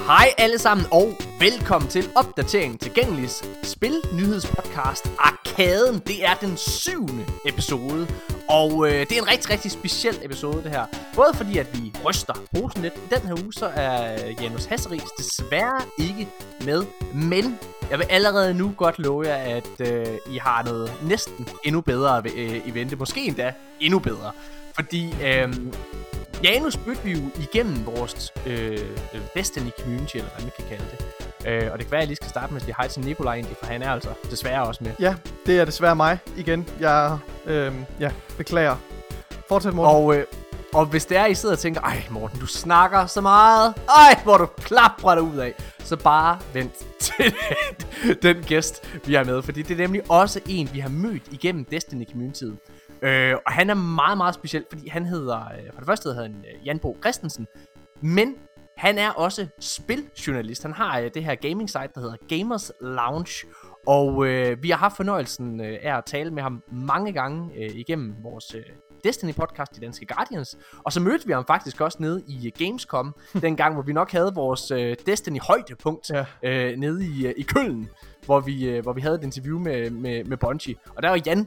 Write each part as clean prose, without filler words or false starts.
Hej alle sammen og velkommen til Opdatering Tilgængelis spil-nyhedspodcast Arkaden. Det er den 7. episode, og det er en rigtig, rigtig speciel episode det her. Både fordi at vi ryster posen lidt. I den her uge så er Janus Hasseris desværre ikke med, men jeg vil allerede nu godt love jer, at I har noget næsten endnu bedre i vente. Måske endda endnu bedre, fordi Janus mødte vi jo igennem vores Destiny community, eller hvad man kan kalde det. Og det kan være, at jeg lige skal starte med at sige hej til Nikolaj egentlig, for han er altså desværre også med. Ja, det er desværre mig igen. Jeg beklager. Fortsæt, Morten. Og hvis det er, I sidder og tænker, ej Morten, du snakker så meget. Ej, hvor du klapper dig ud af. Så bare vent til den gæst, vi har med. Fordi det er nemlig også en, vi har mødt igennem Destiny communityet. Og han er meget, meget speciel, fordi han hedder, for det første hedder han Jan Bo Christensen, men han er også spiljournalist. Han har det her gaming site, der hedder Gamers Lounge, og vi har haft fornøjelsen af at tale med ham mange gange igennem vores Destiny podcast, De Danske Guardians, og så mødte vi ham faktisk også nede i Gamescom, dengang hvor vi nok havde vores Destiny højdepunkt nede i Køln, hvor vi havde et interview med Bungie, og der var Jan,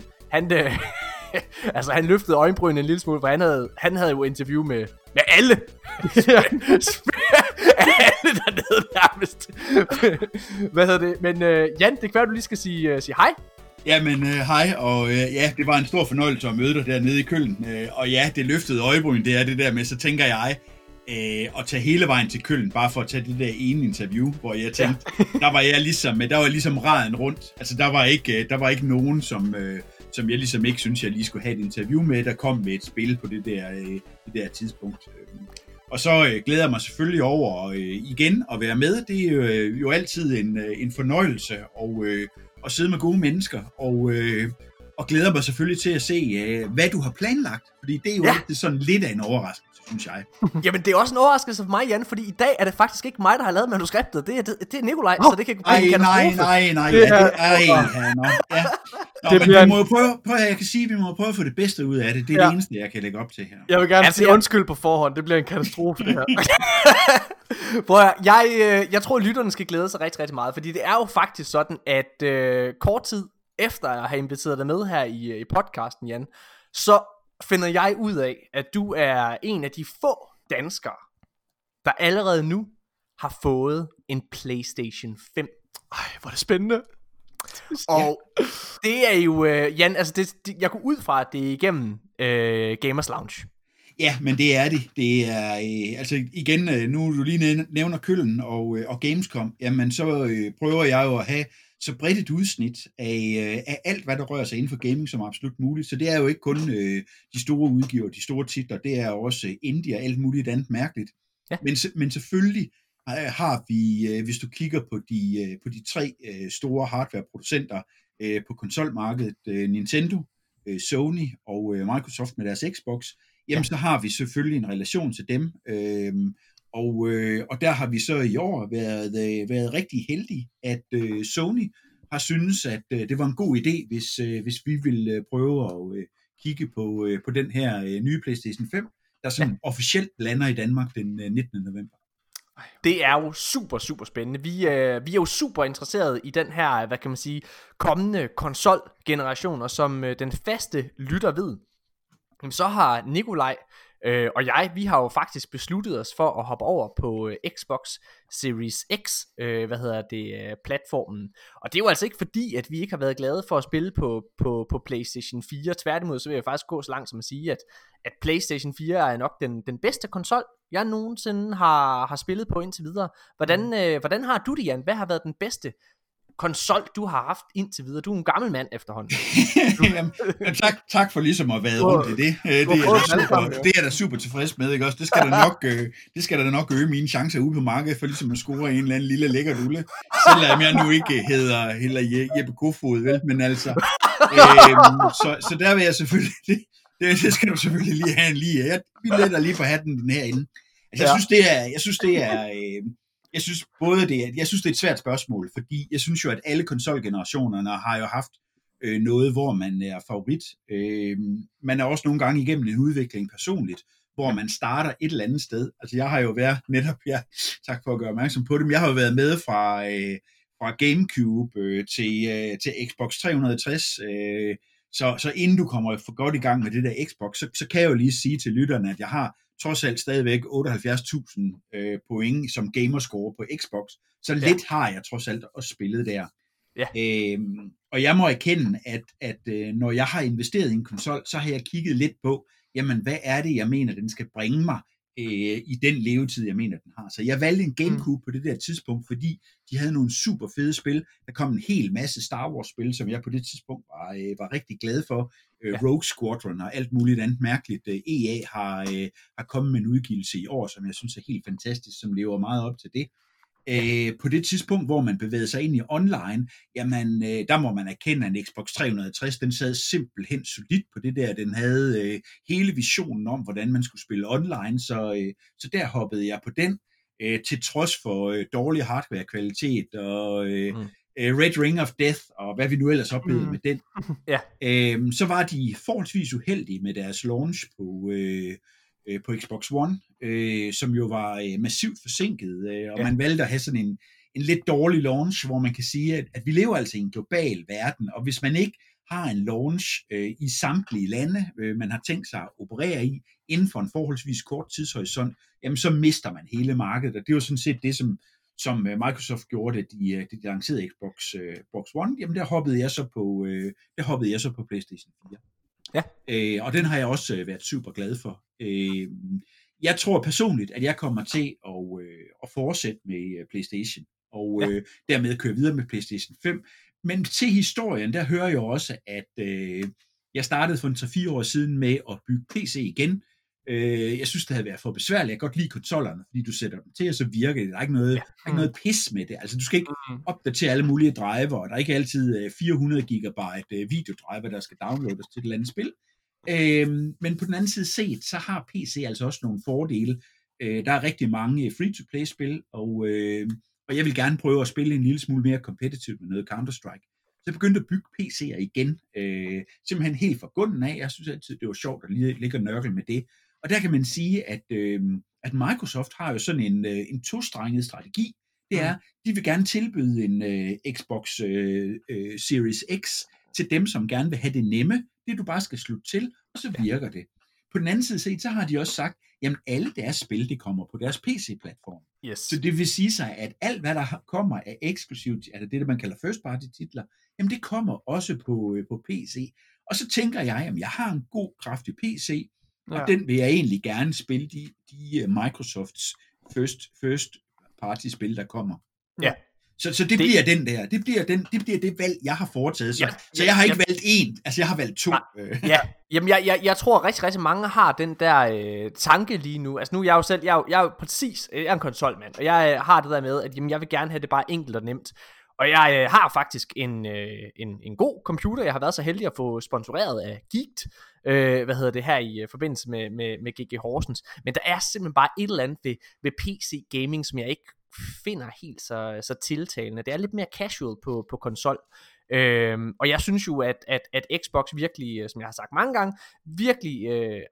han løftede øjenbrynene en lille smule, for han havde jo interview med alle. Alle dernede nærmest. Hvad hedder det? Men Jan, det kan være, du lige skal sige hej. Jamen, hej, og det var en stor fornøjelse at møde dig dernede i Køln. Og ja, det løftede øjebryn, det er det der med, så tænker jeg at tage hele vejen til Køln, bare for at tage det der ene interview, hvor jeg tænkte, der var ligesom raden rundt. Altså, der var ikke nogen, som jeg ligesom ikke synes, jeg lige skulle have et interview med, der kom med et spil på det der tidspunkt. Og så glæder jeg mig selvfølgelig over igen at være med. Det er jo altid en fornøjelse at sidde med gode mennesker, og glæder mig selvfølgelig til at se, hvad du har planlagt. Fordi det er jo altid sådan lidt af en overraskelse, synes jeg. Jamen, det er også en overraskelse for mig, Jan, fordi i dag er det faktisk ikke mig, der har lavet manuskriptet. Det er Nikolaj, så det kan blive en katastrofe. Nej. Jeg kan sige, at vi må prøve at få det bedste ud af det. Det er det eneste, jeg kan lægge op til her. Jeg vil gerne sige undskyld på forhånd. Det bliver en katastrofe, det her. Jeg tror, at lytterne skal glæde sig rigtig, rigtig meget, fordi det er jo faktisk sådan, at kort tid efter at have inviteret dig med her i podcasten, Jan, så finder jeg ud af, at du er en af de få danskere, der allerede nu har fået en PlayStation 5. Ej, hvor er det spændende. Og det er jo, Jan, altså jeg går ud fra, at det er igennem Gamers Lounge. Ja, men det er det. Det er, altså igen, nu du lige nævner Køln og Gamescom, jamen så prøver jeg jo at have så bredt et udsnit af alt, hvad der rører sig inden for gaming, som er absolut muligt. Så det er jo ikke kun de store udgiver, de store titler, det er også indie og alt muligt andet mærkeligt. Ja. Men selvfølgelig har vi, hvis du kigger på de tre store hardwareproducenter på konsolmarkedet, Nintendo, Sony og Microsoft med deres Xbox, jamen så har vi selvfølgelig en relation til dem. Og der har vi så i år været rigtig heldige, at Sony har syntes, at det var en god idé, hvis vi ville prøve at kigge på den her nye PlayStation 5, der sådan officielt lander i Danmark den 19. november. Det er jo super, super spændende. Vi er jo super interesserede i den her, hvad kan man sige, kommende konsolgenerationer, som den faste lytter ved. Så har Nikolaj og vi har jo faktisk besluttet os for at hoppe over på Xbox Series X, platformen. Og det er jo altså ikke fordi, at vi ikke har været glade for at spille på PlayStation 4. Tværtimod, så vil jeg faktisk gå så langt som at sige, at PlayStation 4 er nok den bedste konsol, jeg nogensinde har spillet på indtil videre. Hvordan har du det, Jan? Hvad har været den bedste konsol, du har haft indtil videre? Du er en gammel mand efterhånden. Jamen, tak for ligesom at være rundt i det. Det er da super tilfreds med, ikke også? Det skal da nok øge mine chancer ude på markedet for ligesom at score en eller anden lille lækker dulle. Selvom jeg nu ikke hedder Jeppe Kofod, vel? Men altså, så der vil jeg selvfølgelig, det skal du selvfølgelig lige have en lige. Vi letter lige på hatten den herinde. Altså, jeg synes det er et svært spørgsmål, fordi jeg synes jo, at alle konsolgenerationerne har jo haft noget, hvor man er favorit. Man er også nogle gange igennem en udvikling personligt, hvor man starter et eller andet sted. Altså jeg har jo været netop, tak for at gøre opmærksom på det, men jeg har jo været med fra GameCube til Xbox 360, så inden du kommer for godt i gang med det der Xbox, så kan jeg jo lige sige til lytterne, at jeg har trods alt stadigvæk 78.000 point som gamerscore på Xbox, så lidt har jeg trods alt også spillet der. Ja. Og jeg må erkende, at når jeg har investeret i en konsol, så har jeg kigget lidt på, jamen hvad er det, jeg mener, den skal bringe mig i den levetid, jeg mener, den har. Så jeg valgte en GameCube på det der tidspunkt, fordi de havde nogle super fede spil. Der kom en hel masse Star Wars-spil, som jeg på det tidspunkt var rigtig glad for. Rogue Squadron og alt muligt andet mærkeligt. EA har kommet med en udgivelse i år, som jeg synes er helt fantastisk, som lever meget op til det. På det tidspunkt, hvor man bevægede sig ind i online, jamen, der må man erkende, at en Xbox 360, den sad simpelthen solidt på det der. Den havde hele visionen om, hvordan man skulle spille online, så der hoppede jeg på den, til trods for dårlig hardware-kvalitet og Red Ring of Death, og hvad vi nu ellers oplevede med den. Så var de forholdsvis uheldige med deres launch på Xbox One, som jo var massivt forsinket, og man valgte at have sådan en lidt dårlig launch, hvor man kan sige, at vi lever altså i en global verden, og hvis man ikke har en launch i samtlige lande, man har tænkt sig at operere i, inden for en forholdsvis kort tidshorisont, jamen så mister man hele markedet, og det var sådan set det, som Microsoft gjorde, da de lancerede Xbox One, jamen der hoppede jeg så på PlayStation 4. Ja. Og den har jeg også været super glad for. Jeg tror personligt, at jeg kommer til at fortsætte med PlayStation, og dermed køre videre med PlayStation 5. Men til historien, der hører jeg også, at jeg startede for 3-4 år siden med at bygge PC igen. Jeg synes, det havde været for besværligt. Jeg kan godt lide konsollerne, fordi du sætter dem til, og så virker det. Der er ikke noget pis med det. Altså, du skal ikke opdatere alle mulige driver, og der er ikke altid 400 gigabyte videodriver, der skal downloades til et eller andet spil. Men på den anden side set, så har PC altså også nogle fordele. Der er rigtig mange free-to-play-spil, og jeg vil gerne prøve at spille en lille smule mere competitive med noget Counter-Strike. Så jeg begyndte at bygge PC'er igen, simpelthen helt fra grunden af. Jeg synes altid, det var sjovt at ligge og nørkle med det. Og der kan man sige, at Microsoft har jo sådan en tostrenget strategi. Det er, de vil gerne tilbyde en Xbox Series X til dem, som gerne vil have det nemme. Det du bare skal slutte til, og så virker det. På den anden side set, så har de også sagt, jamen alle deres spil, det kommer på deres PC-platform. Yes. Så det vil sige sig, at alt hvad der kommer af eksklusivt, altså det man kalder first party titler, jamen det kommer også på PC. Og så tænker jeg, at jeg har en god, kraftig PC, og den vil jeg egentlig gerne spille de Microsofts first party spil, der kommer. Ja. Så det bliver den der. Det bliver det valg, jeg har foretaget. Så jeg har ikke valgt én, altså jeg har valgt 2. Ja. Jamen jeg tror rigtig, rigtig mange har den der tanke lige nu. Altså nu er jeg jo selv, jeg er en konsolmand, og jeg har det der med, at jamen, jeg vil gerne have det bare enkelt og nemt. Og jeg har faktisk en god computer. Jeg har været så heldig at få sponsoreret af Geeked, her i forbindelse med GG Horsens. Men der er simpelthen bare et eller andet ved PC gaming, som jeg ikke finder helt så tiltalende. Det er lidt mere casual på konsol. Og jeg synes jo, at Xbox virkelig, som jeg har sagt mange gange, virkelig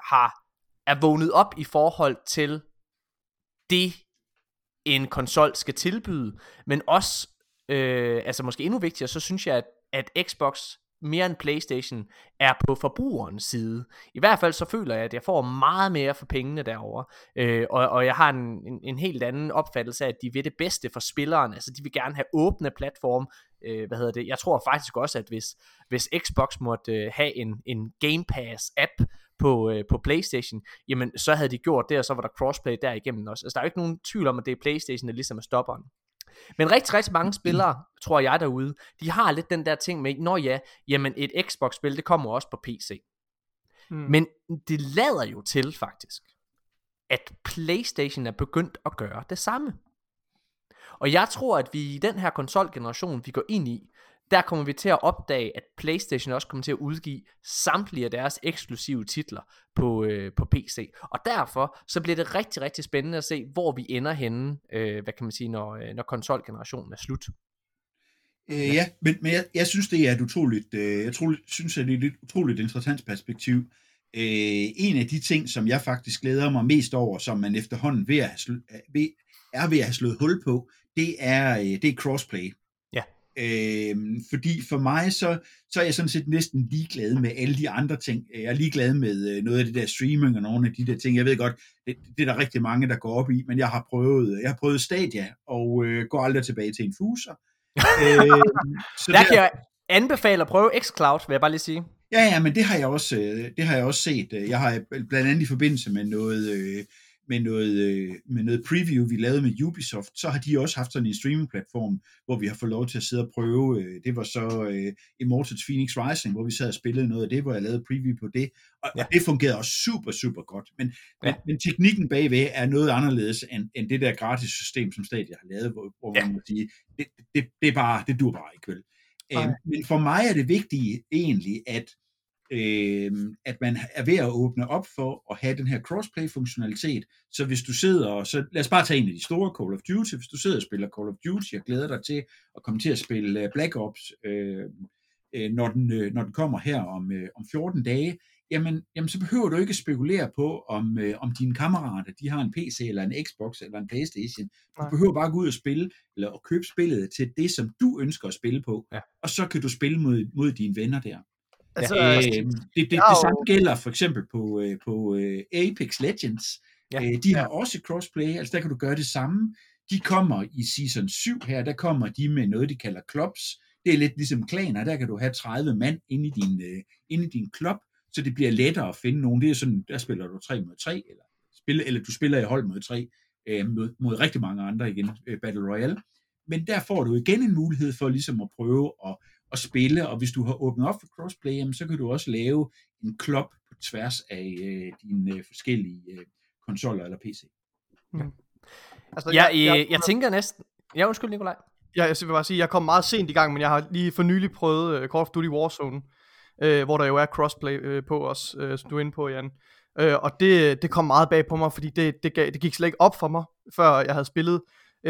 er vågnet op i forhold til det, en konsol skal tilbyde, men også altså måske endnu vigtigere, så synes jeg, at Xbox mere end PlayStation er på forbrugerens side. I hvert fald så føler jeg, at jeg får meget mere for pengene derovre. Og jeg har en helt anden opfattelse af, at de vil det bedste for spilleren. Altså de vil gerne have åbne platform. Jeg tror faktisk også, at hvis Xbox måtte have en Game Pass app på PlayStation, jamen så havde de gjort det, og så var der crossplay derigennem også. Altså der er jo ikke nogen tvivl om, at det er PlayStation, der ligesom er stopperen. Men rigtig, rigtig mange spillere, tror jeg derude, de har lidt den der ting med, jamen et Xbox-spil, det kommer også på PC. Men det lader jo til faktisk, at PlayStation er begyndt at gøre det samme. Og jeg tror, at vi i den her konsolgeneration, vi går ind i, der kommer vi til at opdage, at PlayStation også kommer til at udgive samtlige af deres eksklusive titler på PC. Og derfor så bliver det rigtig, rigtig spændende at se, hvor vi ender henne, når konsolgenerationen er slut. Men jeg synes, det er et utroligt, det er et utroligt interessant perspektiv. En af de ting, som jeg faktisk glæder mig mest over, som man efterhånden er ved at have slået hul på, det er crossplay. Ja. Fordi for mig, så er jeg sådan set næsten ligeglad med alle de andre ting. Jeg er ligeglad med noget af det der streaming og nogle af de der ting. Jeg ved godt, det er der rigtig mange, der går op i, men jeg har prøvet Stadia og går aldrig tilbage til en fuser. Så der kan jeg anbefale at prøve xCloud, vil jeg bare lige sige. Ja, men det har jeg også set. Jeg har blandt andet i forbindelse med noget preview, vi lavede med Ubisoft, så har de også haft sådan en streaming-platform, hvor vi har fået lov til at sidde og prøve. Det var så Immortals Phoenix Rising, hvor vi sad og spillede noget af det, hvor jeg lavede preview på det, og det fungerede også super, super godt. Men teknikken bagved er noget anderledes end det der gratis system, som Stadia har lavet, hvor man må sige, det dur bare ikke, vel? Men for mig er det vigtige egentlig, at man er ved at åbne op for at have den her crossplay-funktionalitet. Så hvis du sidder, så lad os bare tage en af de store, Call of Duty. Hvis du sidder og spiller Call of Duty og glæder dig til at komme til at spille Black Ops, når den kommer her om 14 dage, jamen så behøver du ikke spekulere på, om dine kammerater, de har en PC eller en Xbox eller en PlayStation. Du behøver bare gå ud og spille, eller at købe spillet til det, som du ønsker at spille på, og så kan du spille mod dine venner der. Altså, det samme gælder for eksempel på Apex Legends. De har også crossplay, altså der kan du gøre det samme. De kommer i Season 7 her, der kommer de med noget, de kalder clubs. Det er lidt ligesom klaner, der kan du have 30 mand inde i din klub, så det bliver lettere at finde nogen. Det er sådan, der spiller du 3 mod 3, eller du spiller i hold mod 3, mod rigtig mange andre igen, Battle Royale. Men der får du igen en mulighed for ligesom at prøve at spille, og hvis du har åbnet op for crossplay, så kan du også lave en klub på tværs af dine forskellige konsoller eller PC. Altså, jeg tænker næsten... Ja, undskyld, Nikolaj. Jeg vil bare sige, jeg kom meget sent i gang, men jeg har lige for nylig prøvet Call of Duty Warzone, hvor der jo er crossplay på os, som du er inde på, Jan. Og det kom meget bag på mig, fordi det gik slet ikke op for mig, før jeg havde spillet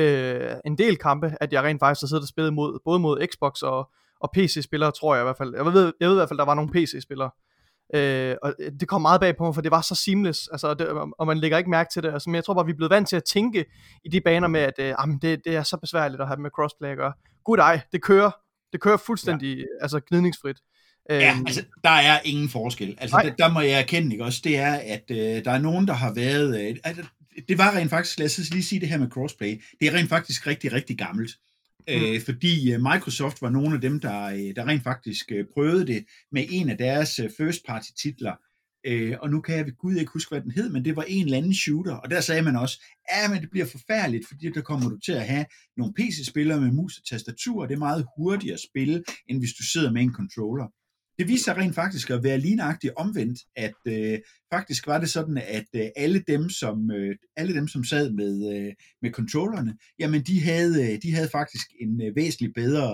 en del kampe, at jeg rent faktisk har siddet og spillet både mod Xbox og PC-spillere, tror jeg i hvert fald. Jeg ved i hvert fald, der var nogle PC-spillere. Og det kom meget bag på mig, for det var så seamless, altså, og man lægger ikke mærke til det. Altså, men jeg tror bare, vi er blevet vant til at tænke i de baner med, at det er så besværligt at have med crossplay at gøre. Gud ej, det kører fuldstændig altså gnidningsfrit. Ja, altså, der er ingen forskel. Altså, der må jeg erkende, ikke også, det er, at der er nogen, der har været... det var rent faktisk, lad os lige sige det her med crossplay, det er rent faktisk rigtig, rigtig gammelt. Fordi Microsoft var nogle af dem, der rent faktisk prøvede det med en af deres first party titler. Og nu kan jeg ved Gud ikke huske, hvad den hed, men det var en eller anden shooter. Og der sagde man også, men det bliver forfærdeligt, fordi der kommer du til at have nogle PC-spillere med mus og tastatur, og det er meget hurtigere at spille, end hvis du sidder med en controller. Det viser sig rent faktisk at være lignagtigt omvendt, at faktisk var det sådan, at alle dem, som sad med controllerne, jamen de havde faktisk en væsentligt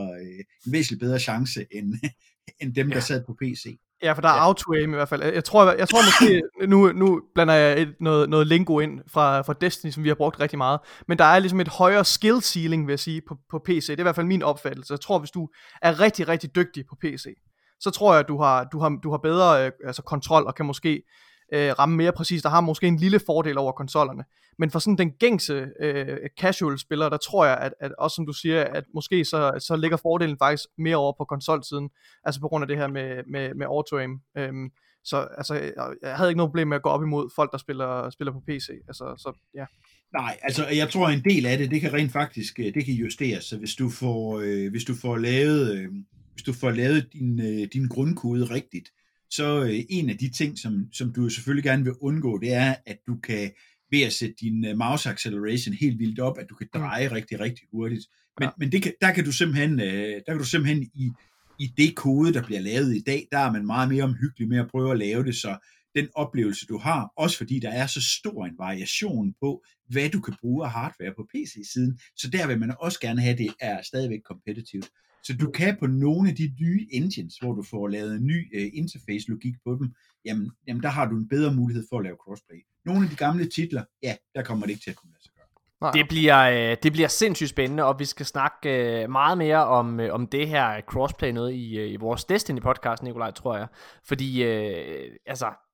bedre chance end dem, der sad på PC. Ja, for der er auto-aim i hvert fald. Jeg tror måske, nu blander jeg noget lingo ind fra Destiny, som vi har brugt rigtig meget, men der er ligesom et højere skill ceiling, vil jeg sige, på PC. Det er i hvert fald min opfattelse. Jeg tror, hvis du er rigtig, rigtig dygtig på PC, så tror jeg, at du har bedre kontrol og kan måske ramme mere præcist. Der har måske en lille fordel over konsollerne. Men for sådan den gængse casual spiller, der tror jeg, at også som du siger, at måske så ligger fordelen faktisk mere over på konsolsiden, altså på grund af det her med auto-aim. Så altså, jeg havde ikke noget problem med at gå op imod folk, der spiller på PC. Altså, så ja. Nej, altså jeg tror en del af det kan rent faktisk det kan justeres. Så hvis du får lavet din grundkode rigtigt, så en af de ting, som du selvfølgelig gerne vil undgå, det er, at du kan ved at sætte din mouse acceleration helt vildt op, at du kan dreje rigtig, rigtig hurtigt. Men der kan du simpelthen i det kode, der bliver lavet i dag, der er man meget mere omhyggelig med at prøve at lave det, så den oplevelse, du har, også fordi der er så stor en variation på, hvad du kan bruge af hardware på PC-siden, så der vil man også gerne have, det er stadigvæk kompetitivt. Så du kan på nogle af de nye engines, hvor du får lavet en ny interface-logik på dem, jamen der har du en bedre mulighed for at lave crossplay. Nogle af de gamle titler, der kommer det ikke til at kunne lade sig gøre. Det bliver sindssygt spændende, og vi skal snakke meget mere om det her crossplay noget i vores Destiny podcast, Nikolaj, tror jeg. Fordi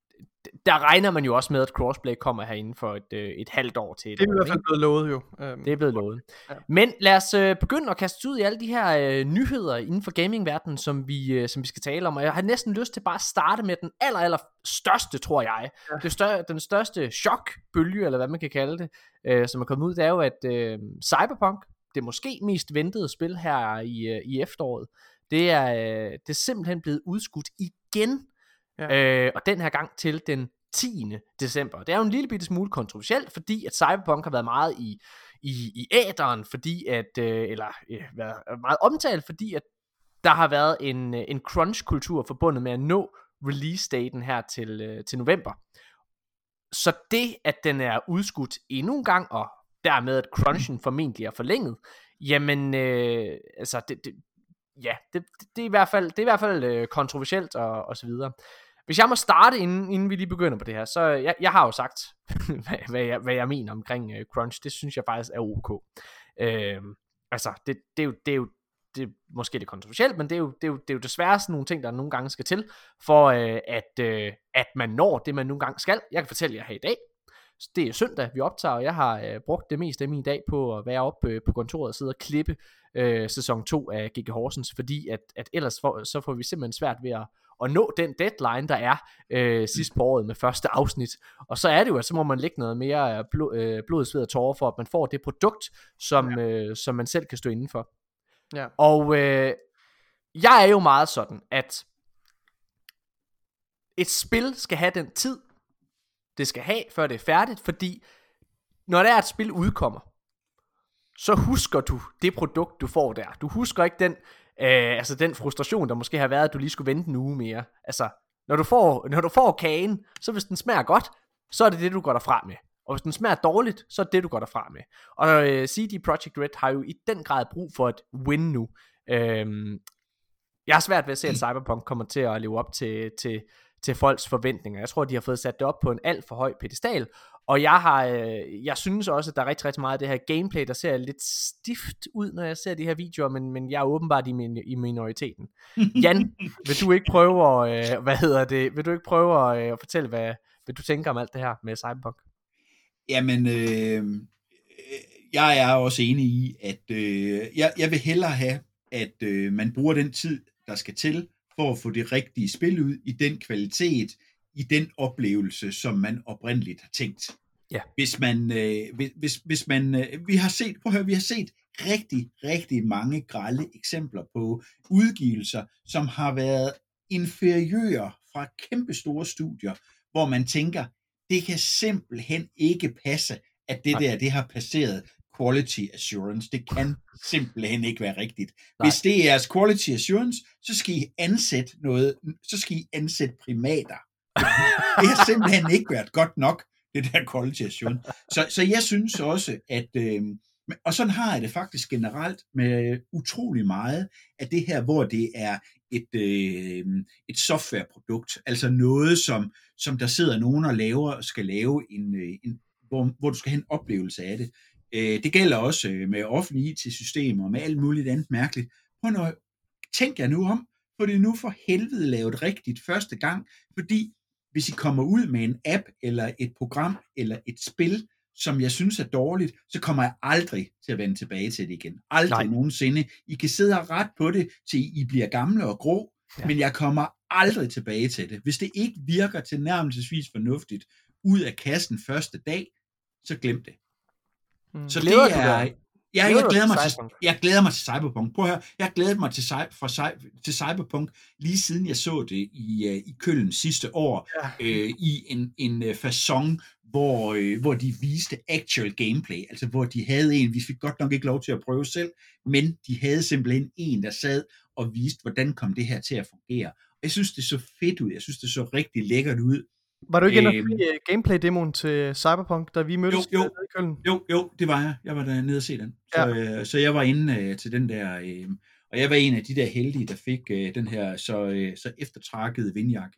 der regner man jo også med, at crossplay kommer her inden for et halvt år til. Det er i hvert fald blevet lovet jo. Det er blevet lovet. Ja. Men lad os begynde at kaste ud i alle de her nyheder inden for gamingverdenen, som vi skal tale om. Og jeg har næsten lyst til bare at starte med den aller største, tror jeg. Ja. Den største chokbølge, eller hvad man kan kalde det, som er kommet ud, det er jo, at Cyberpunk, det måske mest ventede spil her i efteråret, det er simpelthen blevet udskudt igen. Ja. Og den her gang til den 10. december. Det er jo en lille bitte smule kontroversielt, fordi at Cyberpunk har været meget i æteren, fordi at været meget omtalt, fordi at der har været en crunch-kultur forbundet med at nå release-daten her til november. Så det, at den er udskudt endnu en gang, og dermed at crunchen formentlig er forlænget, jamen, altså, det er i hvert fald kontroversielt og så videre. Hvis jeg må starte, inden vi lige begynder på det her, så jeg har jo sagt, hvad jeg mener omkring crunch. Det synes jeg faktisk er ok. Altså, det er måske lidt kontroversielt, men det er jo desværre sådan nogle ting, der nogle gange skal til, for at man når det, man nogle gange skal. Jeg kan fortælle jer her i dag, det er søndag, vi optager, og jeg har brugt det meste af min dag på at være oppe på kontoret og sidde og klippe sæson 2 af G.G. Horsens, fordi at ellers så får vi simpelthen svært ved at nå den deadline, der er sidst på året med første afsnit. Og så er det jo, at så må man lægge noget mere blod, sved og tårer for, at man får det produkt, som man selv kan stå inden for. Ja. Og jeg er jo meget sådan, at et spil skal have den tid, det skal have, før det er færdigt, fordi når der er et spil udkommer, så husker du det produkt, du får der. Du husker ikke den frustration, der måske har været, at du lige skulle vente en uge mere. Altså, når du får kagen, så hvis den smager godt, så er det du går derfra med. Og hvis den smager dårligt, så er det du går derfra med. Og CD Projekt Red har jo i den grad brug for et win nu. Jeg har svært ved at se, at Cyberpunk kommer til at leve op til folks forventninger. Jeg tror, de har fået sat det op på en alt for høj pedestal, og jeg synes også, at der er rigtig, rigtig meget af det her gameplay, der ser lidt stift ud, når jeg ser de her videoer, men jeg er åbenbart i minoriteten. Jan, vil du ikke prøve at fortælle, hvad du tænker om alt det her med Cyberpunk? Jamen, jeg er også enig i, at jeg vil hellere have, at man bruger den tid, der skal til, for at få det rigtige spil ud, i den kvalitet, i den oplevelse, som man oprindeligt har tænkt. Ja. Hvis man vi har set rigtig, rigtig mange grelle eksempler på udgivelser, som har været inferiøre fra kæmpestore studier, hvor man tænker, det kan simpelthen ikke passe, at det har passeret quality assurance. Det kan simpelthen ikke være rigtigt. Nej. Hvis det er jeres quality assurance, så skal I ansætte primater. Det har simpelthen ikke været godt nok, det der quality assurance. Så jeg synes også, at og sådan har jeg det faktisk generelt med utrolig meget af det her, hvor det er et softwareprodukt, altså noget, som der sidder nogen og skal lave hvor du skal have en oplevelse af det. Det gælder også med offentlige IT-systemer og med alt muligt andet mærkeligt. Tænk jer nu om, for det er nu for helvede lavet rigtigt første gang, fordi hvis I kommer ud med en app, eller et program, eller et spil, som jeg synes er dårligt, så kommer jeg aldrig til at vende tilbage til det igen. Aldrig nogensinde. I kan sidde og ret på det, til I bliver gamle og grå, men jeg kommer aldrig tilbage til det. Hvis det ikke virker tilnærmelsesvis fornuftigt ud af kassen første dag, så glem det. Så det er... Jeg glæder mig til Cyberpunk. Prøv at høre, jeg glæder mig til Cyberpunk lige siden jeg så det i Køln sidste år, i en facon, hvor de viste actual gameplay, altså hvor de havde vi fik godt nok ikke lov til at prøve selv, men de havde simpelthen en, der sad og viste, hvordan kom det her til at fungere. Og jeg synes, det så fedt ud, jeg synes, det så rigtig lækkert ud. Var du ikke inde og se gameplay-demoen til Cyberpunk, da vi mødtes i Køln? Jo, det var jeg. Jeg var dernede og se den. Så jeg var inde til den der, og jeg var en af de der heldige, der fik den her så eftertrakkede vindjakke.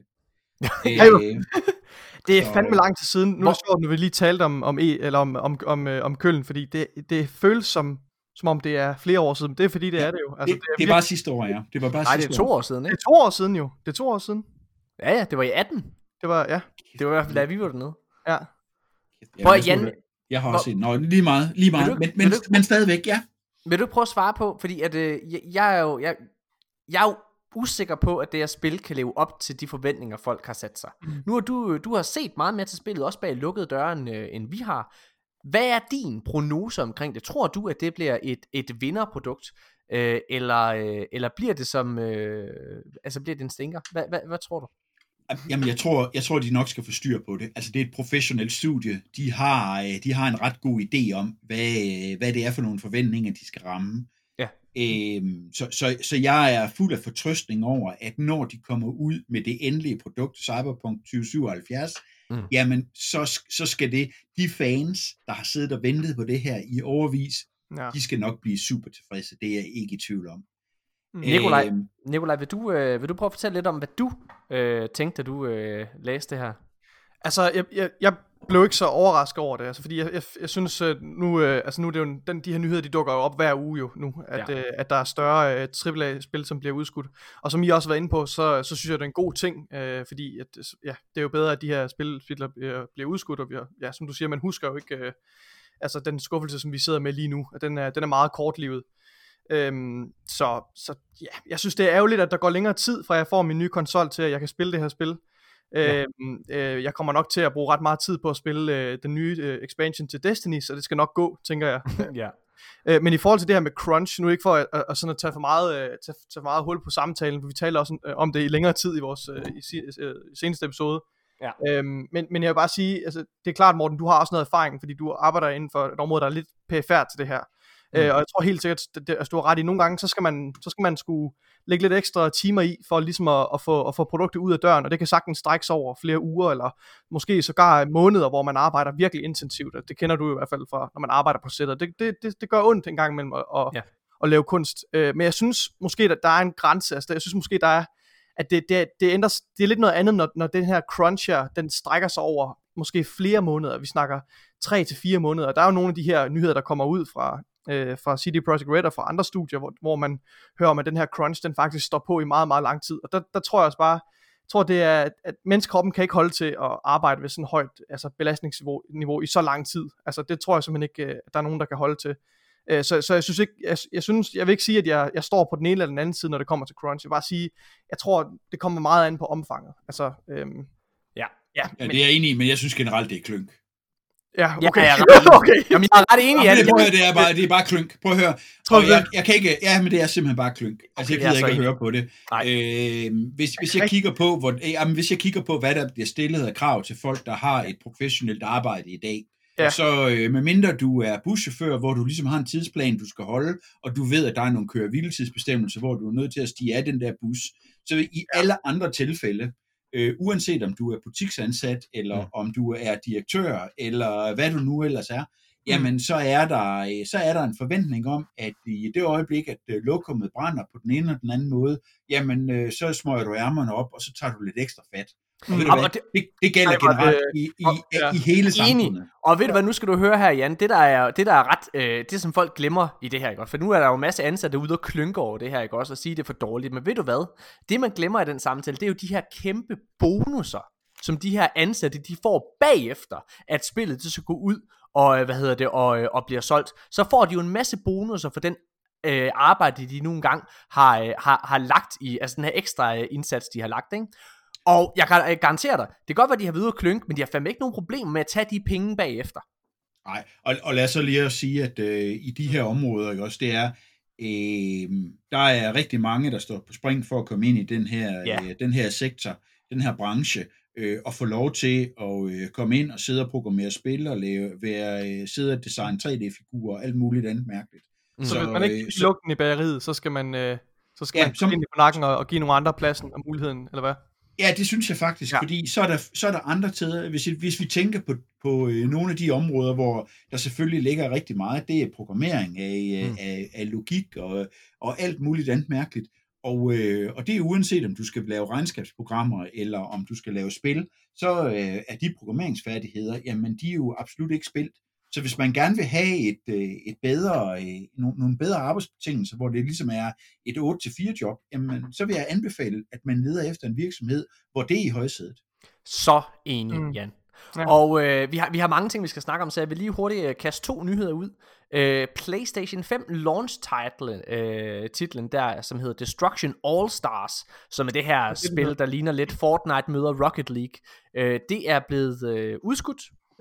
Det er fandme lang tid siden. Nu når vi lige talte om Køln, fordi det føles som om det er flere år siden. Det er fordi, det er det jo. Altså, det er bare sidste år, ja. Det var bare det er 2 år siden, ikke? Det er 2 år siden jo. Det er 2 år siden. Ja, det var i 18. Det var, ja. Det var i hvert fald, da vi var dernede. Ja. Prøv at, Jan, jeg har også set, lige meget, men stadigvæk, ja. Vil du prøve at svare på, fordi at, jeg er jo usikker på, at det her spil kan leve op til de forventninger, folk har sat sig. Nu har du har set meget mere til spillet, også bag lukkede døre, end vi har. Hvad er din prognose omkring det? Tror du, at det bliver et vinderprodukt, eller bliver det som, bliver det en stinker? Hvad tror du? Jamen, jeg tror, de nok skal få styr på det. Altså, det er et professionelt studie. De har en ret god idé om, hvad det er for nogle forventninger, de skal ramme. Ja. Så jeg er fuld af fortrøstning over, at når de kommer ud med det endelige produkt, Cyberpunk 2077, jamen, så skal de fans, der har siddet og ventet på det her i årevis, de skal nok blive super tilfredse. Det er jeg ikke i tvivl om. Nikolaj, vil du prøve at fortælle lidt om, hvad du tænkte, da du læste det her? Altså, jeg blev ikke så overrasket over det, altså, fordi jeg synes, nu er det jo de her nyheder, de dukker jo op hver uge jo nu, at der er større AAA-spil, som bliver udskudt. Og som I også har været inde på, så synes jeg, det er en god ting, fordi at, det er jo bedre, at de her spil bliver udskudt, og som du siger, man husker jo ikke den skuffelse, som vi sidder med lige nu, at den er meget kortlivet. Så jeg synes, det er ærgerligt, at der går længere tid, fra jeg får min nye konsol til, at jeg kan spille det her spil. Jeg kommer nok til at bruge ret meget tid på at spille den nye expansion til Destiny, så det skal nok gå, tænker jeg. Men i forhold til det her med crunch, nu ikke for at tage for meget hul på samtalen, for vi taler også om det i længere tid i vores seneste episode. Men jeg vil bare sige, altså, det er klart, Morten, du har også noget erfaring, fordi du arbejder inden for et område, der er lidt perifert til det her. Og jeg tror helt sikkert, at du har ret i, nogle gange, så skal man skulle lægge lidt ekstra timer i, for ligesom at få produktet ud af døren, og det kan sagtens strækkes over flere uger, eller måske sågar måneder, hvor man arbejder virkelig intensivt, og det kender du i hvert fald fra, når man arbejder på sættet. Det gør ondt en gang imellem at lave kunst, men jeg synes måske, at der er en grænse, altså jeg synes måske, der er, at det er lidt noget andet, når den her crunch her, den strækker sig over måske flere måneder, vi snakker 3 til 4 måneder, der er jo nogle af de her nyheder, der kommer ud fra CD Projekt Red og fra andre studier, hvor man hører om, at den her crunch, den faktisk står på i meget, meget lang tid. Og der tror jeg også bare, det er, at menneskekroppen kan ikke holde til at arbejde ved sådan højt belastningsniveau i så lang tid. Altså det tror jeg simpelthen ikke, at der er nogen, der kan holde til. Så jeg synes ikke, jeg vil ikke sige, at jeg står på den ene eller den anden side, når det kommer til crunch. Jeg vil bare sige, jeg tror, det kommer meget an på omfanget. Altså, ja, det er jeg enig i, men jeg synes generelt, det er klynk. Ja, okay. Okay. Jamen, jeg er ret enig i det. Prøv at høre, det er bare klynk. Prøv at høre. Jeg kan ikke, men det er simpelthen bare klynk. Altså, jeg gider ikke at høre på det. Hvis jeg kigger på, hvad der bliver stillet af krav til folk, der har et professionelt arbejde i dag, så medmindre du er buschauffør, hvor du ligesom har en tidsplan, du skal holde, og du ved, at der er nogle køre-hviletidsbestemmelser, hvor du er nødt til at stige af den der bus, så i alle andre tilfælde, uanset om du er butiksansat, eller om du er direktør, eller hvad du nu ellers er, jamen så er der en forventning om, at i det øjeblik, at lokummet brænder på den ene og den anden måde, jamen så smøger du ærmerne op, og så tager du lidt ekstra fat. Det gælder generelt i hele samfundet. Og ved du hvad, nu skal du høre her, Jan, det der er ret, det som folk glemmer i det her, ikke også? For nu er der jo en masse ansatte ude og klynke over det her, ikke også, og sige det er for dårligt, men ved du hvad, det man glemmer i den samtale, det er jo de her kæmpe bonusser, som de her ansatte, de får bagefter, at spillet det skal gå ud, og bliver solgt. Så får de jo en masse bonusser for den arbejde, de nu engang har lagt i, altså den her ekstra indsats, de har lagt, ikke? Og jeg kan garantere dig, det kan godt være, de har været ude at klynke, men de har fandme ikke nogen problemer med at tage de penge bagefter. Nej, og lad os så lige at sige, at i de her områder, ikke også, det er, der er rigtig mange, der står på spring for at komme ind i den her sektor, den her branche, og få lov til at komme ind og sidde og programmere spil, og sidde og designe 3D-figurer og alt muligt andet mærkeligt. Så hvis man ikke kan lukke den i bageriet, så skal man ind på nakken og give nogle andre pladsen og muligheden, eller hvad? Ja, det synes jeg faktisk, fordi så er der andre tider, hvis vi tænker på nogle af de områder, hvor der selvfølgelig ligger rigtig meget, det er programmering af logik og alt muligt andet mærkeligt, og det er uanset om du skal lave regnskabsprogrammer, eller om du skal lave spil, så er de programmeringsfærdigheder, jamen de er jo absolut ikke spildt. Så hvis man gerne vil have nogle bedre arbejdsbetingelser, hvor det ligesom er et 8-4 job, jamen, så vil jeg anbefale, at man leder efter en virksomhed, hvor det er i højsædet. Så enig, Jan. Ja. Og vi har mange ting, vi skal snakke om, så jeg vil lige hurtigt kaste 2 nyheder ud. PlayStation 5 launch titlen der, som hedder Destruction All Stars, som er det her spil, der ligner lidt Fortnite møder Rocket League. Det er blevet udskudt,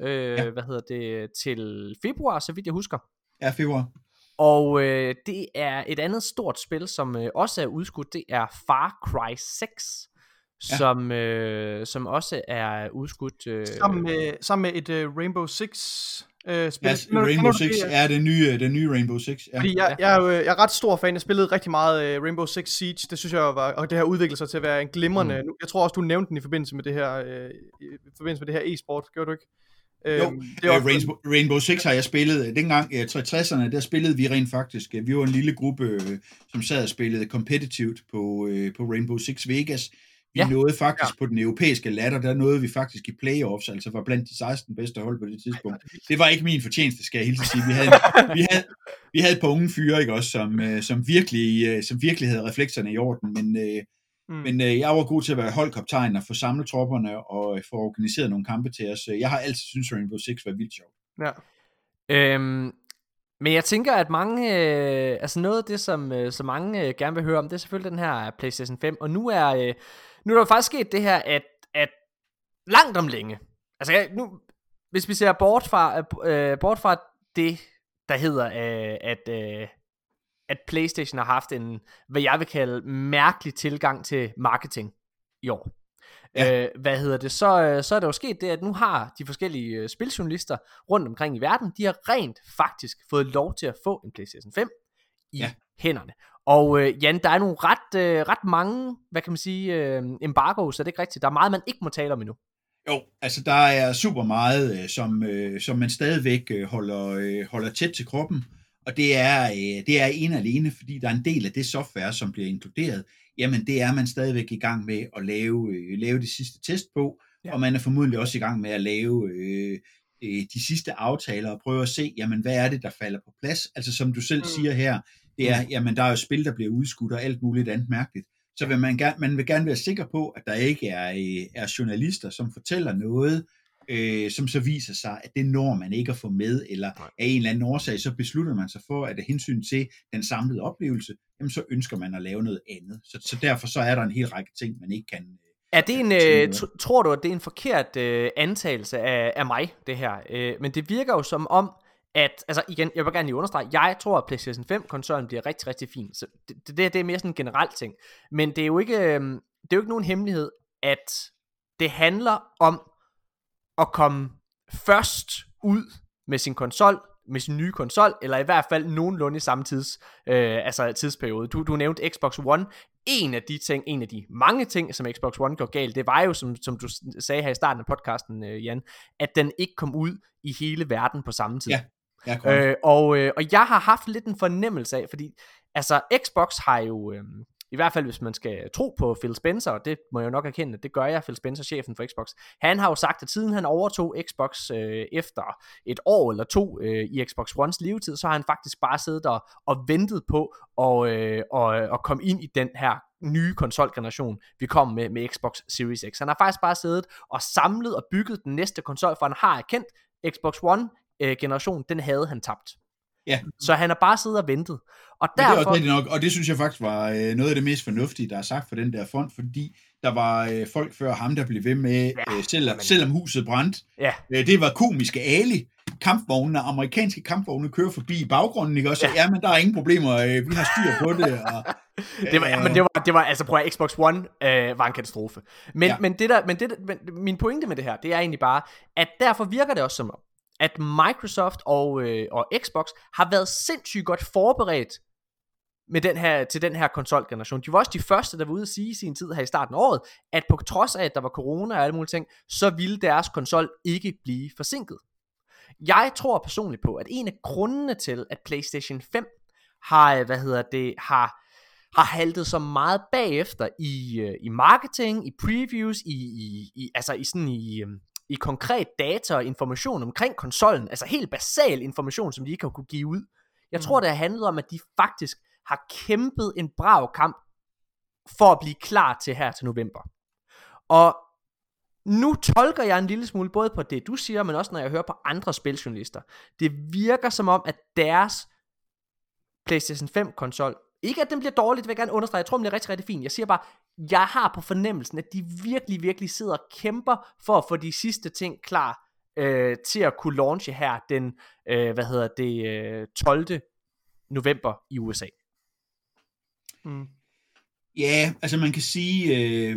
til februar, så vidt jeg husker. Ja, februar. Og det er et andet stort spil, som også er udskudt, det er Far Cry 6. Som også er udskudt sammen med et Rainbow Six spil. Rainbow Six er det nye Rainbow Six. Ja. Fordi jeg er ret stor fan. Jeg spillede rigtig meget Rainbow Six Siege. Det synes jeg var, og det har udviklet sig til at være en glimrende. Jeg tror også du nævnte den i forbindelse med det her e-sport, gjorde du ikke? Rainbow Six har jeg spillet. Dengang 60'erne, der spillede vi rent faktisk. Vi var en lille gruppe, som sad og spillede competitivt på Rainbow Six Vegas. Vi nåede faktisk på den europæiske ladder, der nåede vi faktisk i playoffs, altså var blandt de 16 bedste hold på det tidspunkt. Det var ikke min fortjeneste, skal jeg hilse at sige. Vi havde et par unge fyre, ikke også, som virkelig havde reflekserne i orden, men jeg var god til at være holdkaptajn og få samlet tropperne og få organiseret nogle kampe til os. Jeg har altid syntes, Rainbow Six var vildt sjovt. Ja. Men jeg tænker, at mange, altså noget af det, som mange gerne vil høre om, det er selvfølgelig den her PlayStation 5, og nu er der faktisk sket det her, at langt om længe, altså hvis vi ser bort fra det, der hedder, at PlayStation har haft en, hvad jeg vil kalde, mærkelig tilgang til marketing i år. Ja. Så er der jo sket det, at nu har de forskellige spiljournalister rundt omkring i verden, de har rent faktisk fået lov til at få en PlayStation 5 i hænderne. Og Jan, der er nogle ret mange, hvad kan man sige, embargoes, er det ikke rigtigt? Der er meget, man ikke må tale om endnu. Jo, altså der er super meget, som man stadigvæk holder tæt til kroppen, og det er en alene, fordi der er en del af det software, som bliver inkluderet. Jamen det er man stadigvæk i gang med at lave det sidste test på, og man er formodentlig også i gang med at lave de sidste aftaler og prøve at se, jamen hvad er det, der falder på plads? Altså som du selv siger her, det er, jamen der er jo spil, der bliver udskudt og alt muligt andet mærkeligt. Så vil man vil gerne være sikker på, at der ikke er journalister, som fortæller noget, som så viser sig, at det når man ikke at få med, eller af en eller anden årsag, så beslutter man sig for, at af hensyn til den samlede oplevelse, jamen så ønsker man at lave noget andet. Så derfor så er der en hel række ting, man ikke kan... Er det tror du, at det er en forkert antagelse af mig, det her? Men det virker jo som om, at, altså igen, jeg vil gerne lige understrege, jeg tror, at PlayStation 5-konsollen bliver rigtig, rigtig fin. Så det er mere sådan en generel ting. Men det er jo ikke nogen hemmelighed, at det handler om at komme først ud med sin konsol, med sin nye konsol, eller i hvert fald nogenlunde i samme tidsperiode. Du nævnte Xbox One. En af de mange ting, som Xbox One går galt, det var jo, som du sagde her i starten af podcasten, Jan, at den ikke kom ud i hele verden på samme tid. Ja, og jeg har haft lidt en fornemmelse af, fordi altså Xbox har jo... I hvert fald hvis man skal tro på Phil Spencer, og det må jeg jo nok erkende, det gør jeg, Phil Spencer, chefen for Xbox. Han har jo sagt, at siden han overtog Xbox efter et år eller to i Xbox Ones levetid, så har han faktisk bare siddet der og ventet på at komme ind i den her nye konsolgeneration, vi kom med Xbox Series X. Han har faktisk bare siddet og samlet og bygget den næste konsol, for han har erkendt, Xbox One generation, den havde han tabt. Ja. Så han har bare siddet og ventet. Og derfor... det er også nok, og det synes jeg faktisk var noget af det mest fornuftige, der er sagt for den der fond, fordi der var folk før ham, der blev ved med, selvom huset brændte. Ja. Det var komiske Ali. Kampvogne, amerikanske kampvogne kører forbi i baggrunden, ikke også? Ja, men der er ingen problemer, vi har styr på det. Og, det var altså, prøv at Xbox One var en katastrofe. Men min pointe med det her, det er egentlig bare, at derfor virker det også som om, at Microsoft og Xbox har været sindssygt godt forberedt til den her konsolgeneration. De var også de første, der var ude at sige i sin tid her i starten af året, at på trods af, at der var corona og alle mulige ting, så ville deres konsol ikke blive forsinket. Jeg tror personligt på, at en af grundene til, at PlayStation 5 har haltet så meget bagefter i marketing, i previews, i konkret data og information omkring konsollen, altså helt basal information, som de ikke har kunne give ud. Jeg tror, det har handlet om, at de faktisk har kæmpet en brav kamp for at blive klar til her til november. Og nu tolker jeg en lille smule både på det, du siger, men også når jeg hører på andre spiljournalister. Det virker som om, at deres PlayStation 5-konsol, ikke at den bliver dårligt, vil jeg gerne understrege, jeg tror, den bliver rigtig, rigtig fin. Jeg siger bare, jeg har på fornemmelsen, at de virkelig, virkelig sidder og kæmper for at få de sidste ting klar til at kunne launche her den, 12. november i USA. Ja, altså man kan sige,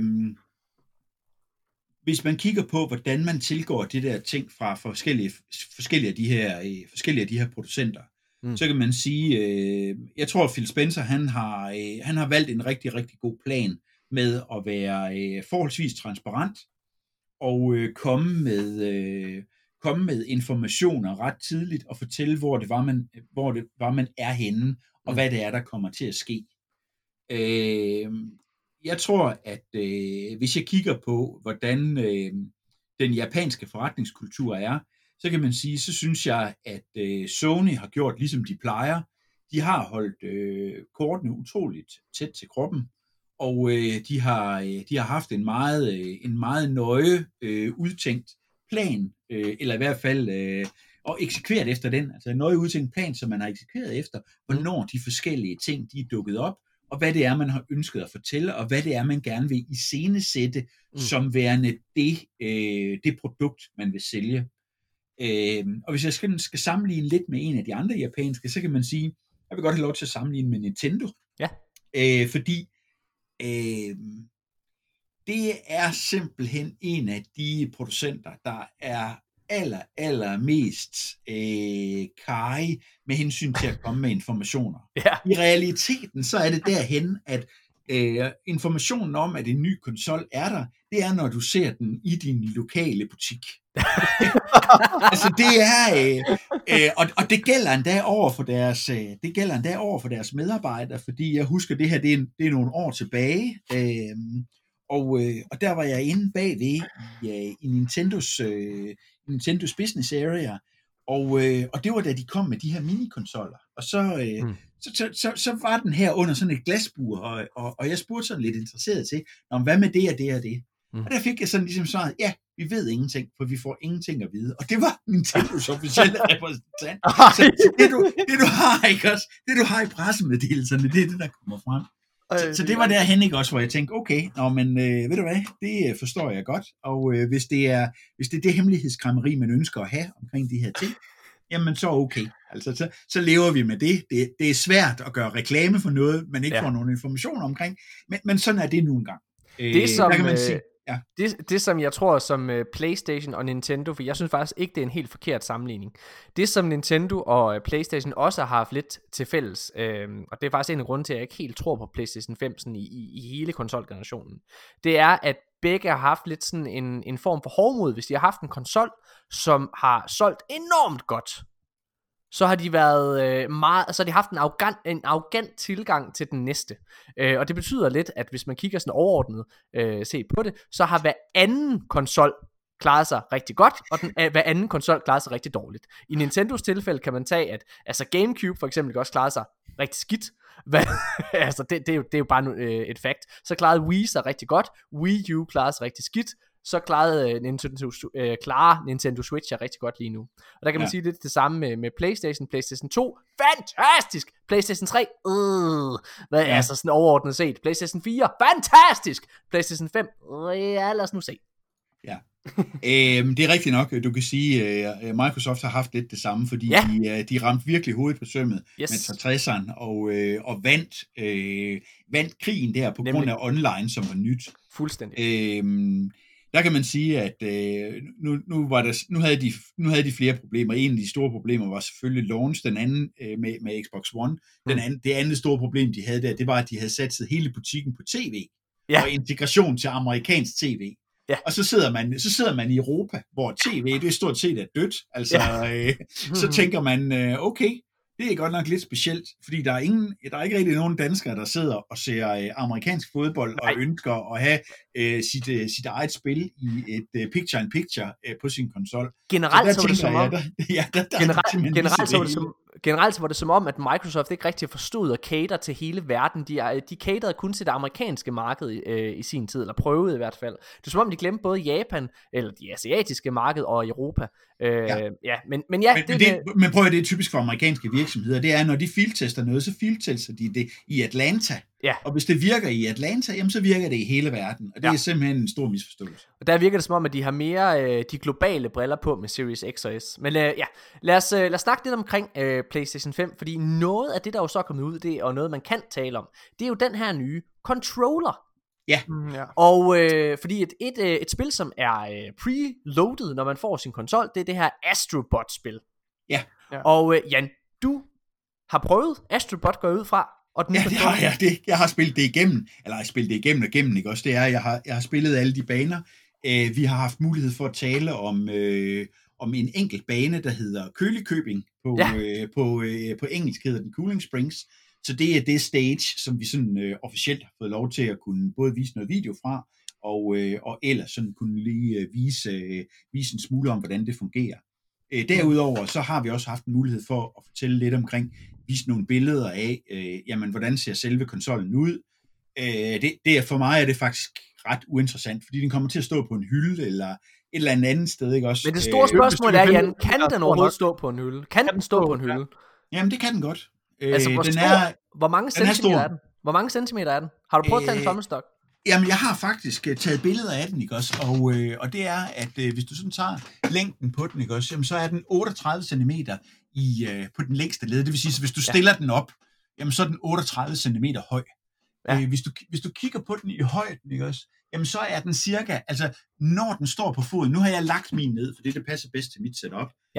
hvis man kigger på, hvordan man tilgår det der ting fra forskellige af de her producenter, så kan man sige, jeg tror, at Phil Spencer, han har valgt en rigtig, rigtig god plan med at være forholdsvis transparent og komme med informationer ret tidligt og fortælle, hvor det var, man er henne, og hvad det er, der kommer til at ske. Jeg tror, at hvis jeg kigger på, hvordan den japanske forretningskultur er, så kan man sige, så synes jeg, at Sony har gjort, ligesom de plejer. De har holdt kortene utroligt tæt til kroppen, og de har haft en meget nøje udtænkt plan, eller i hvert fald og eksekveret efter den, altså en nøje udtænkt plan, som man har eksekveret efter, hvornår de forskellige ting, de er dukket op, og hvad det er, man har ønsket at fortælle, og hvad det er, man gerne vil iscenesætte som værende det produkt, man vil sælge. Og hvis jeg skal sammenligne lidt med en af de andre japanske, så kan man sige, jeg vil godt have lov til at sammenligne med Nintendo. Ja. Fordi det er simpelthen en af de producenter, der er allermest karrig med hensyn til at komme med informationer. Ja. I realiteten så er det derhen, at informationen om, at en ny konsol er der, det er, når du ser den i din lokale butik. Altså det er, og det gælder endda over for deres medarbejdere, fordi jeg husker, det her, det er nogle år tilbage, og der var jeg inde bagved i Nintendos business area, og det var da de kom med de her minikonsoller, og så var den her under sådan et glasbur, og jeg spurgte sådan lidt interesseret til, hvad med det og det og det? Og der fik jeg sådan ligesom svaret, ja, vi ved ingenting, for vi får ingenting at vide. Og det var Nintendos officielle repræsentant. Så det du har, ikke også? Det du har i pressemeddelelserne, det er det, der kommer frem. Så det var derhen, ikke også, hvor jeg tænkte, okay, men ved du hvad, det forstår jeg godt. Og hvis det er det hemmelighedskræmmeri, man ønsker at have omkring de her ting, jamen så okay. Altså, så lever vi med det. Det er svært at gøre reklame for noget, man ikke får nogen information omkring, men sådan er det nu engang. Det som, der kan man sige, ja. Det som jeg tror som PlayStation og Nintendo, for jeg synes faktisk ikke det er en helt forkert sammenligning. Det som Nintendo og PlayStation også har haft lidt til fælles, og det er faktisk en af grunden til at jeg ikke helt tror på PlayStation 5 sådan i hele konsolgenerationen. Det er at begge har haft lidt sådan en form for hårdmod. Hvis de har haft en konsol som har solgt enormt godt, så har de været så har de haft en arrogant tilgang til den næste. Og det betyder lidt, at hvis man kigger sådan overordnet set på det, så har hver anden konsol klaret sig rigtig godt, og hver anden konsol klaret sig rigtig dårligt. I Nintendos tilfælde kan man tage, at altså GameCube for eksempel også klarer sig rigtig skidt. Altså det er jo bare et fact. Så klarede Wii sig rigtig godt, Wii U klarede sig rigtig skidt, så klarede Nintendo Switch er rigtig godt lige nu. Og der kan man sige lidt det samme med PlayStation 2, fantastisk! PlayStation 3, altså sådan overordnet set. PlayStation 4, fantastisk! PlayStation 5, lad os nu se. Ja. Det er rigtigt nok, du kan sige, Microsoft har haft lidt det samme, fordi de ramte virkelig hovedet på sømmet med 360'eren, og vandt krigen der på grund af online, som var nyt. Fuldstændig. Der kan man sige, at nu havde de flere problemer. En af de store problemer var selvfølgelig launch, den anden med Xbox One. Det andet store problem, de havde der, det var, at de havde satset hele butikken på tv, og integration til amerikansk tv. Ja. Og så sidder man i Europa, hvor tv, det stort set er dødt. Altså, så tænker man, okay, det er godt nok lidt specielt, fordi der er ikke rigtig nogen danskere, der sidder og ser amerikansk fodbold og ønsker at have sit eget spil i et picture-in-picture på sin konsol. Generelt så var det som om... Generelt så var det som om, at Microsoft ikke rigtig forstod at cater til hele verden. De caterede kun til det amerikanske marked i sin tid, eller prøvede i hvert fald. Det er som om, de glemte både Japan, eller de asiatiske marked, og Europa. Men prøv at det er typisk for amerikanske virksomheder. Det er, når de fieldtester noget, så fieldtester de det i Atlanta. Ja. Og hvis det virker i Atlanta, jamen så virker det i hele verden. Og det er simpelthen en stor misforståelse. Og der virker det som om, at de har mere de globale briller på med Series X og S. Men lad os snakke lidt omkring PlayStation 5, fordi noget af det, der jo så er kommet ud, det er, og noget man kan tale om, det er jo den her nye controller. Ja. Og fordi et spil, som er preloaded, når man får sin konsol, det er det her Astrobot-spil. Ja. Og Jan, du har prøvet Astrobot, går jeg ud fra. Ja, det har jeg. Jeg har spillet det igennem, eller jeg spillet det igennem, ikke også? Det er, jeg har spillet alle de baner. Vi har haft mulighed for at tale om en enkelt bane, der hedder Kølikøbing. På engelsk hedder den Cooling Springs. Så det er det stage, som vi sådan officielt har fået lov til at kunne både vise noget video fra, og ellers sådan kunne lige vise en smule om, hvordan det fungerer. Derudover så har vi også haft en mulighed for at fortælle lidt omkring, vise nogle billeder af, jamen, hvordan ser selve konsollen ud. For mig er det faktisk ret uinteressant, fordi den kommer til at stå på en hylde, eller et eller andet sted, ikke også? Men det store spørgsmål er, Jan, kan den overhovedet stå på en hylde? Kan den stå på en hylde? Jamen, det kan den godt. Altså, hvor mange centimeter er den? Hvor mange centimeter er den? Har du prøvet at tage en tommelstok? Jamen, jeg har faktisk taget billeder af den, ikke også? Og det er, at hvis du sådan tager længden på den, ikke også? Jamen, så er den 38 cm på den længste led. Det vil sige, så hvis du stiller den op, jamen, så er den 38 cm høj. Ja. Hvis du kigger på den i højden, ikke også? Jamen, så er den cirka, altså, når den står på foden, nu har jeg lagt min ned, for det passer bedst til mit setup. Ja.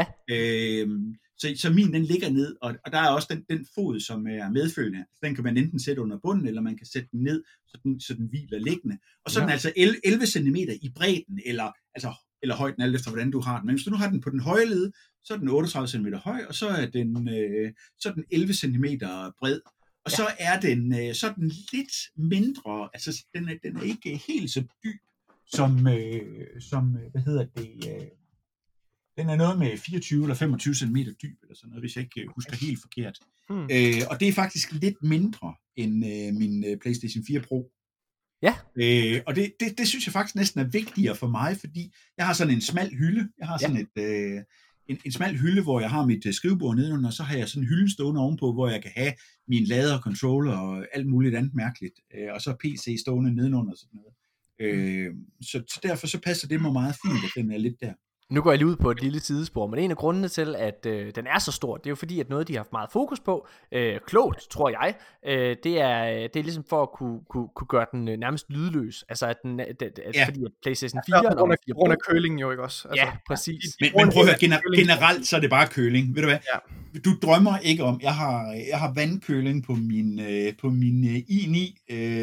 Så min, den ligger ned, og der er også den fod, som er medfølgende. Den kan man enten sætte under bunden, eller man kan sætte den ned, så den hviler liggende. Og så er den altså 11 cm i bredden, eller højden, alt efter hvordan du har den. Men hvis du nu har den på den høje led, så er den 38 cm høj, og så er den 11 cm bred. Og så er den lidt mindre, altså den er ikke helt så dyb, som hvad hedder det, den er noget med 24 eller 25 cm dyb, eller sådan noget, hvis jeg ikke husker helt forkert. Og det er faktisk lidt mindre end min PlayStation 4 Pro. Ja. Og det synes jeg faktisk næsten er vigtigere for mig, fordi jeg har sådan en smal hylde. Jeg har sådan en smal hylde, hvor jeg har mit skrivebord nedenunder, og så har jeg sådan en hylde stående ovenpå, hvor jeg kan have min lader, controller og alt muligt andet mærkeligt. Og så PC stående nedenunder og sådan noget. Så derfor så passer det mig meget fint, at den er lidt der. Nu går jeg lige ud på et lille sidespor, men en af grundene til, at den er så stor, det er jo fordi, at noget, de har haft meget fokus på, klogt, tror jeg, det er ligesom for at kunne gøre den nærmest lydløs. Altså, at fordi at PlayStation 4... Ja, på grund af kølingen jo, ikke også? Altså, ja, præcis. Men prøv at høre, generelt så er det bare køling. Ved du hvad? Ja. Du drømmer ikke om... Jeg har vandkøling på min i9...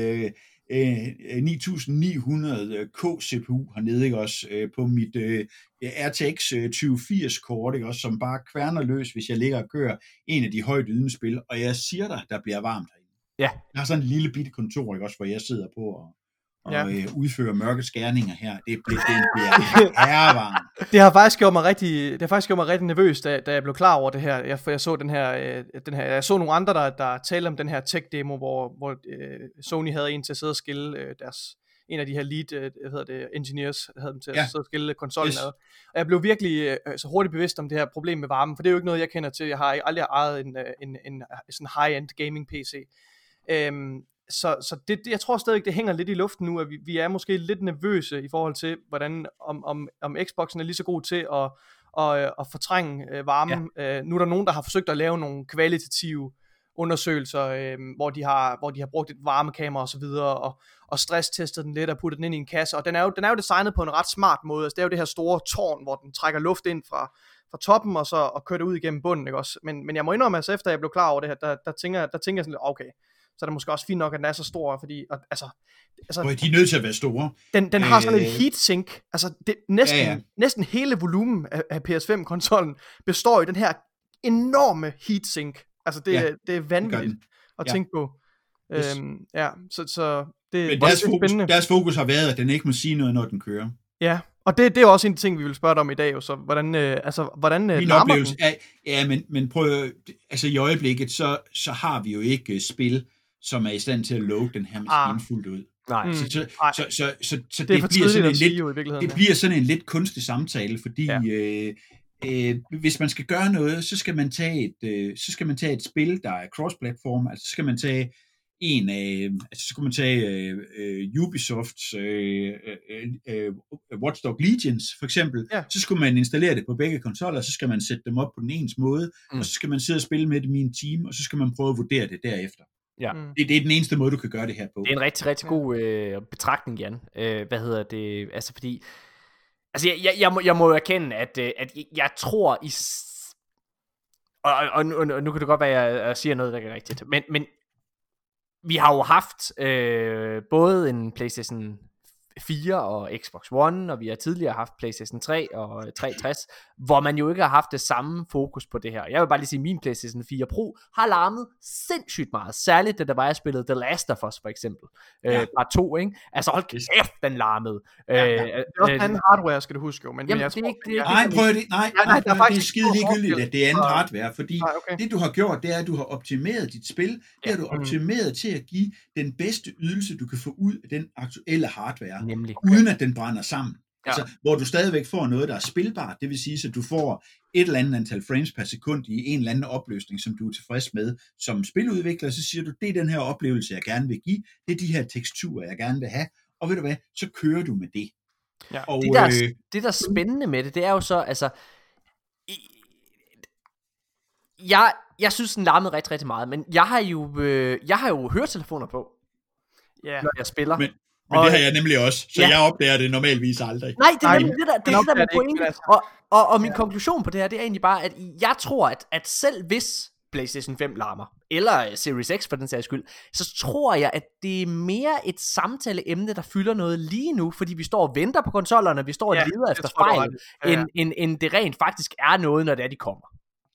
9900 K CPU hernede, ikke også, på mit RTX 2080 kort, ikke også, som bare kværner løs, hvis jeg ligger og kører en af de højt ydende spil, og jeg siger dig, der bliver varmt herinde. Ja. Jeg har sådan en lille bitte kontor, ikke også, hvor jeg sidder på og udfører mørke skærninger her. Det bliver herrevarmt. Det har faktisk gjort mig rigtig nervøs, da jeg blev klar over det her. Jeg så jeg så nogle andre, der talte om den her tech demo, hvor Sony havde en til at sidde og skille en af de her lead engineers havde dem til at sidde og skille konsollen ad. Og jeg blev virkelig så hurtigt bevidst om det her problem med varmen, for det er jo ikke noget, jeg kender til. Jeg har aldrig ejet en sådan high-end gaming PC. Så det, jeg tror stadig, det hænger lidt i luften nu, at vi er måske lidt nervøse i forhold til, hvordan om Xboxen er lige så god til at fortrænge varmen. Ja. Nu er der nogen, der har forsøgt at lave nogle kvalitative undersøgelser, hvor de har brugt et varmekamera og så videre, og stresstestet den lidt og puttet den ind i en kasse, og den er jo designet på en ret smart måde. Altså, det er jo det her store tårn, hvor den trækker luft ind fra toppen og kører det ud igennem bunden, ikke også? Men jeg må indrømme, altså efter jeg blev klar over det her, der tænker jeg sådan lidt, okay, så er det måske også fint nok, at den er så stor, fordi altså de er nødt til at være store. Den har sådan et heatsink, altså næsten hele volumen af PS5-konsollen består i den her enorme heatsink. Altså det er vanvittigt at tænke på. Så Men deres fokus har været, at den ikke må sige noget, når den kører. Ja, og det er også en ting, vi vil spørge dig om i dag, jo, så hvordan min oplevelse er, men prøv, altså i øjeblikket, så har vi jo ikke spil, som er i stand til at load den her maskine fuldt ud. Nej. Så det bliver sådan en lidt, det bliver sådan en lidt kunstig samtale, fordi hvis man skal gøre noget, så skal man tage et spil, der er cross-platform, altså så skal man tage så skulle man tage Ubisofts Watch Dogs Legion for eksempel, så skulle man installere det på begge konsoller, så skal man sætte dem op på den ens måde, og så skal man sidde og spille med det i en team, og så skal man prøve at vurdere det derefter. Ja. Det er den eneste måde, du kan gøre det her på. Det er en rigtig, rigtig god betragtning, Jan. Altså fordi, altså jeg må jo erkende, at jeg tror og nu kan det godt være, at jeg siger noget, der ikke er rigtigt, men vi har jo haft både en PlayStation 4 og Xbox One, og vi har tidligere haft PlayStation 3 og 360, hvor man jo ikke har haft det samme fokus på det her. Jeg vil bare lige sige, at min PlayStation 4 Pro har larmet sindssygt meget, særligt da der var, jeg spillede The Last of Us for eksempel. Bare 2, ikke? Altså hold kæft, den larmede. Det er også anden hardware, skal du huske jo. Men jamen, det er skide ligegyldigt, at det er andet hardware, fordi det du har gjort, det er, at du har optimeret dit spil, det har du optimeret til at give den bedste ydelse, du kan få ud af den aktuelle hardware. Nemlig. Uden at den brænder sammen. Altså, hvor du stadigvæk får noget, der er spilbart, det vil sige, at du får et eller andet antal frames per sekund i en eller anden opløsning, som du er tilfreds med som spiludvikler, så siger du, det er den her oplevelse, jeg gerne vil give, det er de her teksturer, jeg gerne vil have, og ved du hvad, så kører du med det. Ja. Og, det der er spændende med det er jo så, altså, jeg synes, den larmede rigtig, rigtig meget, men jeg har jo høretelefoner på, når jeg spiller. Men det har jeg nemlig også, så jeg opdager det normalvis aldrig. Nej, det er nemlig det der med pointen. Og min konklusion på det her, det er egentlig bare, at jeg tror, at selv hvis PlayStation 5 larmer, eller Series X for den sags skyld, så tror jeg, at det er mere et samtaleemne, der fylder noget lige nu, fordi vi står og venter på konsollerne, vi står og leder efter fejl, end det rent faktisk er noget, når det er, de kommer.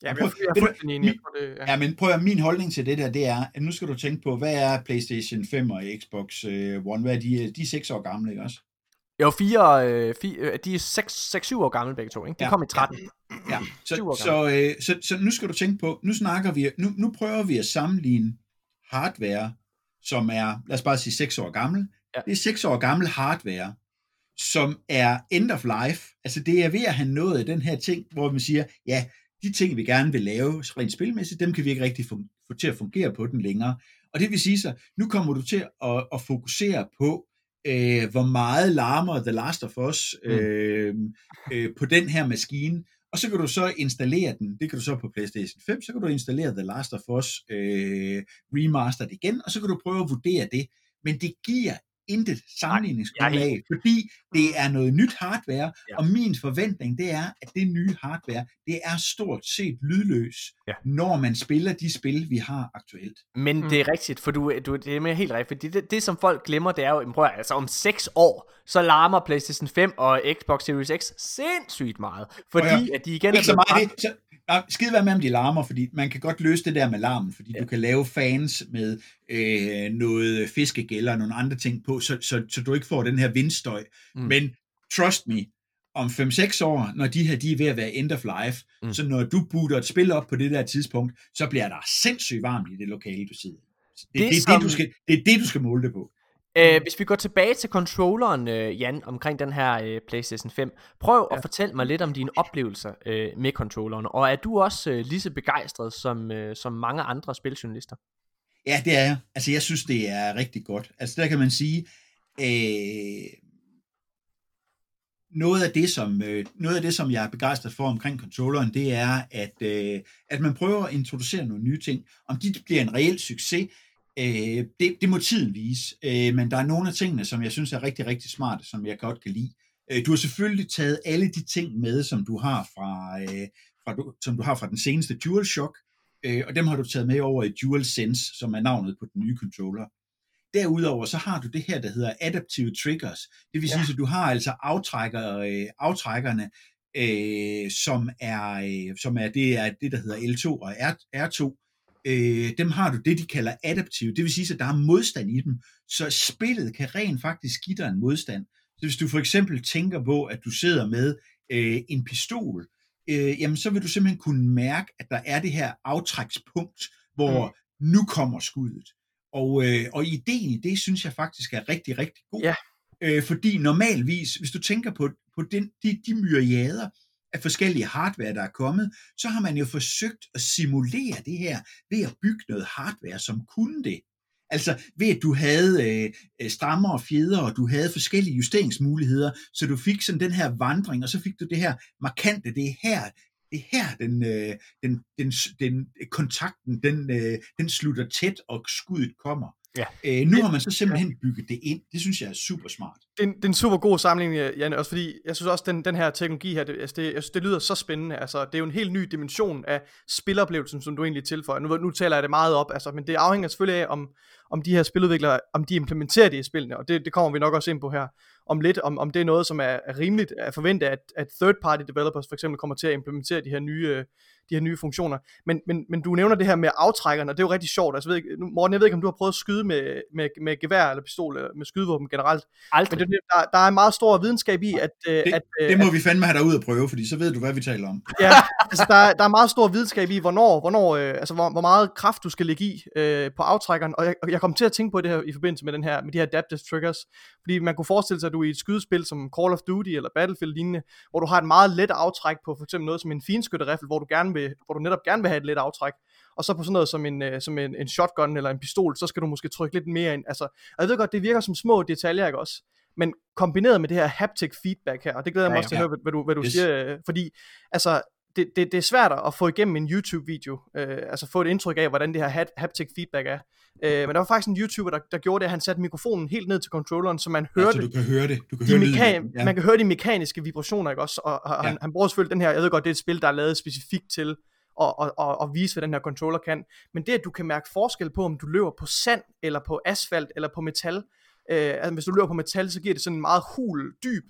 Men prøv at min holdning til det der, det er, at nu skal du tænke på, hvad er PlayStation 5 og Xbox One, hvad er de er 6 år gamle, ikke også? Jo, de er 6-7 år gamle begge to, ikke? De kom i 13. Ja. Så nu skal du tænke på, nu prøver vi at sammenligne hardware, som er, lad os bare sige 6 år gammel. Ja. Det er 6 år gammel hardware, som er end of life. Altså det er ved at have nået den her ting, hvor man siger, ja, de ting, vi gerne vil lave rent spilmæssigt, dem kan vi ikke rigtig få til at fungere på den længere. Og det vil sige så, nu kommer du til at fokusere på, hvor meget larmer The Last of Us på den her maskine, og så kan du så installere den, det kan du så på PlayStation 5, så kan du installere The Last of Us remastered igen, og så kan du prøve at vurdere det, men det giver intet sammenligningsgrundlag, fordi det er noget nyt hardware, og min forventning, det er, at det nye hardware, det er stort set lydløs, når man spiller de spil, vi har aktuelt. Men det er rigtigt, for det er med helt rigtigt, fordi det som folk glemmer, det er jo, altså om 6 år, så larmer PlayStation 5 og Xbox Series X sindssygt meget, fordi at de igen ikke så meget det, skide være med, om de larmer, fordi man kan godt løse det der med larmen, fordi du kan lave fans med noget fiskegælder og nogle andre ting på, så du ikke får den her vindstøj. Men trust me, om 5-6 år, når de er ved at være end of life, så når du booter et spil op på det der tidspunkt, så bliver der sindssygt varmt i det lokale, du sidder. Det er det, du skal måle det på. Hvis vi går tilbage til controlleren, Jan, omkring den her PlayStation 5, prøv at fortælle mig lidt om dine oplevelser med controlleren, og er du også lige så begejstret som mange andre spiljournalister? Ja, det er jeg. Altså, jeg synes, det er rigtig godt. Altså, der kan man sige, noget af det, som jeg er begejstret for omkring controlleren, det er, at man prøver at introducere nogle nye ting. Om de bliver en reel succes, det må tiden vise, men der er nogle af tingene, som jeg synes er rigtig, rigtig smarte, som jeg godt kan lide. Du har selvfølgelig taget alle de ting med, som du har fra den seneste DualShock, og dem har du taget med over i DualSense, som er navnet på den nye controller. Derudover så har du det her, der hedder Adaptive Triggers. Det vil sige, at du har altså aftrækkerne, som er det, der hedder L2 og R2, dem har du det, de kalder adaptive. Det vil sige, at der er modstand i dem. Så spillet kan rent faktisk give dig en modstand. Så hvis du for eksempel tænker på, at du sidder med en pistol, jamen så vil du simpelthen kunne mærke, at der er det her aftrækspunkt, hvor nu kommer skuddet. Og ideen i det, synes jeg faktisk er rigtig, rigtig god. Ja. Fordi normalvis, hvis du tænker på de myriader af forskellige hardware, der er kommet, så har man jo forsøgt at simulere det her ved at bygge noget hardware, som kunne det. Altså ved at du havde strammer og fjeder, og du havde forskellige justeringsmuligheder, så du fik sådan den her vandring, og så fik du det her markante, det er her den kontakten, den slutter tæt, og skuddet kommer. Ja. Nu har man så simpelthen bygget det ind. Det synes jeg er super smart. Det er en super god sammenligning, Janne, også fordi jeg synes også, den her teknologi her, det lyder så spændende. Altså, det er jo en helt ny dimension af spiloplevelsen, som du egentlig tilføjer. Nu taler jeg det meget op, altså, men det afhænger selvfølgelig af, om de her spiludviklere, om de implementerer det i spillene, og det kommer vi nok også ind på her om lidt, om det er noget, som er rimeligt at forvente, at third-party developers for eksempel kommer til at implementere de her nye funktioner. Men du nævner det her med aftrækkerne, og det er jo rigtig sjovt. Altså, Morten, jeg ved ikke, om du har prøvet at skyde med gevær eller pistol, eller med skydevåben generelt. Aldrig. Men der er meget stor videnskab i, det må vi fandme have dig ud at prøve, fordi så ved du, hvad vi taler om. Ja, altså der er meget stor videnskab i, hvor meget kraft du skal lægge i på aftrækkeren, og jeg kom til at tænke på det her i forbindelse med de her adaptive triggers, fordi man kunne forestille sig, at du i et skydespil som Call of Duty eller Battlefield lignende, hvor du har et meget let aftræk på for eksempel noget som en finskytteriffel, hvor du netop gerne vil have et let aftræk, og så på sådan noget som en shotgun eller en pistol, så skal du måske trykke lidt mere ind. Altså, og jeg ved godt, det virker som små detaljer, ikke også? Men kombineret med det her haptic feedback her, og det glæder jeg mig også til at høre, hvad du siger, fordi altså, det er svært at få igennem en YouTube-video, altså få et indtryk af, hvordan det her haptic feedback er. Men der var faktisk en YouTuber, der gjorde det, at han satte mikrofonen helt ned til controlleren, så man hørte så du kan høre det. Man kan høre de mekaniske vibrationer, ikke også? Og han bruger selvfølgelig den her, jeg ved godt, det er et spil, der er lavet specifikt til at vise, hvad den her controller kan. Men det, at du kan mærke forskel på, om du løber på sand, eller på asfalt, eller på metal. Altså, hvis du løber på metal, så giver det sådan en meget hul, dyb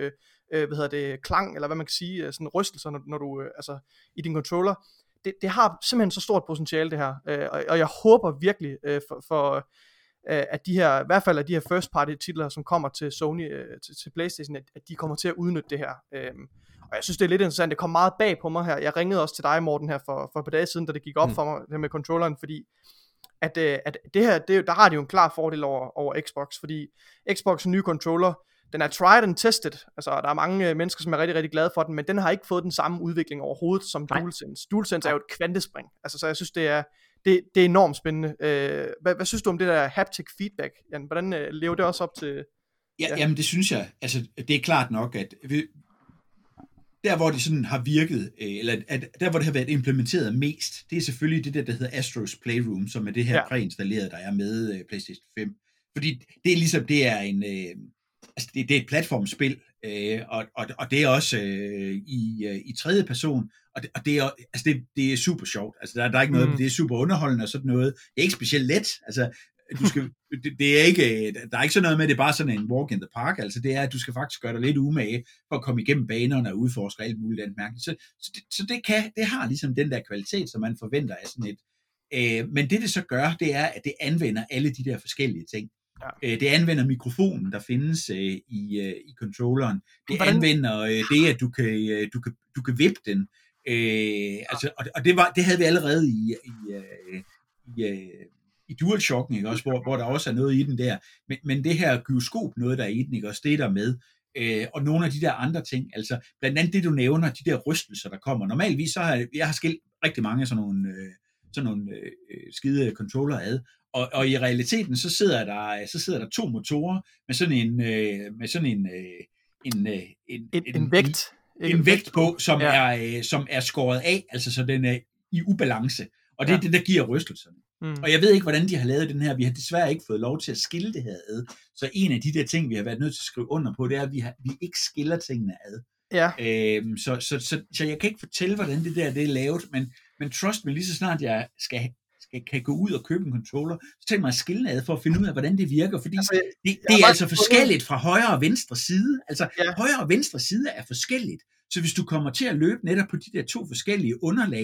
klang, eller hvad man kan sige, sådan rystelser, når du, altså, i din controller. Det har simpelthen så stort potentiale, det her. Og jeg håber virkelig at de her, i hvert fald af de her first party titler, som kommer til Sony, til PlayStation, at de kommer til at udnytte det her. Og jeg synes, det er lidt interessant. Det kom meget bag på mig her. Jeg ringede også til dig, Morten, her for et par dage siden, da det gik op for mig, det med controlleren, fordi at det her, der har de jo en klar fordel over Xbox, fordi Xbox' nye controller, den er tried and tested, altså der er mange mennesker, som er rigtig, rigtig glade for den, men den har ikke fået den samme udvikling overhovedet som DualSense. DualSense er jo et kvantespring, altså så jeg synes, det er enormt spændende. Hvad synes du om det der haptic feedback, Jan? Hvordan lever det også op til... Ja, jamen det synes jeg, altså det er klart nok, at der hvor det sådan har virket, eller der hvor det har været implementeret mest, det er selvfølgelig det der hedder Astro's Playroom, som er det her præinstalleret, der er med PlayStation 5. Fordi det er ligesom, det er en... Altså det er et platformspil, og det er også i tredje person, og det er, altså det er super sjovt. Altså der er ikke noget, det er super underholdende og sådan noget. Det er ikke specielt let. Altså du skal, det er ikke, der er ikke sådan noget med, det er bare sådan en walk in the park. Altså det er, at du skal faktisk gøre dig lidt umage for at komme igennem banerne og udforske alt muligt andet mærkeligt. Så det har ligesom den der kvalitet, som man forventer af sådan et. Men det så gør, det er, at det anvender alle de der forskellige ting. Ja. Det anvender mikrofonen, der findes i controlleren. Det anvender det, at du kan vippe den. Altså, og det havde vi allerede i DualShocken, ikke også, hvor der også er noget i den der. Men det her gyroskop, noget der er i den, ikke også, det der med. Og nogle af de der andre ting, altså blandt andet det, du nævner, de der rystelser, der kommer. Normalvis så har jeg skilt rigtig mange af sådan nogle skide controller ad. Og i realiteten så sidder der to motorer med sådan en vægt på, som er skåret af, altså så den er i ubalance. Og det er det, der giver rystelserne. Og jeg ved ikke, hvordan de har lavet den her. Vi har desværre ikke fået lov til at skille det her ad. Så en af de der ting, vi har været nødt til at skrive under på, det er, at vi ikke skiller tingene ad. Ja. Så jeg kan ikke fortælle, hvordan det er lavet, men trust me, lige så snart jeg kan gå ud og købe en controller, så tænker jeg mig at skille ad for at finde ud af, hvordan det virker, fordi det er altså forskelligt fra højre og venstre side. Altså højre og venstre side er forskelligt. Så hvis du kommer til at løbe netop på de der to forskellige underlag,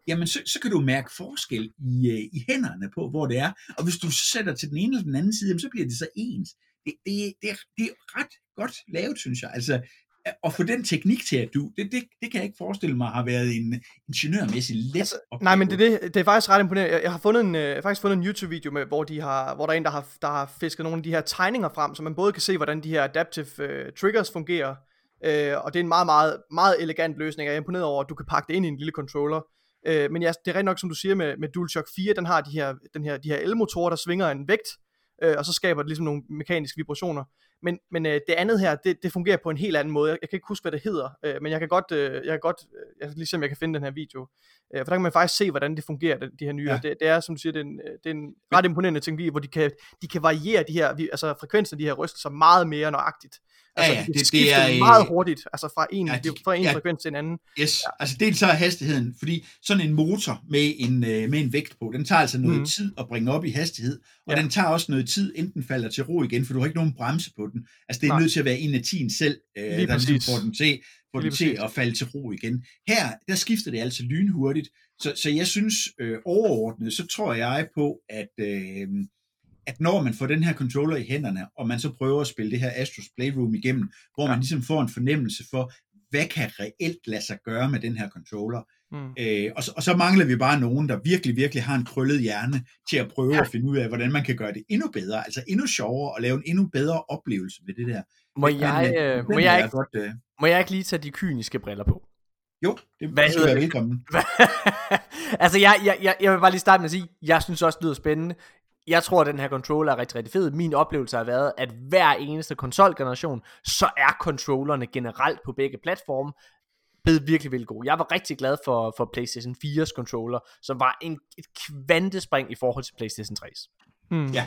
jamen så kan du mærke forskel i hænderne på, hvor det er. Og hvis du så sætter til den ene eller den anden side, jamen, så bliver det så ens. Det er ret godt lavet, synes jeg. Altså, at få den teknik til at det kan jeg ikke forestille mig har været en ingeniørmæssig let opgave. Nej, men det er faktisk ret imponerende. Jeg har faktisk fundet en YouTube-video med, hvor der er en, der har fisket nogle af de her tegninger frem, så man både kan se, hvordan de her adaptive triggers fungerer, og det er en meget, meget, meget elegant løsning. Jeg er imponeret over, at du kan pakke det ind i en lille controller. Men ja, det er rigtig nok, som du siger med DualShock 4, den har de her elmotorer, der svinger en vægt, og så skaber det ligesom nogle mekaniske vibrationer. Men det andet her, det fungerer på en helt anden måde. Jeg kan ikke huske, hvad det hedder, men jeg kan godt ligesom jeg kan finde den her video. For der kan man faktisk se, hvordan det fungerer, de her nye. Ja. Det er, som du siger, det er en ret imponerende teknologi, hvor de kan variere de her, altså frekvensen af de her rystelser meget mere nøjagtigt. Altså, det er meget hurtigt, altså fra en frekvens til en anden. Yes, ja. Altså dels så er hastigheden, fordi sådan en motor med en vægt på, den tager altså noget tid at bringe op i hastighed, og den tager også noget tid, inden den falder til ro igen, for du har ikke nogen bremse på den. Altså det er nødt til at være en af tiden selv, der ligesom får den til at falde til ro igen. Her, der skifter det altså lynhurtigt, så jeg synes overordnet, så tror jeg på, at når man får den her controller i hænderne, og man så prøver at spille det her Astros Playroom igennem, hvor man ligesom får en fornemmelse for, hvad kan reelt lade sig gøre med den her controller. Og så mangler vi bare nogen, der virkelig, virkelig har en krøllet hjerne til at prøve at finde ud af, hvordan man kan gøre det endnu bedre, altså endnu sjovere, og lave en endnu bedre oplevelse med det der. Må jeg ikke lige tage de kyniske briller på? Jo, det skal være velkommen. Altså, jeg vil bare lige starte med at sige, jeg synes også, det lyder spændende. Jeg tror, at den her controller er rigtig, rigtig fed. Min oplevelse har været, at hver eneste konsolgeneration, så er controllerne generelt på begge platforme blevet virkelig, virkelig gode. Jeg var rigtig glad for PlayStation 4's controller, som var et kvantespring i forhold til PlayStation 3's. Ja.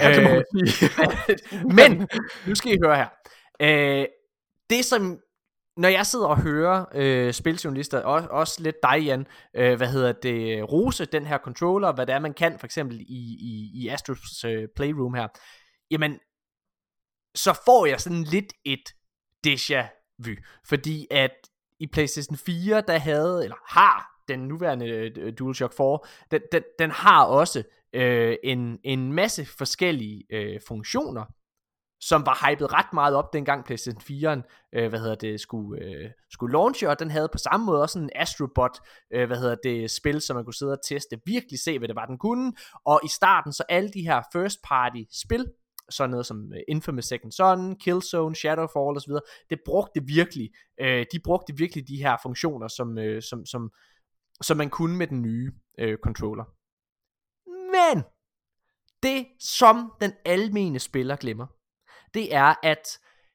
Men, nu skal I høre her. Det som... Når jeg sidder og hører spiljournalister, også lidt dig, Jan, rose den her controller, hvad det er, man kan, for eksempel i Astros Playroom her, jamen, så får jeg sådan lidt et déjà vu, fordi at i PlayStation 4, der har den nuværende DualShock 4, den har også en masse forskellige funktioner, som var hypet ret meget op, dengang PlayStation 4'en, skulle launche, og den havde på samme måde også en Astrobot, spil, som man kunne sidde og teste, virkelig se, hvad det var, den kunne, og i starten, så alle de her first party spil, sådan noget som Infamous Second Son, Killzone, Shadowfall osv., de brugte virkelig de her funktioner, som man kunne med den nye controller. Men, det som den almene spiller glemmer, det er, at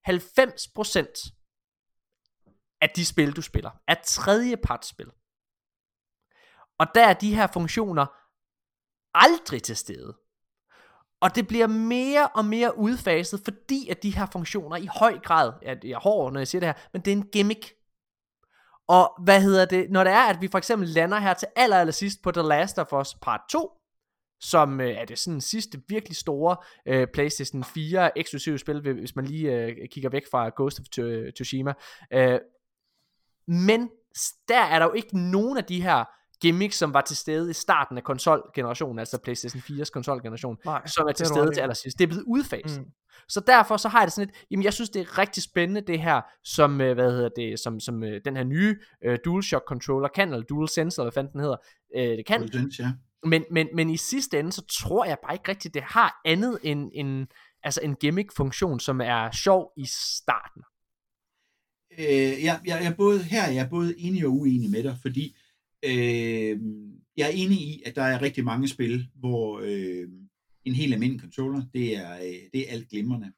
90% af de spil, du spiller, er tredjepartsspil. Og der er de her funktioner aldrig til stede. Og det bliver mere og mere udfaset, fordi at de her funktioner i høj grad, jeg er hård, når jeg siger det her, men det er en gimmick. Og når det er, at vi for eksempel lander her til allersidst på The Last of Us Part 2, som er det sådan sidste virkelig store PlayStation 4 eksklusive spil, hvis man lige kigger væk fra Ghost of Tsushima. Men der er der jo ikke nogen af de her gimmicks, som var til stede i starten af konsolgenerationen, altså PlayStation 4's konsolgeneration, som er til stede til allersidst. Det er blevet udfaset. Så derfor så har jeg det sådan lidt, jamen jeg synes det er rigtig spændende det her, som som den her nye DualShock controller kan, eller DualSense, eller hvad fanden den hedder, det kan. DualSense, ja. Men i sidste ende, så tror jeg bare ikke rigtigt, det har andet end en gimmick-funktion, som er sjov i starten. Jeg er både enig og uenig med dig, fordi jeg er enig i, at der er rigtig mange spil, hvor en helt almindelig controller, det er alt glimrende.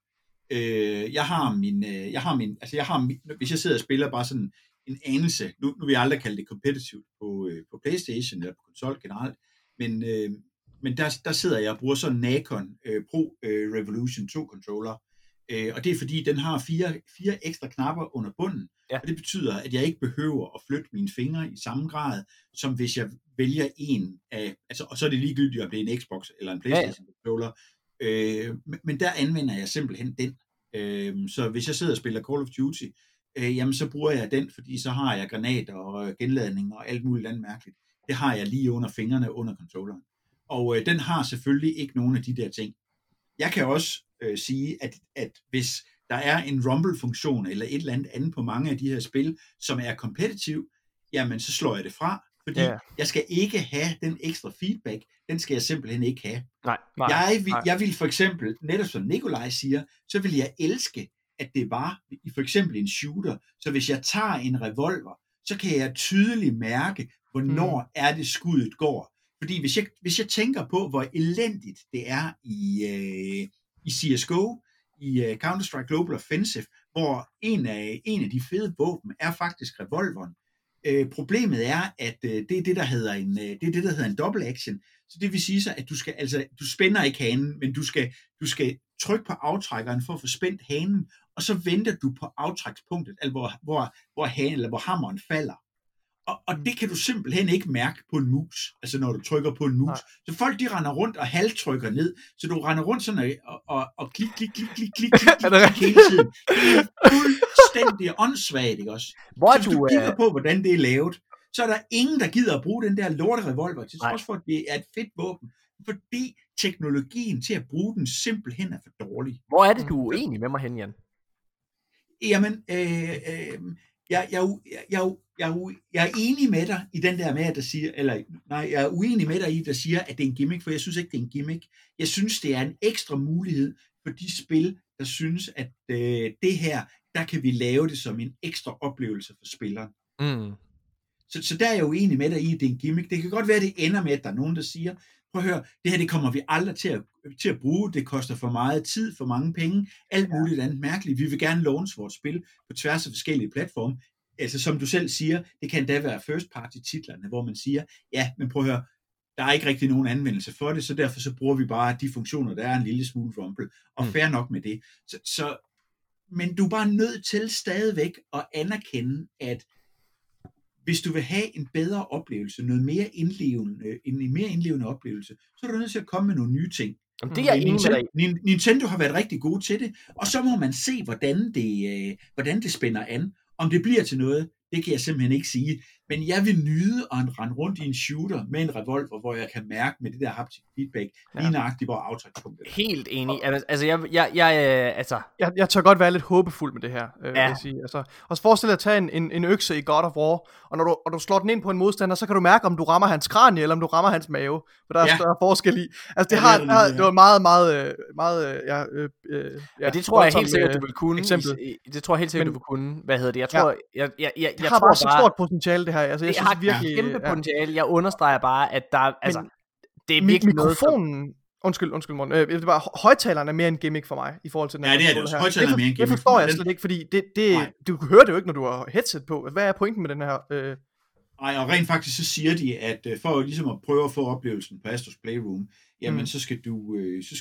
Hvis jeg sidder og spiller bare sådan en anelse, nu vil jeg aldrig kalde det competitive på PlayStation eller på konsol generelt, men der sidder jeg og bruger sådan en Nacon Pro Revolution 2 controller, og det er fordi den har fire ekstra knapper under bunden, og det betyder, at jeg ikke behøver at flytte mine fingre i samme grad, som hvis jeg vælger en af, altså, og så er det ligegyldigt, om det er en Xbox eller en PlayStation controller, men der anvender jeg simpelthen den. Så hvis jeg sidder og spiller Call of Duty, jamen så bruger jeg den, fordi så har jeg granater og genladning og alt muligt andet mærkeligt. det har jeg lige under fingrene under controlleren. Og den har selvfølgelig ikke nogen af de der ting. Jeg kan også sige, at hvis der er en rumble-funktion eller et eller andet på mange af de her spil, som er kompetitiv, jamen så slår jeg det fra, fordi jeg skal ikke have den ekstra feedback, den skal jeg simpelthen ikke have. Nej. Jeg vil for eksempel, netop som Nikolaj siger, så vil jeg elske, at det var for eksempel en shooter, så hvis jeg tager en revolver, så kan jeg tydeligt mærke, hvornår er det skuddet går. Fordi hvis jeg tænker på, hvor elendigt det er i CSGO, i Counter-Strike Global Offensive, hvor en af de fede våben er faktisk revolveren. Problemet er, at det er det, der hedder en double action. Så det vil sige så, at du spænder ikke hanen, men du skal trykke på aftrækkeren for at få spændt hanen, og så venter du på aftrækspunktet, altså hvor hammeren falder. Og det kan du simpelthen ikke mærke på en mus, altså når du trykker på en mus. Nej. Så folk de render rundt og halvtrykker ned, så du render rundt sådan og klik hele tiden. Det er fuldstændig åndssvagt, ikke også? Så hvis du kigger på, hvordan det er lavet, så er der ingen, der gider at bruge den der lorte revolver, til trods for, at det er et fedt våben, fordi teknologien til at bruge den simpelthen er for dårlig. Hvor er det, du er uenig med mig hen, Jan? Jamen, jeg er enig med dig i den der med, at der siger, jeg er uenig med dig i, der siger, at det er en gimmick, for jeg synes ikke, det er en gimmick. Jeg synes, det er en ekstra mulighed for de spil, der synes, at det her, der kan vi lave det som en ekstra oplevelse for spilleren. Så der er jeg uenig med dig i, at det er en gimmick. Det kan godt være, at det ender med, at der er nogen, der siger, prøv at høre, det her det kommer vi aldrig til at bruge, det koster for meget tid, for mange penge, alt muligt andet mærkeligt. Vi vil gerne launch vores spil på tværs af forskellige platforme. Altså som du selv siger, det kan da være first party titlerne, hvor man siger, ja, men prøv at høre, der er ikke rigtig nogen anvendelse for det, så derfor så bruger vi bare de funktioner, der er en lille smule rumble, og fair nok med det. Men du er bare nødt til stadigvæk at anerkende, at hvis du vil have en bedre oplevelse, en mere indlevende oplevelse, så er du nødt til at komme med nogle nye ting. Det er Nintendo har været rigtig gode til det, og så må man se, hvordan det spænder an. Om det bliver til noget, det kan jeg simpelthen ikke sige. Men jeg vil nyde at rende rundt i en shooter med en revolver, hvor jeg kan mærke med det der haptic feedback, lige nøjagtigt, hvor aftrækspunktet er. Helt enig. Altså, jeg tør godt være lidt håbefuld med det her, vil jeg sige. Altså, og så forestil dig at tage en økse i God of War, og når du slår den ind på en modstander, så kan du mærke, om du rammer hans kranie, eller om du rammer hans mave. For der er større forskel i. Altså, det var meget det tror jeg helt sikkert, du vil kunne. Det tror jeg helt sikkert, du vil kunne. Hvad hedder det? Jeg tror, det har bare så stort potentiale, det her. Altså, jeg synes virkelig, kæmpe potentiale. Jeg understreger bare, at der det er virkelig mikrofonen. Undskyld, Morten. Det er bare, højtaleren er mere en gimmick for mig, i forhold til den her. Ja, det er det også. Højtaleren er mere en gimmick. Det forstår jeg slet ikke, fordi du hører det jo ikke, når du har headset på. Hvad er pointen med den her? Nej, og rent faktisk så siger de, at for ligesom at prøve at få oplevelsen på Astros Playroom, jamen så skal du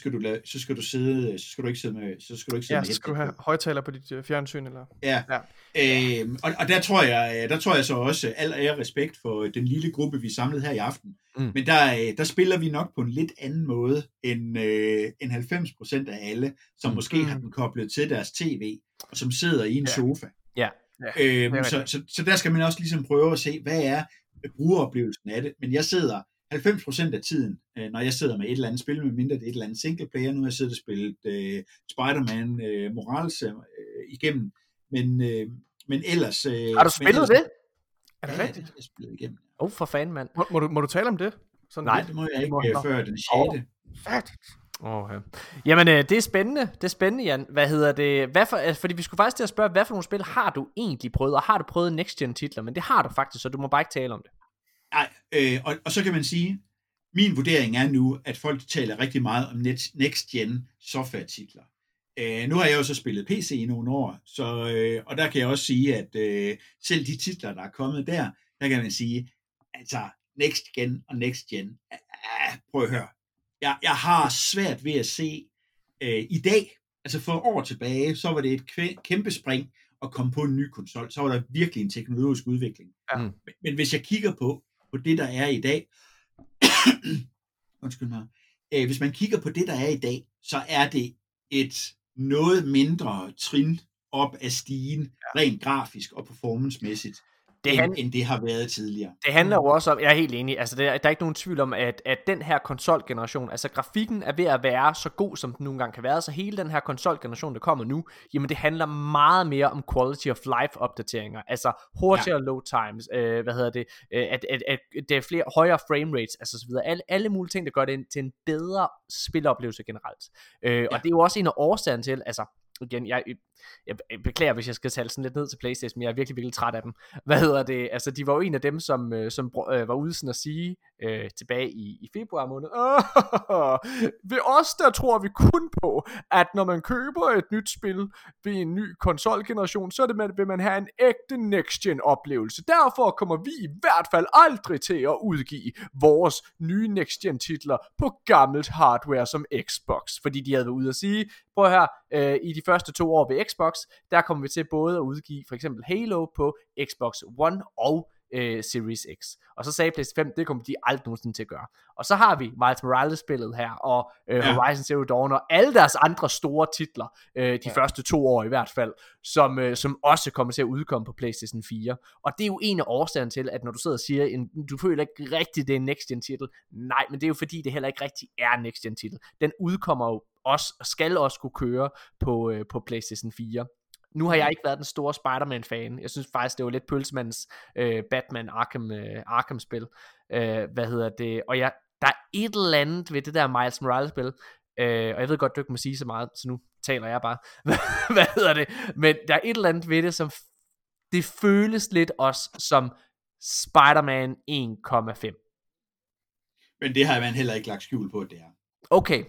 have højtaler på dit fjernsyn eller. Ja. Og der tror jeg så også al ære respekt for den lille gruppe vi samlede her i aften. Men der spiller vi nok på en lidt anden måde end 90% af alle, som måske har den koblet til deres TV og som sidder i en sofa. Ja. Så der skal man også ligesom prøve at se, hvad er brugeroplevelsen af det. Men jeg sidder 90% af tiden, når jeg sidder med et eller andet spil, med mindre det er et eller andet single player, nu har jeg siddet og spillet Spider-Man Morales igennem, men ellers. Har du spillet det? Er det rigtigt? Jeg spillet igennem. For fanden, mand. Må du tale om det? Sådan nej, det må jeg ikke før den 6. Færdigt. Jamen, det er spændende. Det er spændende, Jan. Hvad hedder det? Fordi vi skulle faktisk til at spørge, hvad for nogle spil har du egentlig prøvet? Og har du prøvet next-gen titler? Men det har du faktisk, så du må bare ikke tale om det. Nej, og så kan man sige, min vurdering er nu, at folk taler rigtig meget om next-gen software-titler. Nu har jeg jo så spillet PC i nogle år, og der kan jeg også sige, at selv de titler, der er kommet der kan man sige, altså next-gen og next-gen, prøv at høre. Jeg har svært ved at se i dag, altså for år tilbage, så var det et kæmpe spring at komme på en ny konsol. Så var der virkelig en teknologisk udvikling. Ja. Men hvis jeg kigger på det, der er i dag, undskyld mig, hvis man kigger på det, der er i dag, så er det et noget mindre trin op af stigen, rent grafisk og performancemæssigt, end det har været tidligere. Det handler jo også om, jeg er helt enig, altså der er ikke nogen tvivl om, at den her konsolgeneration, altså grafikken er ved at være så god, som den nogle gange kan være, så hele den her konsolgeneration, der kommer nu, jamen det handler meget mere om quality of life opdateringer, altså hurtigere load times, at det er flere højere frame rates, altså så videre, alle mulige ting, der gør det til en bedre spiloplevelse generelt. Og det er jo også en af årsagerne til, altså igen, jeg beklager, hvis jeg skal tale sådan lidt ned til PlayStation, men jeg er virkelig, virkelig træt af dem. Altså, de var jo en af dem, som var ude sådan at sige tilbage i februar måned. Ved os, der tror vi kun på, at når man køber et nyt spil ved en ny konsolgeneration, så vil man have en ægte next-gen oplevelse. Derfor kommer vi i hvert fald aldrig til at udgive vores nye next-gen titler på gammelt hardware som Xbox. Fordi de havde været ude at sige, prøv her, i de første 2 år ved Xbox, der kommer vi til både at udgive for eksempel Halo på Xbox One og Series X. Og så sagde PlayStation 5, det kommer de aldrig nogensinde til at gøre. Og så har vi Miles Morales-spillet her, og Horizon Zero Dawn, og alle deres andre store titler, de første 2 år i hvert fald, som også kommer til at udkomme på PlayStation 4. Og det er jo en af årsagerne til, at når du sidder og siger, du føler ikke rigtigt, det er en next-gen titel. Nej, men det er jo fordi, det heller ikke rigtig er en next-gen titel. Den udkommer jo også, skal også kunne køre på PlayStation 4. Nu har jeg ikke været den store Spider-Man-fan. Jeg synes faktisk, det var lidt pølsemandens Batman Arkham-spil. Og der er et eller andet ved det der Miles Morales-spil, og jeg ved godt, du ikke må sige så meget, så nu taler jeg bare. Men der er et eller andet ved det, som det føles lidt også som Spider-Man 1,5. Men det har man heller ikke lagt skjul på, at det er. Okay.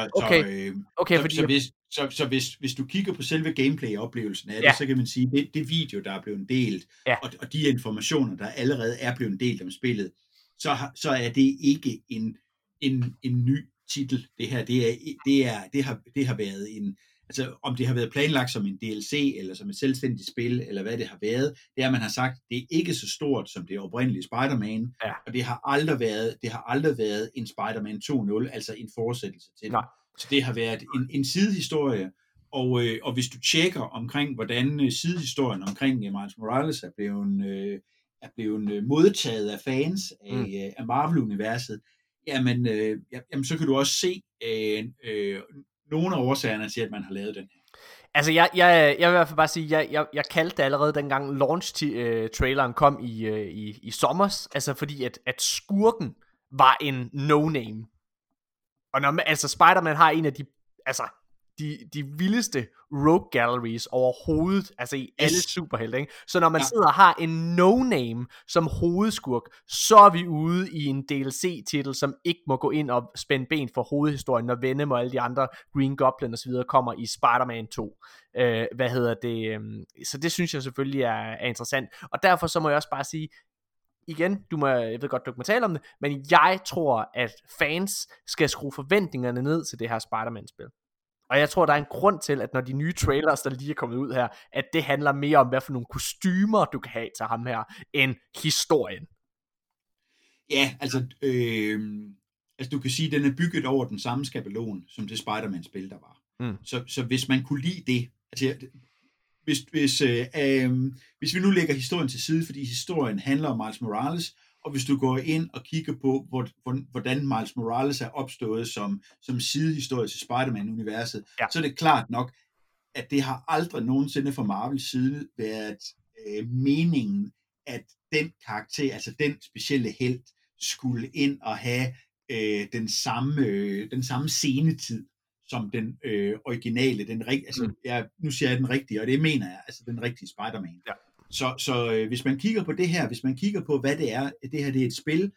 Så hvis du kigger på selve gameplay-oplevelsen af det, så kan man sige, det video, der er blevet delt, og de informationer, der allerede er blevet delt om spillet, så er det ikke en ny titel. Det her, det har været en, altså om det har været planlagt som en DLC, eller som et selvstændigt spil, eller hvad det har været, det er, man har sagt, det er ikke så stort, som det oprindelige Spider-Man, og det har aldrig været en Spider-Man 2.0, altså en fortsættelse til det. Så det har været en sidehistorie, og hvis du tjekker omkring, hvordan sidehistorien omkring Miles Morales er blevet modtaget af fans af Marvel-universet, jamen så kan du også se nogle af årsagerne til, at man har lavet den her. Altså, jeg vil i hvert fald bare sige, jeg kaldte det allerede dengang launch-traileren kom i sommers, altså fordi at skurken var en no-name. Og altså Spider-Man har en af de vildeste rogue galleries overhovedet, altså i alle superhelte, ikke? Så når man sidder og har en no-name som hovedskurk, så er vi ude i en DLC-titel, som ikke må gå ind og spænde ben for hovedhistorien, når Venom og alle de andre Green Goblin og så videre kommer i Spider-Man 2. Så det synes jeg selvfølgelig er interessant, og derfor så må jeg også bare sige, igen, jeg ved godt, du må tale om det, men jeg tror, at fans skal skrue forventningerne ned til det her Spider-Man-spil. Og jeg tror, der er en grund til, at når de nye trailers, der lige er kommet ud her, at det handler mere om, hvad for nogle kostymer, du kan have til ham her, end historien. Ja, altså du kan sige, at den er bygget over den samme skabelon, som det Spider-Man-spil, der var. Så hvis man kunne lide det, altså hvis vi nu lægger historien til side, fordi historien handler om Miles Morales, og hvis du går ind og kigger på, hvordan Miles Morales er opstået som sidehistorie til Spider-Man-universet, så er det klart nok, at det har aldrig nogensinde fra Marvels side været meningen, at den karakter, altså den specielle helt, skulle ind og have den samme scenetid som den originale, nu siger jeg den rigtige, og det mener jeg, altså den rigtige Spider-Man. Ja. Så hvis man kigger på det her, hvis man kigger på, hvad det er, det her det er et spil,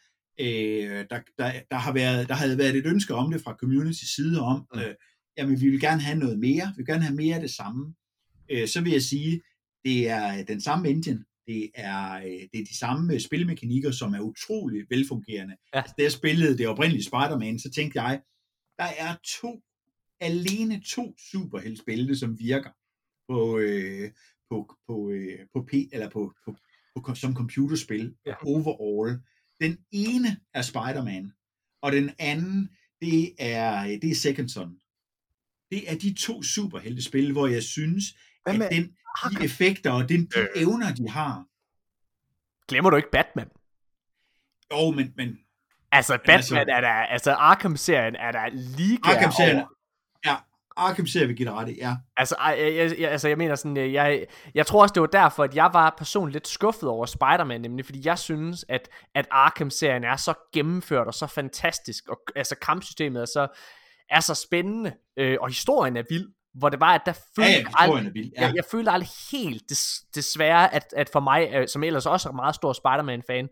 der havde været et ønske om det fra community side om, jamen vi vil gerne have noget mere, vi vil gerne have mere af det samme. Så vil jeg sige, det er den samme engine, det er de samme spilmekanikker, som er utrolig velfungerende. Ja. Altså, da jeg spillede det oprindelige Spider-Man, så tænkte jeg, der er alene to superheltspil, som virker som computerspil overall. Den ene er Spider-Man, og den anden, det er Second Son. Det er de to superheltespil, hvor jeg synes, at de effekter og de evner, de har, glemmer du ikke Batman? Jo, men Altså, Batman er der, altså Arkham-serien er der lige Arkham-serien, ja, Arkham-serien vil give dig ret i, ja. Altså, jeg mener sådan, jeg tror også, det var derfor, at jeg var personligt lidt skuffet over Spider-Man, nemlig fordi jeg synes, at Arkham-serien er så gennemført og så fantastisk, og altså kampsystemet er så spændende, og historien er vild, hvor det var, at der følte jeg følte aldrig helt desværre, at for mig, som ellers også er meget stor Spider-Man-fan,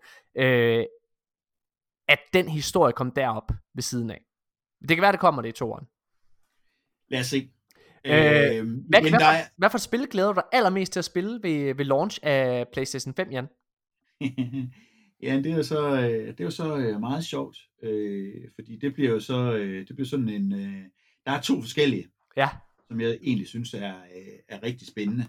at den historie kom derop ved siden af. Det kan være, det kommer det i toeren. Lad os se. Hvad for et spil glæder du dig allermest til at spille ved launch af PlayStation 5, Jan? Ja, det er jo så meget sjovt, fordi det bliver sådan en, der er 2 forskellige, ja, som jeg egentlig synes er rigtig spændende.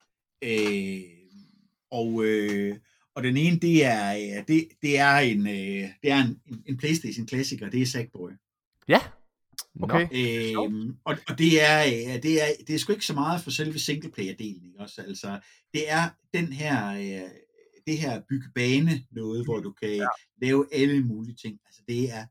Og den ene, det er en PlayStation klassiker, det er Sackboy. Ja. Okay. Og det er sgu ikke så meget for selve singleplayer-delen, ikke også? Altså, det er det her bygge bane noget, hvor du kan lave alle mulige ting. Altså,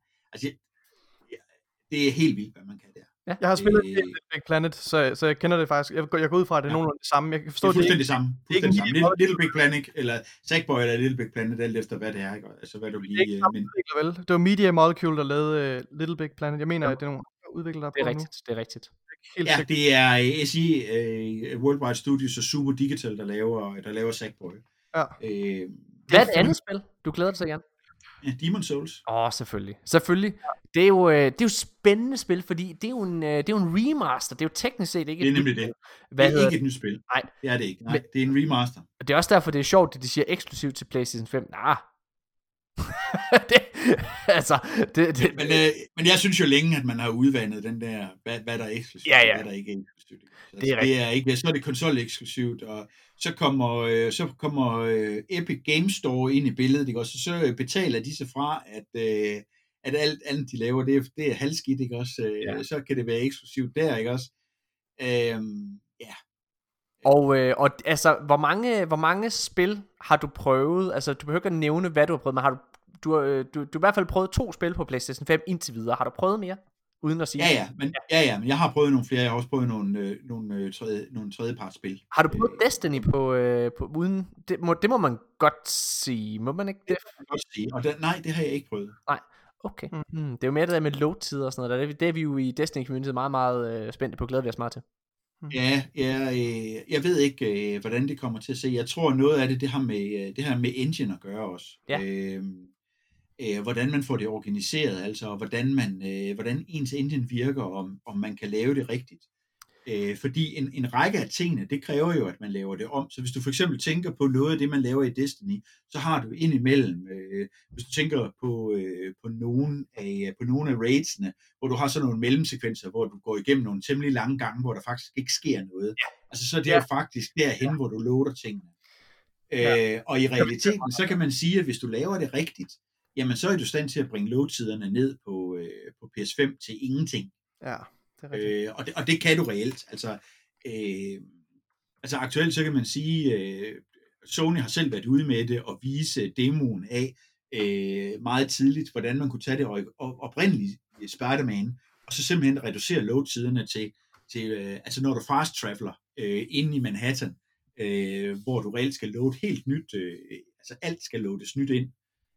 det er helt vildt, hvad man kan der. Ja. Jeg har spillet Little Big Planet, så jeg kender det faktisk. Jeg går ud fra, at det er nogenlunde det samme. Jeg kan forstå, det er fuldstændig samme. Little Big Planet, eller Sackboy, eller Little Big Planet, alt efter hvad det er. Altså, hvad du lige... Det er ikke vel? Det var Media Molecule, der lavede Little Big Planet. Jeg mener, at det er nogle udviklere, der det er rigtigt. Det er rigtigt. Ja, det er SE, Worldwide Studios og Super Digital, der laver Sackboy. Ja. Hvad er det andet spil, du glæder dig til, Jan? Ja, Demon's Souls. Selvfølgelig. Det er jo spændende spil, fordi det er jo en remaster. Det er jo teknisk set ikke et nyt spil. Det er ikke et nyt spil. Nej. Det er det ikke. Nej, det er en remaster. Og det er også derfor, det er sjovt, at de siger eksklusivt til PlayStation 5. Men jeg synes jo længe, at man har udvandet den der, hvad der er eksklusivt, og hvad der ikke er eksklusivt. Så er det konsol eksklusivt, og så kommer Epic Games Store ind i billedet, ikke også? Så betaler de sig fra, at alt andet de laver, det er halvskidt, ikke også? Så kan det være eksklusivt der, ikke også? Ja. Og altså, hvor mange spil har du prøvet? Altså, du behøver ikke at nævne, hvad du har prøvet, men har du har i hvert fald prøvet 2 spil på PlayStation 5 indtil videre. Har du prøvet mere? Uden at sige men jeg har prøvet nogle flere. Jeg har også prøvet nogle tredjepartsspil. Har du prøvet Destiny på uden... Det må man godt sige. Må man ikke det? Det kan man godt sige. Og nej, det har jeg ikke prøvet. Nej, okay. Det er jo mere det der med load-tider og sådan noget. Det er vi jo i Destiny Community meget, meget spændte på. Glæder vi os meget til. Ja, jeg ved ikke, hvordan det kommer til at se. Jeg tror, noget af det har med engine at gøre også. Ja. Hvordan man får det organiseret, altså, og hvordan ens engine virker, om man kan lave det rigtigt. Fordi en række af tingene, det kræver jo, at man laver det om. Så hvis du for eksempel tænker på noget af det, man laver i Destiny, så har du indimellem, hvis du tænker på nogle af raidsene, hvor du har sådan nogle mellemsekvenser, hvor du går igennem nogle temmelig lange gange, hvor der faktisk ikke sker noget. Ja. Altså så det er faktisk derhen, hvor du loader tingene. Og i realiteten, så kan man sige, at hvis du laver det rigtigt, jamen så er du i stand til at bringe load-tiderne ned på PS5 til ingenting. Ja, det er rigtigt. Og det kan du reelt. Altså aktuelt så kan man sige, Sony har selv været ude med det og vise demoen af meget tidligt, hvordan man kunne tage det oprindelige Spider-Man, og så simpelthen reducere load-tiderne til altså når du fast traveler inde i Manhattan, hvor du reelt skal loade helt nyt, altså alt skal loades nyt ind.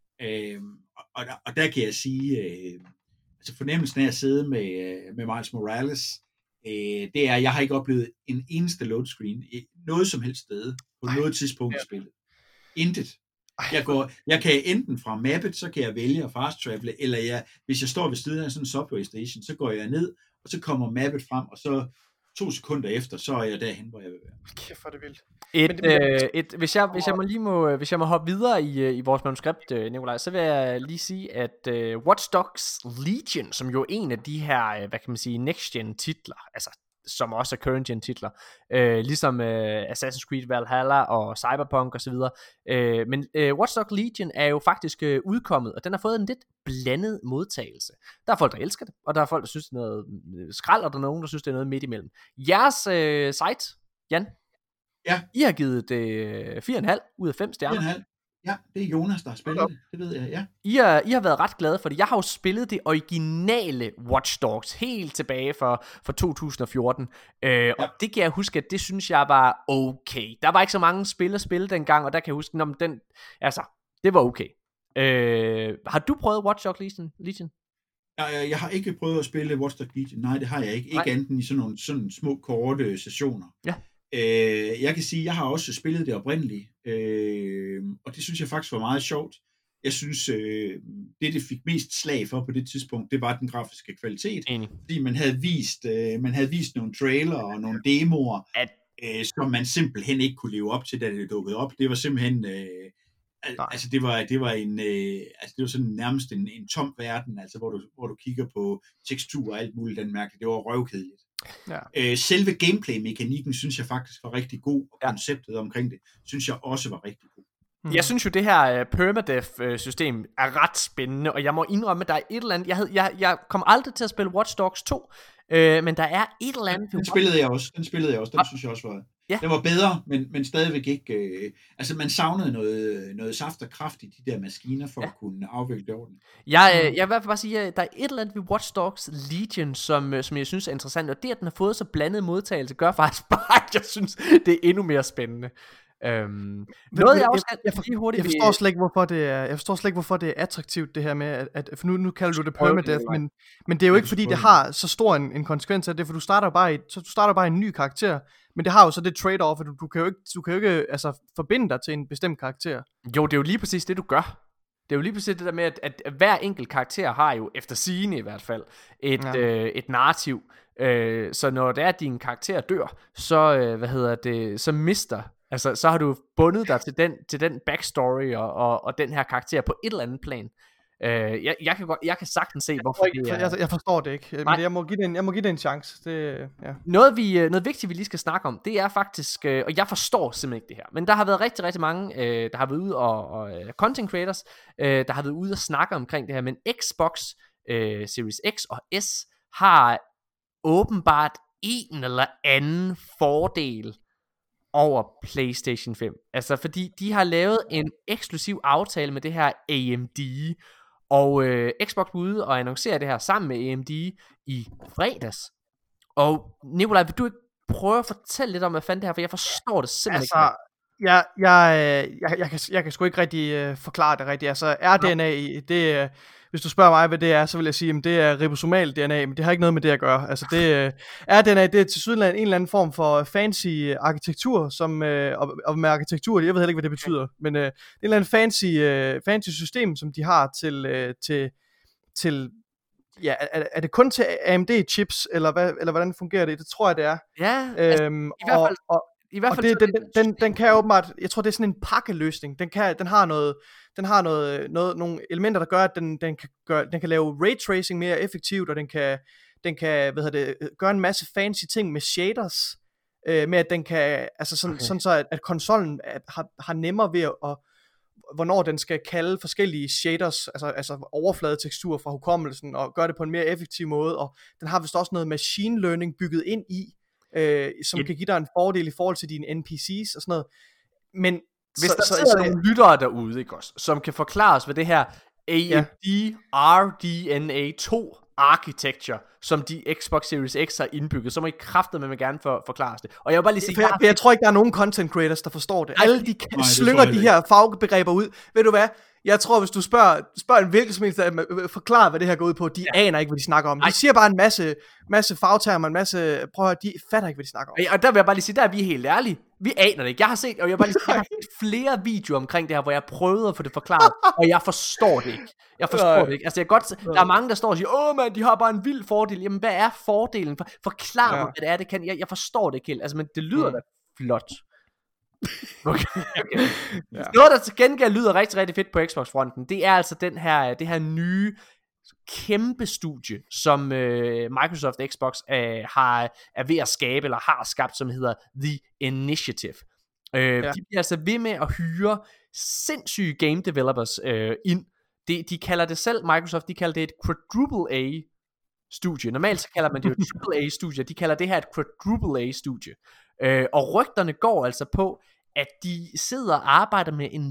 Og der kan jeg sige, altså fornemmelsen af at sidde med Miles Morales, det er, jeg har ikke oplevet en eneste load screen noget som helst sted på noget tidspunkt i spillet. Intet. Jeg kan enten fra mappet, så kan jeg vælge at fast travele, eller hvis jeg står ved siden af sådan en subway station, så går jeg ned, og så kommer mappet frem, og så 2 sekunder efter, så er jeg derhen, hvor jeg vil være. Kæft, hvor er det vildt. Hvis jeg må hoppe videre i vores manuskript, Nikolaj, så vil jeg lige sige, at Watch Dogs Legion, som jo er en af de her, hvad kan man sige, next-gen titler, altså som også er current-gen titler, ligesom Assassin's Creed Valhalla og Cyberpunk osv. Men Watch Dogs Legion er jo faktisk udkommet, og den har fået en lidt blandet modtagelse. Der er folk, der elsker det, og der er folk, der synes, det er noget skrald, og der er nogen, der synes, det er noget midt imellem. Jeres site, Jan, ja. I har givet det 4,5 ud af 5 stjerner. Ja, det er Jonas, der har spillet det. Det ved jeg, ja. I har været ret glade for det. Jeg har jo spillet det originale Watch Dogs helt tilbage for 2014. Og det kan jeg huske, at det synes jeg var okay. Der var ikke så mange spil at spille dengang, og der kan jeg huske, det var okay. Har du prøvet Watch Dogs Legion? Jeg har ikke prøvet at spille Watch Dogs Legion. Nej, det har jeg ikke. Ikke andet end i sådan små, korte sessioner. Ja. Jeg kan sige, at jeg har også spillet det oprindeligt, og det synes jeg faktisk var meget sjovt. Jeg synes, det fik mest slag for på det tidspunkt, det var den grafiske kvalitet. Enig. Fordi man havde vist nogle trailer og nogle demoer, som man simpelthen ikke kunne leve op til, da det dukkede op. Det var simpelthen... Altså det var sådan nærmest en tom verden, altså hvor du kigger på tekstur og alt muligt, den mærke. Det var røvkedeligt. Ja. Selve gameplay-mekanikken synes jeg faktisk var rigtig god, og konceptet omkring det synes jeg også var rigtig god. Jeg synes jo, det her permadeath-system er ret spændende, og jeg må indrømme, at der er et eller andet... Jeg kom aldrig til at spille Watch Dogs 2, men der er et eller andet... Den spillede jeg også. Den synes jeg også var... Ja. Den var bedre, men stadigvæk ikke... altså, man savnede noget saft og kraft i de der maskiner, for at kunne afvikle det ordentligt. Jeg vil i hvert fald bare sige, at der er et eller andet ved Watch Dogs Legion, som jeg synes er interessant, og det, at den har fået så blandet modtagelse, gør faktisk bare, at jeg synes, det er endnu mere spændende. Jeg forstår slet ikke, hvorfor det er attraktivt, det her med for nu kalder du det permadeath, men det er jo ikke fordi det har så stor en konsekvens af det, for du starter bare en ny karakter, men det har jo så det trade-off, at du kan jo ikke altså forbinde dig til en bestemt karakter. Jo, det er jo lige præcis det du gør. Det er jo lige præcis det der med at hver enkelt karakter har jo efter sigende i hvert fald et narrativ. Så når det er at din karakter dør, så så mister. Altså, så har du bundet dig til den backstory og den her karakter på et eller andet plan. Jeg kan sagtens se, hvorfor det er... Jeg forstår det ikke, men jeg må give det en chance. Noget vigtigt, vi lige skal snakke om, det er faktisk... og jeg forstår simpelthen ikke det her, men der har været rigtig, rigtig mange, der har været ude og content creators, der har været ude og snakke omkring det her, men Xbox Series X og S har åbenbart en eller anden fordel over PlayStation 5. Altså fordi de har lavet en eksklusiv aftale med det her AMD, og Xbox var ude og annoncerer det her sammen med AMD i fredags. Og Nikolaj, vil du ikke prøve at fortælle lidt om, hvad fanden det her, for jeg forstår det simpelthen ikke. Jeg kan sgu ikke rigtig forklare det rigtigt. Altså RDNA, det hvis du spørger mig, hvad det er, så vil jeg sige, at det er ribosomal DNA, men det har ikke noget med det at gøre. Altså RDNA, det er tilsyneladende en eller anden form for fancy arkitektur, som, og med arkitektur, jeg ved heller ikke, hvad det betyder, men det er en eller anden fancy system, som de har til ja, er det kun til AMD-chips, eller hvordan fungerer det? Det tror jeg, det er. Ja, i hvert fald den kan åbenbart, jeg tror det er sådan en pakkeløsning. Den har nogle elementer, der gør, at den kan lave ray tracing mere effektivt, og den kan gøre en masse fancy ting med shaders, med at den kan, altså sådan så at konsollen har nemmere ved at hvornår den skal kalde forskellige shaders, altså overfladetekstur fra hukommelsen, og gøre det på en mere effektiv måde, og den har vist også noget machine learning bygget ind i, som kan give dig en fordel i forhold til dine NPCs og sådan noget. Men hvis der sidder nogle lyttere derude, ikke også, som kan forklare os, hvad det her AMD RDNA 2 architecture, som de Xbox Series X har indbygget, så må I kraftedeme gerne forklare os det. Og jeg vil bare lige sige, jeg tror ikke, der er nogen content creators, der forstår det. Alle de slynger de her fagbegreber ud. Ved du hvad? Jeg tror, hvis du spørger en hvilken som helst, forklare, hvad det her går ud på, de aner ikke, hvad de snakker om. De siger bare en masse fagtermer, en masse, prøv at høre, de fatter ikke, hvad de snakker om. Og der vil jeg bare lige sige, der er vi helt ærlige. Vi aner det ikke. Jeg har set, og jeg har set flere videoer omkring det her, hvor jeg prøvede at få det forklaret, og jeg forstår det ikke. Altså der er mange, der står og siger, man, de har bare en vild fordel. Jamen, hvad er fordelen? Forklar mig, hvad det er, det kan. Jeg forstår det ikke helt. Altså, men det lyder da flot. Okay. Noget der til gengæld lyder rigtig, rigtig fedt på Xbox-fronten, det er altså det her nye kæmpe studie, som Microsoft Xbox er ved at skabe, eller har skabt, som hedder The Initiative. De bliver altså ved med at hyre sindssyge game developers ind. De kalder det selv, Microsoft, de kalder det et quadruple A studie. Normalt så kalder man det jo triple A studie. De kalder det her et quadruple A studie. Og rygterne går altså på, at de sidder og arbejder med en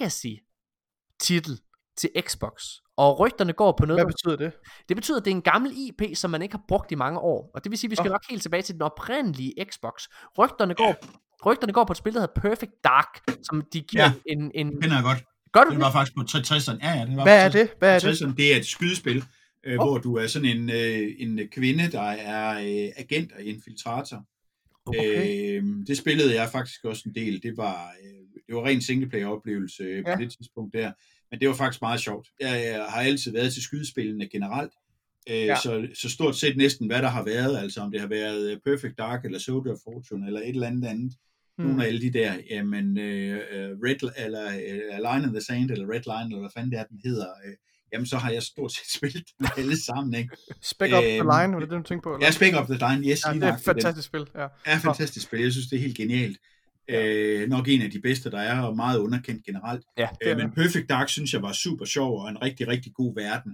legacy-titel til Xbox. Og rygterne går på noget... Hvad betyder det? Det betyder, at det er en gammel IP, som man ikke har brugt i mange år. Og det vil sige, at vi skal nok helt tilbage til den oprindelige Xbox. Rygterne går på et spil, der hedder Perfect Dark, som de giver en... Den er godt. Gør du det? Var faktisk på 60'erne. Ja, det var Hvad er det? Hvad er det? Det er et skydespil, hvor du er sådan en kvinde, der er agent og infiltrator. Okay. Det spillede jeg faktisk også en del. Det var ren singleplayer-oplevelse på det tidspunkt der. Men det var faktisk meget sjovt. Jeg har altid været til skydespillene generelt. Så stort set næsten hvad der har været, altså om det har været Perfect Dark eller Sword of Fortune eller et eller andet. Nogle af alle de der, jamen Red eller Line in the Sand eller Red Line eller hvad fanden det er, den hedder. Jamen så har jeg stort set spillet dem alle sammen, ikke? Spec Up the Line, var det du tænkte på? Eller? Ja, Spec Up the Line, yes. Ja, det er et fantastisk spil. Ja, fantastisk spil. Jeg synes, det er helt genialt. Nok en af de bedste, der er, og meget underkendt generelt. Ja, men Perfect Dark synes jeg var super sjov, og en rigtig, rigtig god verden.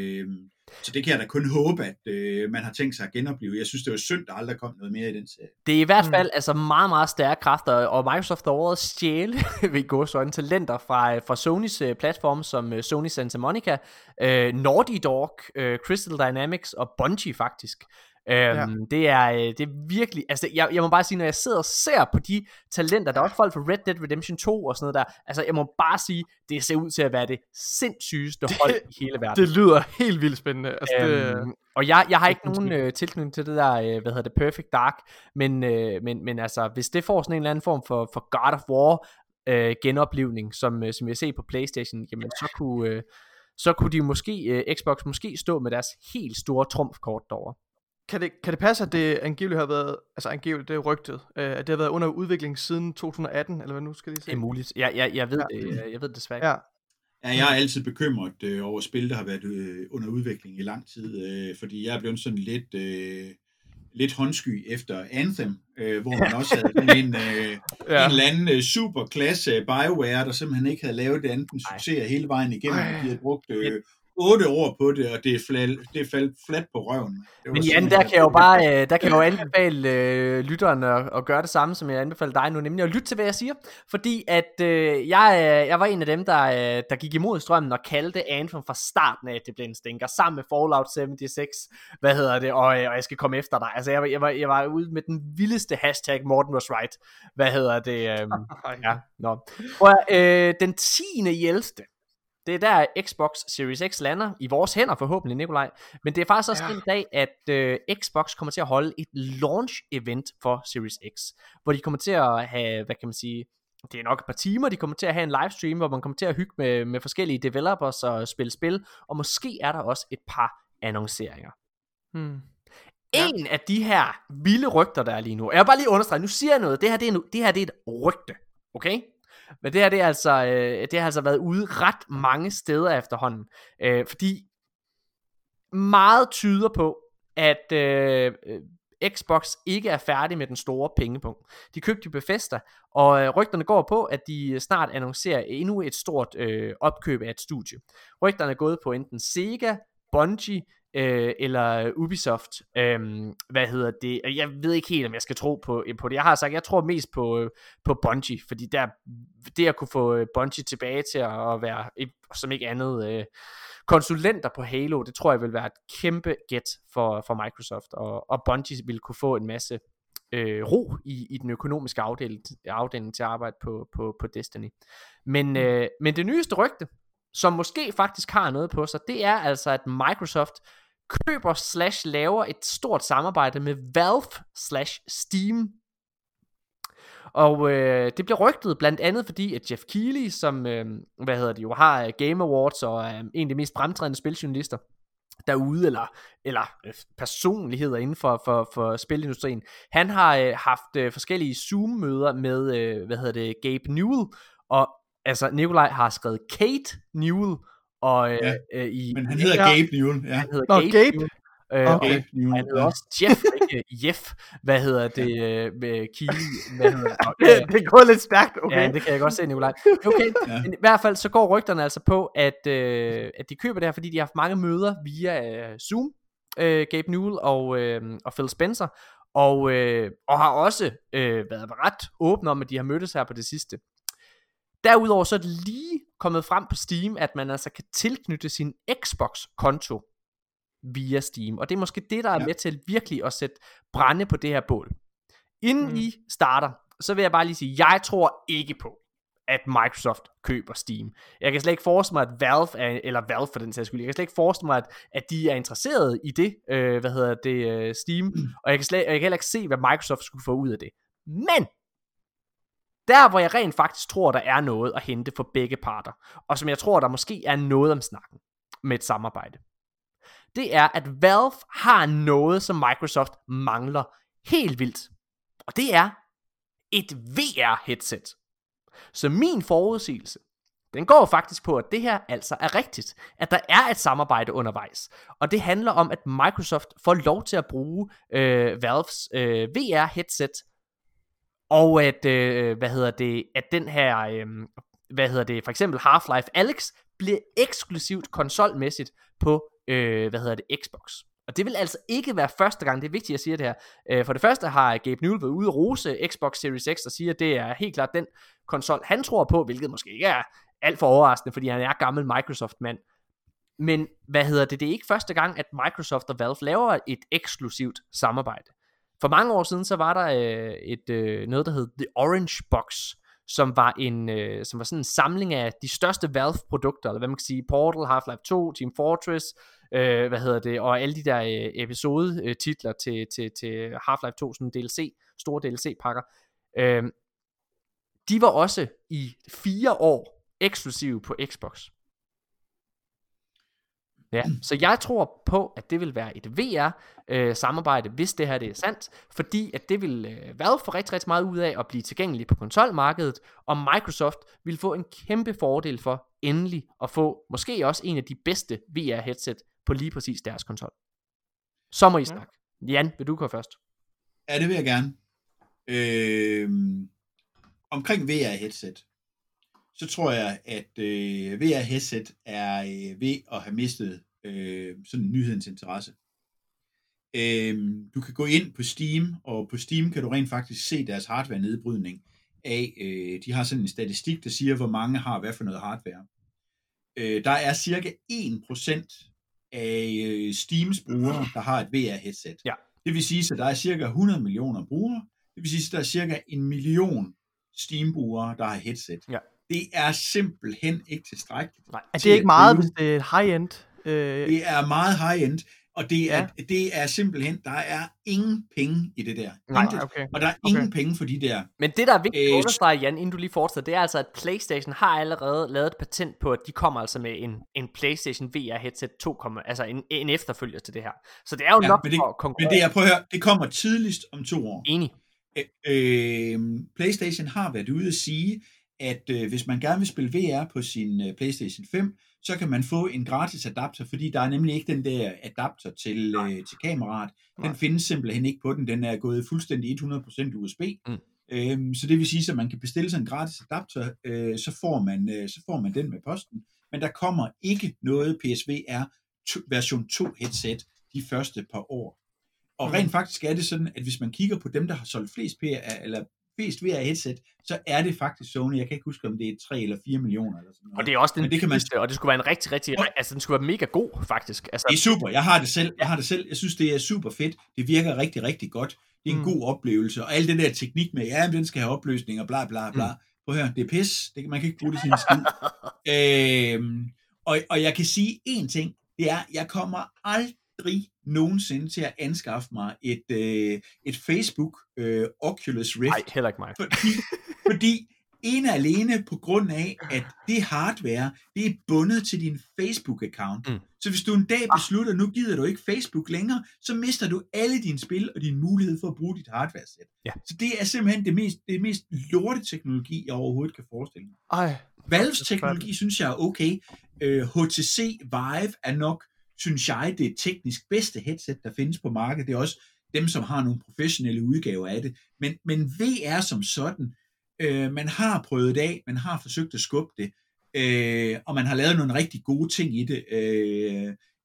Så det kan jeg da kun håbe, at man har tænkt sig at genopleve. Jeg synes, det var synd, der aldrig kom noget mere i den serie. Det er i hvert fald altså meget, meget stærke kræfter, og Microsoft har overhovedet stjæle ved gåsøjne talenter fra Sonys platform, som Sony Santa Monica, Naughty Dog, Crystal Dynamics og Bungie faktisk. Det er virkelig, altså jeg må bare sige, når jeg sidder og ser på de talenter, der er også folk fra Red Dead Redemption 2 og sådan noget der, altså jeg må bare sige, det ser ud til at være det sindssygeste hold i hele verden. Det lyder helt vildt spændende. Altså, og jeg har ikke nogen tilknytning til det der, Perfect Dark, men altså, hvis det får sådan en eller anden form for God of War genoplevning, som jeg ser på PlayStation, jamen så kunne de måske, Xbox måske stå med deres helt store trumfkort derovre. Kan det passe, at det angiveligt har været, altså angiveligt, det er rygtet, at det har været under udvikling siden 2018, eller hvad nu skal de se? Det er muligt. Jeg ved det desværre ikke. Ja, jeg er altid bekymret over spil, der har været under udvikling i lang tid, fordi jeg er blevet sådan lidt håndsky efter Anthem, hvor man også havde sådan en eller anden superklasse BioWare, der simpelthen ikke havde lavet det andet end succes hele vejen igennem. De havde brugt 8 år på det, og det er faldt fladt på røven. Men Jan, der kan jeg jo anbefale lytteren at gøre det samme, som jeg anbefaler dig nu, nemlig at lytte til, hvad jeg siger. Fordi at jeg var en af dem, der gik imod strømmen og kaldte Anthem fra starten af, at det blev en stinker, sammen med Fallout 76, og jeg skal komme efter dig. Altså, jeg var ude med den vildeste hashtag, Morten was right. Den 10.11. Det er der Xbox Series X lander i vores hænder forhåbentlig, Nikolaj. Men det er faktisk også den dag, at Xbox kommer til at holde et launch event for Series X, hvor de kommer til at have, hvad kan man sige, det er nok et par timer, de kommer til at have en livestream, hvor man kommer til at hygge med forskellige developers og spille spil, og måske er der også et par annonceringer. En af de her vilde rygter, der er lige nu, jeg vil bare lige understrege, nu siger jeg noget, det her er et rygte, okay? Men det her, det har altså været ude ret mange steder efterhånden, fordi meget tyder på, at Xbox ikke er færdig med den store pengepunkt. De købte Bethesda, og rygterne går på, at de snart annoncerer endnu et stort opkøb af et studie. Rygterne er gået på enten Sega, Bungie, eller Ubisoft. Jeg ved ikke helt, om jeg skal tro på det. Jeg har sagt, jeg tror mest på Bungie, fordi det at kunne få Bungie tilbage til at være som ikke andet konsulenter på Halo, det tror jeg vil være et kæmpe gæt for Microsoft, og Bungie vil kunne få en masse ro i den økonomiske afdeling til at arbejde på Destiny. Men det nyeste rygte, som måske faktisk har noget på sig, det er altså, at Microsoft køber / laver et stort samarbejde med Valve / Steam. Og det bliver rygtet blandt andet fordi, at Jeff Keighley, som har Game Awards og er en af de mest fremtrædende spiljournalister derude, eller personligheder inden for spilindustrien, han har haft forskellige Zoom-møder med Gabe Newell, og altså Nikolaj har skrevet Kate Newell, og men han hedder Gabe Newell. Ja. Han hedder Gabe Newell. Gabe Newell. Han hedder også Jeff, ikke Jeff. Med Keighley. Det er gået lidt stærkt, okay. Ja, det kan jeg godt se, Nikolaj. Okay, men i hvert fald så går rygterne altså på, at de køber det her, fordi de har haft mange møder via Zoom. Gabe Newell og Phil Spencer, og har også været ret åbne om, at de har mødtes her på det sidste. Derudover så er det lige kommet frem på Steam, at man altså kan tilknytte sin Xbox-konto via Steam, og det er måske det, der er med til virkelig at sætte brænde på det her bål. Inden I starter, så vil jeg bare lige sige, jeg tror ikke på, at Microsoft køber Steam. Jeg kan slet ikke forestille mig, at Valve for den sags skyld, jeg kan slet ikke forestille mig, at de er interesserede i det, Steam, og jeg kan heller ikke se, hvad Microsoft skulle få ud af det. Men der, hvor jeg rent faktisk tror, der er noget at hente for begge parter, og som jeg tror, der måske er noget om snakken med et samarbejde, det er, at Valve har noget, som Microsoft mangler helt vildt. Og det er et VR-headset. Så min forudsigelse, den går faktisk på, at det her altså er rigtigt. At der er et samarbejde undervejs. Og det handler om, at Microsoft får lov til at bruge Valves VR-headset. Og at, at den her, for eksempel Half-Life Alyx, bliver eksklusivt konsolmæssigt på, Xbox. Og det vil altså ikke være første gang, det er vigtigt at sige det her. For det første har Gabe Newell været ude at rose Xbox Series X og siger, at det er helt klart den konsol, han tror på, hvilket måske ikke er alt for overraskende, fordi han er gammel Microsoft-mand. Men det er ikke første gang, at Microsoft og Valve laver et eksklusivt samarbejde. For mange år siden, så var der noget, der hed The Orange Box, som var sådan en samling af de største Valve-produkter, eller hvad man kan sige, Portal, Half-Life 2, Team Fortress, og alle de der episode-titler til Half-Life 2, sådan store DLC-pakker. De var også i 4 år eksklusive på Xbox. Ja, så jeg tror på, at det vil være et VR-samarbejde, hvis det her det er sandt, fordi at det vil Valve få rigtig, rigtig meget ud af at blive tilgængelig på konsolmarkedet, og Microsoft vil få en kæmpe fordel for endelig at få måske også en af de bedste VR-headset på lige præcis deres konsol. Så må I snakke. Jan, vil du gå først? Ja, det vil jeg gerne. Omkring VR-headset, så tror jeg, at VR-headset er ved at have mistet sådan nyhedens interesse. Du kan gå ind på Steam, og på Steam kan du rent faktisk se deres hardware-nedbrydning af, de har sådan en statistik, der siger, hvor mange har hvad for noget hardware. Der er cirka 1% af Steams brugere, der har et VR-headset. Ja. Det vil sige, at der er cirka 100 millioner brugere. Det vil sige, at der er cirka 1 million Steam-brugere, der har headset. Ja. Det er simpelthen ikke tilstrækkeligt. Nej, det er ikke meget, hvis det er et high-end. Det er meget high-end, og det er simpelthen, der er ingen penge i det der. Okay. Og der er ingen penge for de der. Men det, der er vigtigt at understrege, Jan, inden du lige fortsætter, det er altså, at PlayStation har allerede lavet et patent på, at de kommer altså med en PlayStation VR headset 2, altså en efterfølger til det her. Så det er jo nok for at konkurrere. Men det, prøv at høre, det kommer tidligst om 2 år. Enig. PlayStation har været ude at sige, at hvis man gerne vil spille VR på sin PlayStation 5, så kan man få en gratis adapter, fordi der er nemlig ikke den der adapter til kameraet. Den findes simpelthen ikke på den. Den er gået fuldstændig 100% USB. Så det vil sige, at man kan bestille sig en gratis adapter, så får man den med posten. Men der kommer ikke noget PSVR version 2 headset de første par år. Og rent faktisk er det sådan, at hvis man kigger på dem, der har solgt flest VR-headset, så er det faktisk Sony. Jeg kan ikke huske, om det er 3 eller 4 millioner. Eller sådan noget. Og det er også den billigste, og det skulle være en rigtig, altså den skulle være mega god, faktisk. Altså, det er super. Jeg har det selv. Jeg synes, det er super fedt. Det virker rigtig, rigtig godt. Det er en god oplevelse. Og al den der teknik med, ja, den skal have opløsning og bla bla bla. Prøv at høre, det er pis. Man kan ikke bruge det til en skid. Og jeg kan sige én ting. Det er, jeg kommer aldrig nogensinde til at anskaffe mig et Facebook Oculus Rift. Nej, heller ikke mig. Fordi ene alene på grund af, at det hardware, det er bundet til din Facebook-account. Så hvis du en dag beslutter, nu gider du ikke Facebook længere, så mister du alle dine spil og din mulighed for at bruge dit hardware-sæt. Ja. Så det er simpelthen det mest lorte teknologi, jeg overhovedet kan forestille mig. Valves teknologi synes jeg er okay. HTC Vive er nok, synes jeg, det teknisk bedste headset, der findes på markedet. Det er også dem, som har nogle professionelle udgaver af det. Men VR som sådan, man har prøvet det af, man har forsøgt at skubbe det, og man har lavet nogle rigtig gode ting i det.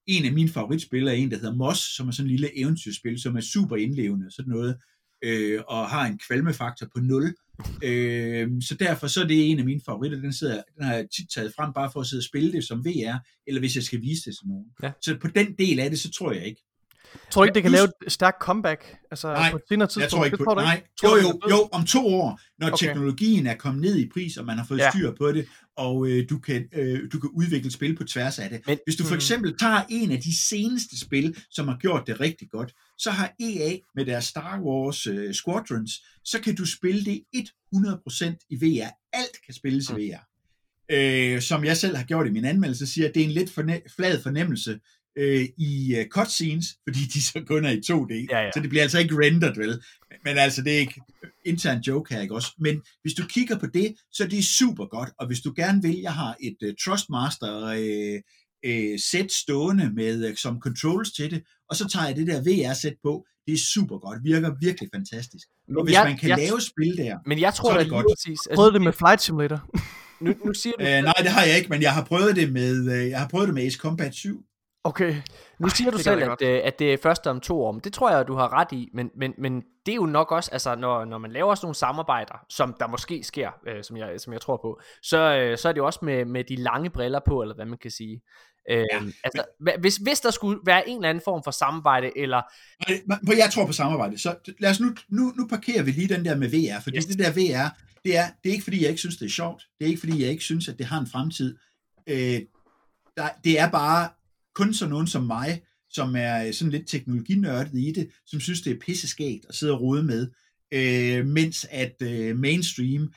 en af mine favoritspil er en, der hedder Moss, som er sådan en lille eventyrspil, som er super indlevende og sådan noget, og har en kvalmefaktor på 0. Så derfor så er det en af mine favoritter. Den har jeg tit taget frem, bare for at sidde og spille det som VR, eller hvis jeg skal vise det til nogen. Ja. Så på den del af det, så tror jeg ikke. Tror du ikke, det kan lave et stærkt comeback? Altså, nej, på et senere tidspunkt? Jeg tror ikke på det. Nej. Jo, om 2 år, når teknologien er kommet ned i pris, og man har fået styr på det, og du kan udvikle spil på tværs af det. Men, hvis du for eksempel tager en af de seneste spil, som har gjort det rigtig godt, så har EA med deres Star Wars Squadrons, så kan du spille det 100% i VR. Alt kan spilles i VR. Som jeg selv har gjort i min anmeldelse, siger, at det er en lidt flad fornemmelse i cutscenes, fordi de så kun er i 2D, så det bliver altså ikke rendered, vel? Men altså, det er ikke intern joke her, ikke også? Men hvis du kigger på det, så er det super godt, og hvis du gerne vil, jeg har et Trustmaster sæt stående med som controls til det, og så tager jeg det der VR-sæt på, det er super godt, virker virkelig fantastisk. Og hvis man kan lave spil der, men jeg tror, så er det godt. Altså, prøvede det med Flight Simulator? nu siger du... nej, det har jeg ikke, men jeg har prøvet det med Ace Combat 7. Okay. Nu siger du selv, at det er først om 2 år, men det tror jeg, du har ret i, men det er jo nok også, altså når man laver sådan nogle samarbejder, som der måske sker, som jeg tror på, så er det jo også med de lange briller på, eller hvad man kan sige. Altså, hvis der skulle være en eller anden form for samarbejde, eller... Jeg tror på samarbejde, så lad os nu parkerer vi lige den der med VR, fordi det der VR, det er ikke fordi, jeg ikke synes, det er sjovt, det er ikke fordi, jeg ikke synes, at det har en fremtid. Det er bare kun sådan nogen som mig, som er sådan lidt teknologinørdet i det, som synes, det er pisseskægt at sidde og rode med, mens at mainstream,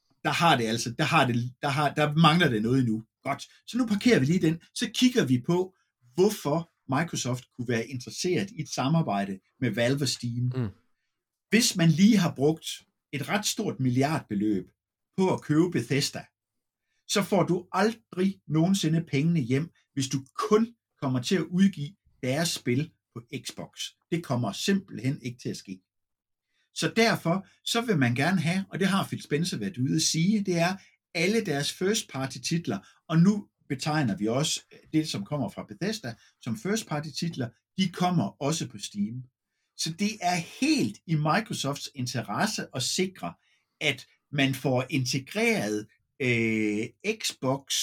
der mangler det noget endnu. Godt. Så nu parkerer vi lige den, så kigger vi på, hvorfor Microsoft kunne være interesseret i et samarbejde med Valve og Steam. Hvis man lige har brugt et ret stort milliardbeløb på at købe Bethesda, så får du aldrig nogensinde pengene hjem, hvis du kun kommer til at udgive deres spil på Xbox. Det kommer simpelthen ikke til at ske. Så derfor, så vil man gerne have, og det har Phil Spencer været ude at sige, det er alle deres first party titler, og nu betegner vi også det, som kommer fra Bethesda, som first party titler, de kommer også på Steam. Så det er helt i Microsofts interesse at sikre, at man får integreret Xbox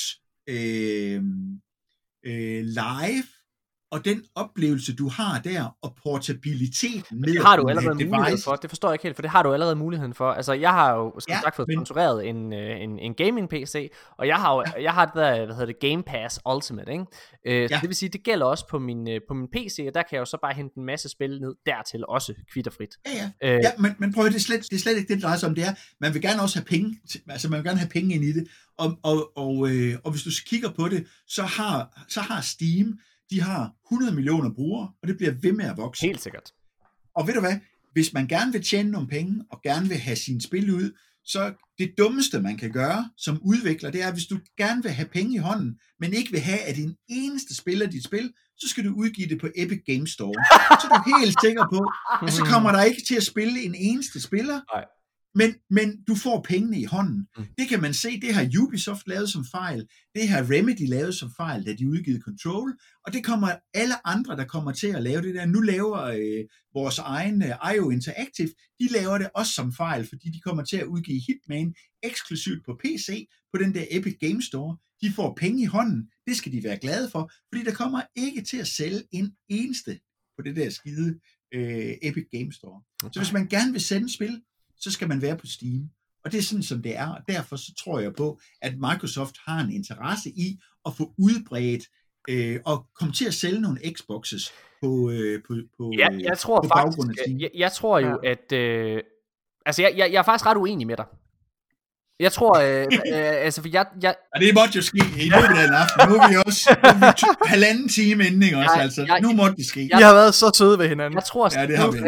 Live, og den oplevelse, du har der, og portabiliteten med det har du allerede mulighed for. Det forstår jeg ikke helt, for det har du allerede muligheden for. Altså, jeg har jo fået sponsoreret en gaming-PC, og jeg har det der, hvad hedder det, Game Pass Ultimate, ikke? Så det vil sige, det gælder også på min PC, og der kan jeg jo så bare hente en masse spil ned dertil, også kvitterfrit. Ja, men prøv at det er slet ikke det drejer sig om, det er, man vil gerne også have penge, altså man vil gerne have penge ind i det, og hvis du kigger på det, så har Steam, de har 100 millioner brugere, og det bliver ved med at vokse. Helt sikkert. Og ved du hvad? Hvis man gerne vil tjene nogle penge, og gerne vil have sine spil ud, så det dummeste, man kan gøre som udvikler, det er, hvis du gerne vil have penge i hånden, men ikke vil have, at din eneste spiller dit spil, så skal du udgive det på Epic Games Store. Så er du helt sikker på, at så kommer der ikke til at spille en eneste spiller. Nej. Men du får pengene i hånden. Det kan man se, det har Ubisoft lavet som fejl, det har Remedy lavet som fejl, da de udgivet Control, og det kommer alle andre, der kommer til at lave det der. Nu laver vores egen IO Interactive, de laver det også som fejl, fordi de kommer til at udgive Hitman eksklusivt på PC, på den der Epic Games Store. De får penge i hånden, det skal de være glade for, fordi der kommer ikke til at sælge en eneste på det der skide Epic Games Store. Okay. Så hvis man gerne vil sende spil, så skal man være på Steam. Og det er sådan, som det er. Og derfor så tror jeg på, at Microsoft har en interesse i at få udbredt og komme til at sælge nogle Xboxes på jeg tror på faktisk, jeg tror jo, at... altså, jeg er faktisk ret uenig med dig. Jeg tror, altså, for jeg... Og det måtte jo ske i løbet af en aften. Nu er vi også halvanden time inden, ikke også? Altså, nu måtte det ske. I har været så søde ved hinanden. Jeg tror, ja, det har vi.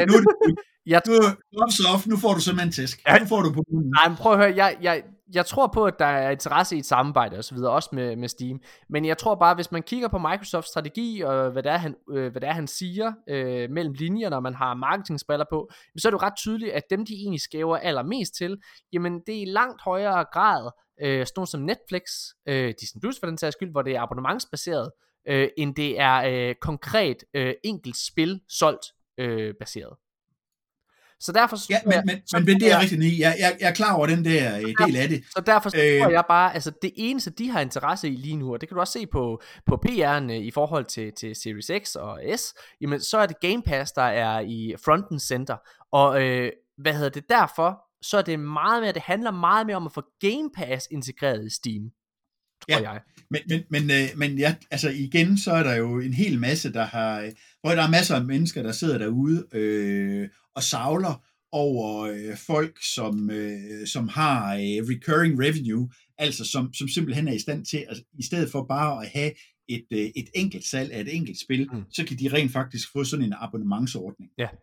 Nu får du simpelthen en tæsk. Nu får du på munden. Nej, men prøv at høre, jeg tror på, at der er interesse i et samarbejde og så videre, også med Steam. Men jeg tror bare, hvis man kigger på Microsofts strategi og hvad det er, han siger mellem linjer, når man har marketingsbriller på, så er det jo ret tydeligt, at dem, de egentlig skæver allermest til, jamen det er i langt højere grad sådan noget som Netflix, Disney Plus for den sags skyld, hvor det er abonnementsbaseret, end det er konkret enkelt spil solgt baseret. Så derfor ja, men det er rigtigt i. Jeg er klar over den der del af det. Så derfor tror jeg bare, altså det eneste de har interesse i lige nu, og det kan du også se på PR'en i forhold til Series X og S, jamen så er det Game Pass, der er i front and center, og derfor, så er det meget mere, det handler meget mere om at få Game Pass integreret i Steam, tror jeg. Men ja, altså igen, så er der jo en hel masse, hvor der er masser af mennesker, der sidder derude og savler over folk, som har recurring revenue, altså som simpelthen er i stand til, altså, i stedet for bare at have et enkelt salg af et enkelt spil, så kan de rent faktisk få sådan en abonnementsordning. Ja.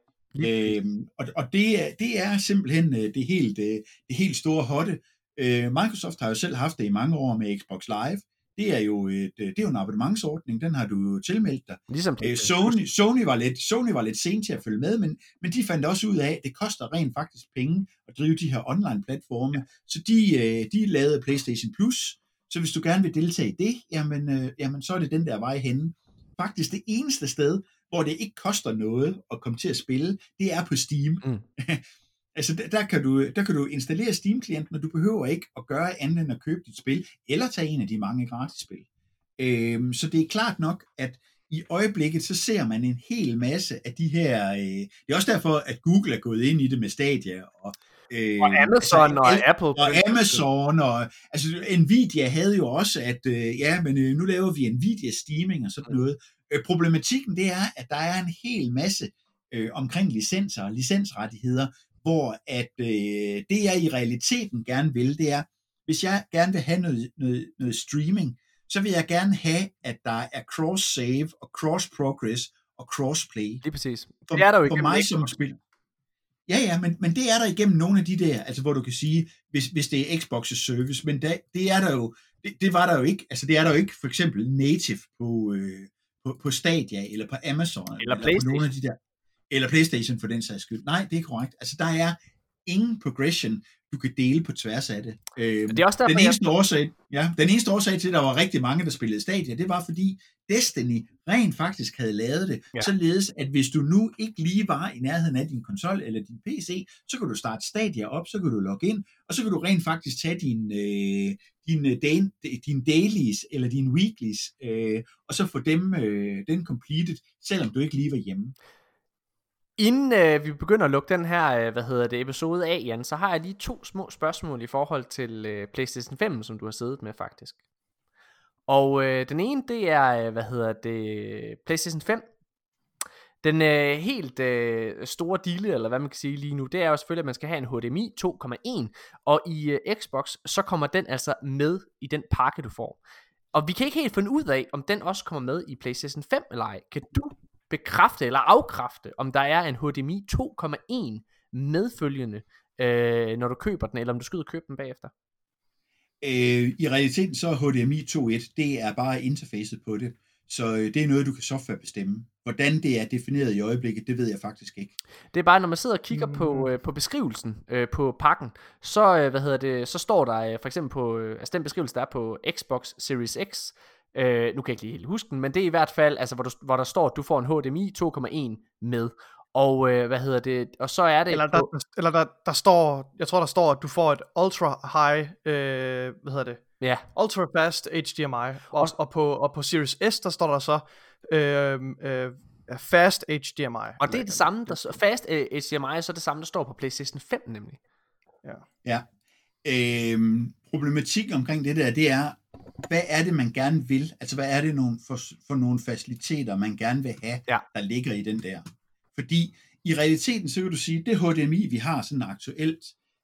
Og det er simpelthen det helt store hotte. Microsoft har jo selv haft det i mange år med Xbox Live. Det er jo en abonnementsordning, den har du jo tilmeldt dig. Ligesom Sony var lidt sent til at følge med, men de fandt også ud af, at det koster rent faktisk penge at drive de her online-platforme, så de lavede PlayStation Plus, så hvis du gerne vil deltage i det, jamen så er det den der vej henne. Faktisk det eneste sted, hvor det ikke koster noget at komme til at spille, det er på Steam. Altså der kan du installere Steam-klienten, og du behøver ikke at gøre andet end at købe dit spil, eller tage en af de mange gratis-spil. Så det er klart nok, at i øjeblikket, så ser man en hel masse af de her... det er også derfor, at Google er gået ind i det med Stadia, og Amazon og Apple. Og Amazon, og altså Nvidia havde jo også, at nu laver vi Nvidia-steaming og sådan noget. Problematikken, det er, at der er en hel masse omkring licenser og licensrettigheder, hvor at det jeg i realiteten gerne vil, det er, hvis jeg gerne vil have noget streaming, så vil jeg gerne have, at der er cross-save og cross-progress og cross-play. Det er præcis. Det er der jo ikke for mig som spil. Ja, men det er der igennem nogle af de der, altså hvor du kan sige, hvis det er Xbox's service, men det er der jo, det var der jo ikke, altså det er der jo ikke for eksempel native på Stadia, eller på Amazon, eller PlayStation. På nogle af de der, eller PlayStation for den sags skyld. Nej, det er korrekt. Altså der er ingen progression, du kan dele på tværs af det. Det er også derfor, den eneste årsag til, at der var rigtig mange, der spillede Stadia, det var fordi Destiny rent faktisk havde lavet det, således at hvis du nu ikke lige var i nærheden af din konsol eller din PC, så kan du starte Stadia op, så kan du logge ind, og så kan du rent faktisk tage din dailies eller din weeklies, og så få den completed, selvom du ikke lige var hjemme. Inden vi begynder at lukke den her, episode af, Jan, så har jeg lige 2 små spørgsmål i forhold til PlayStation 5, som du har siddet med faktisk. Og den ene, det er, PlayStation 5. Den helt store deal, eller hvad man kan sige lige nu, det er jo selvfølgelig, at man skal have en HDMI 2,1, og i Xbox, så kommer den altså med i den pakke, du får. Og vi kan ikke helt finde ud af, om den også kommer med i PlayStation 5 eller ej. Kan du bekræfte eller afkræfte, om der er en HDMI 2,1 medfølgende, når du køber den, eller om du skal ud og købe den bagefter? I realiteten så er HDMI 2.1, det er bare interfacet på det, så det er noget, du kan software bestemme. Hvordan det er defineret i øjeblikket, det ved jeg faktisk ikke. Det er bare, når man sidder og kigger på beskrivelsen på pakken, så, så står der for eksempel på, altså den beskrivelse, der er på Xbox Series X, nu kan jeg ikke lige helt huske den, men det er i hvert fald, altså hvor der står, at du får en HDMI 2,1 med. Og og så er det der står, jeg tror der står, at du får et ultra high, ultra fast HDMI, og på Series S der står der så fast HDMI. Og det er det samme, fast HDMI, så er det samme, der står på PlayStation 5 nemlig. Ja. Problematikken omkring det der, det er, hvad er det, man gerne vil? Altså, hvad er det for nogle faciliteter, man gerne vil have, der ligger i den der? Fordi i realiteten, så vil du sige, det HDMI, vi har sådan aktuelt,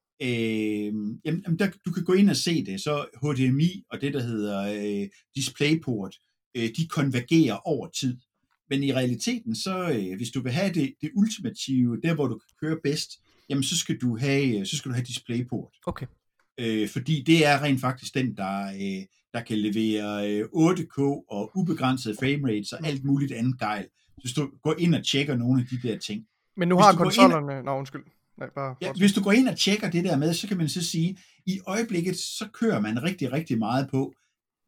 du kan gå ind og se det, så HDMI og det, der hedder DisplayPort, de konvergerer over tid. Men i realiteten, så hvis du vil have det ultimative, der hvor du kan køre bedst, jamen så skal du have DisplayPort. Okay. Fordi det er rent faktisk den, der kan levere 8K og ubegrænset framerates og alt muligt andet gejl. Hvis du går ind og tjekker nogle af de der ting. Men nu har konsollerne... Hvis du går ind og tjekker det der med, så kan man så sige, i øjeblikket, så kører man rigtig, rigtig meget på,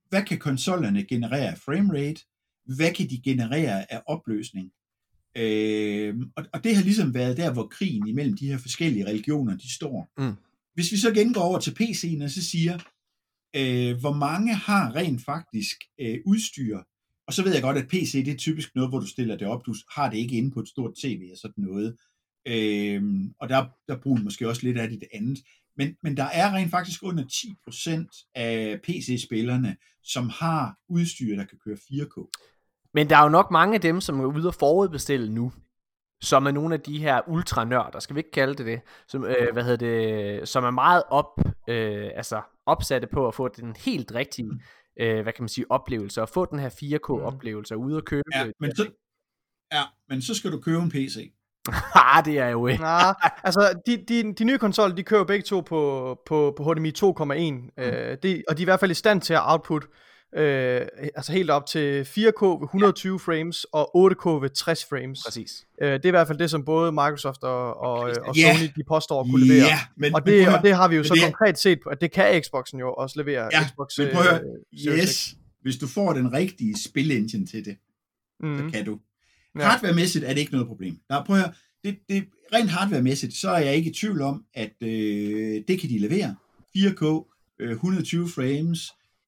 hvad kan konsollerne generere af framerate, hvad kan de generere af opløsning. Og det har ligesom været der, hvor krigen imellem de her forskellige religioner, de står. Hvis vi så igen går over til PC'en og så siger, hvor mange har rent faktisk udstyr, og så ved jeg godt, at PC det er typisk noget, hvor du stiller det op, du har det ikke inde på et stort tv og sådan noget, og der bruger måske også lidt af det andet, men der er rent faktisk under 10% af PC-spillerne, som har udstyr, der kan køre 4K. Men der er jo nok mange af dem, som er ude og forudbestille nu, som er nogle af de her ultranørder, skal vi ikke kalde det, som, som er meget opsatte på at få den helt rigtige, hvad kan man sige, oplevelse, og få den her 4K-oplevelse, ude og købe. Men så skal du købe en PC. Det er jo ikke. Altså, de nye konsoller, de kører begge to på HDMI 2,1, og de er i hvert fald i stand til at output altså helt op til 4K ved 120 frames og 8K ved 60 frames. Præcis. Det er i hvert fald det, som både Microsoft og Sony de påstår at kunne levere. Og det har vi jo så konkret set på, at det kan Xboxen jo også levere. Xbox, men prøv at høre. Hvis du får den rigtige spil-engine til det, så kan du. Hardware-mæssigt er det ikke noget problem. Prøv at høre. Det rent hardware-mæssigt, så er jeg ikke i tvivl om, at det kan de levere. 4K, 120 frames,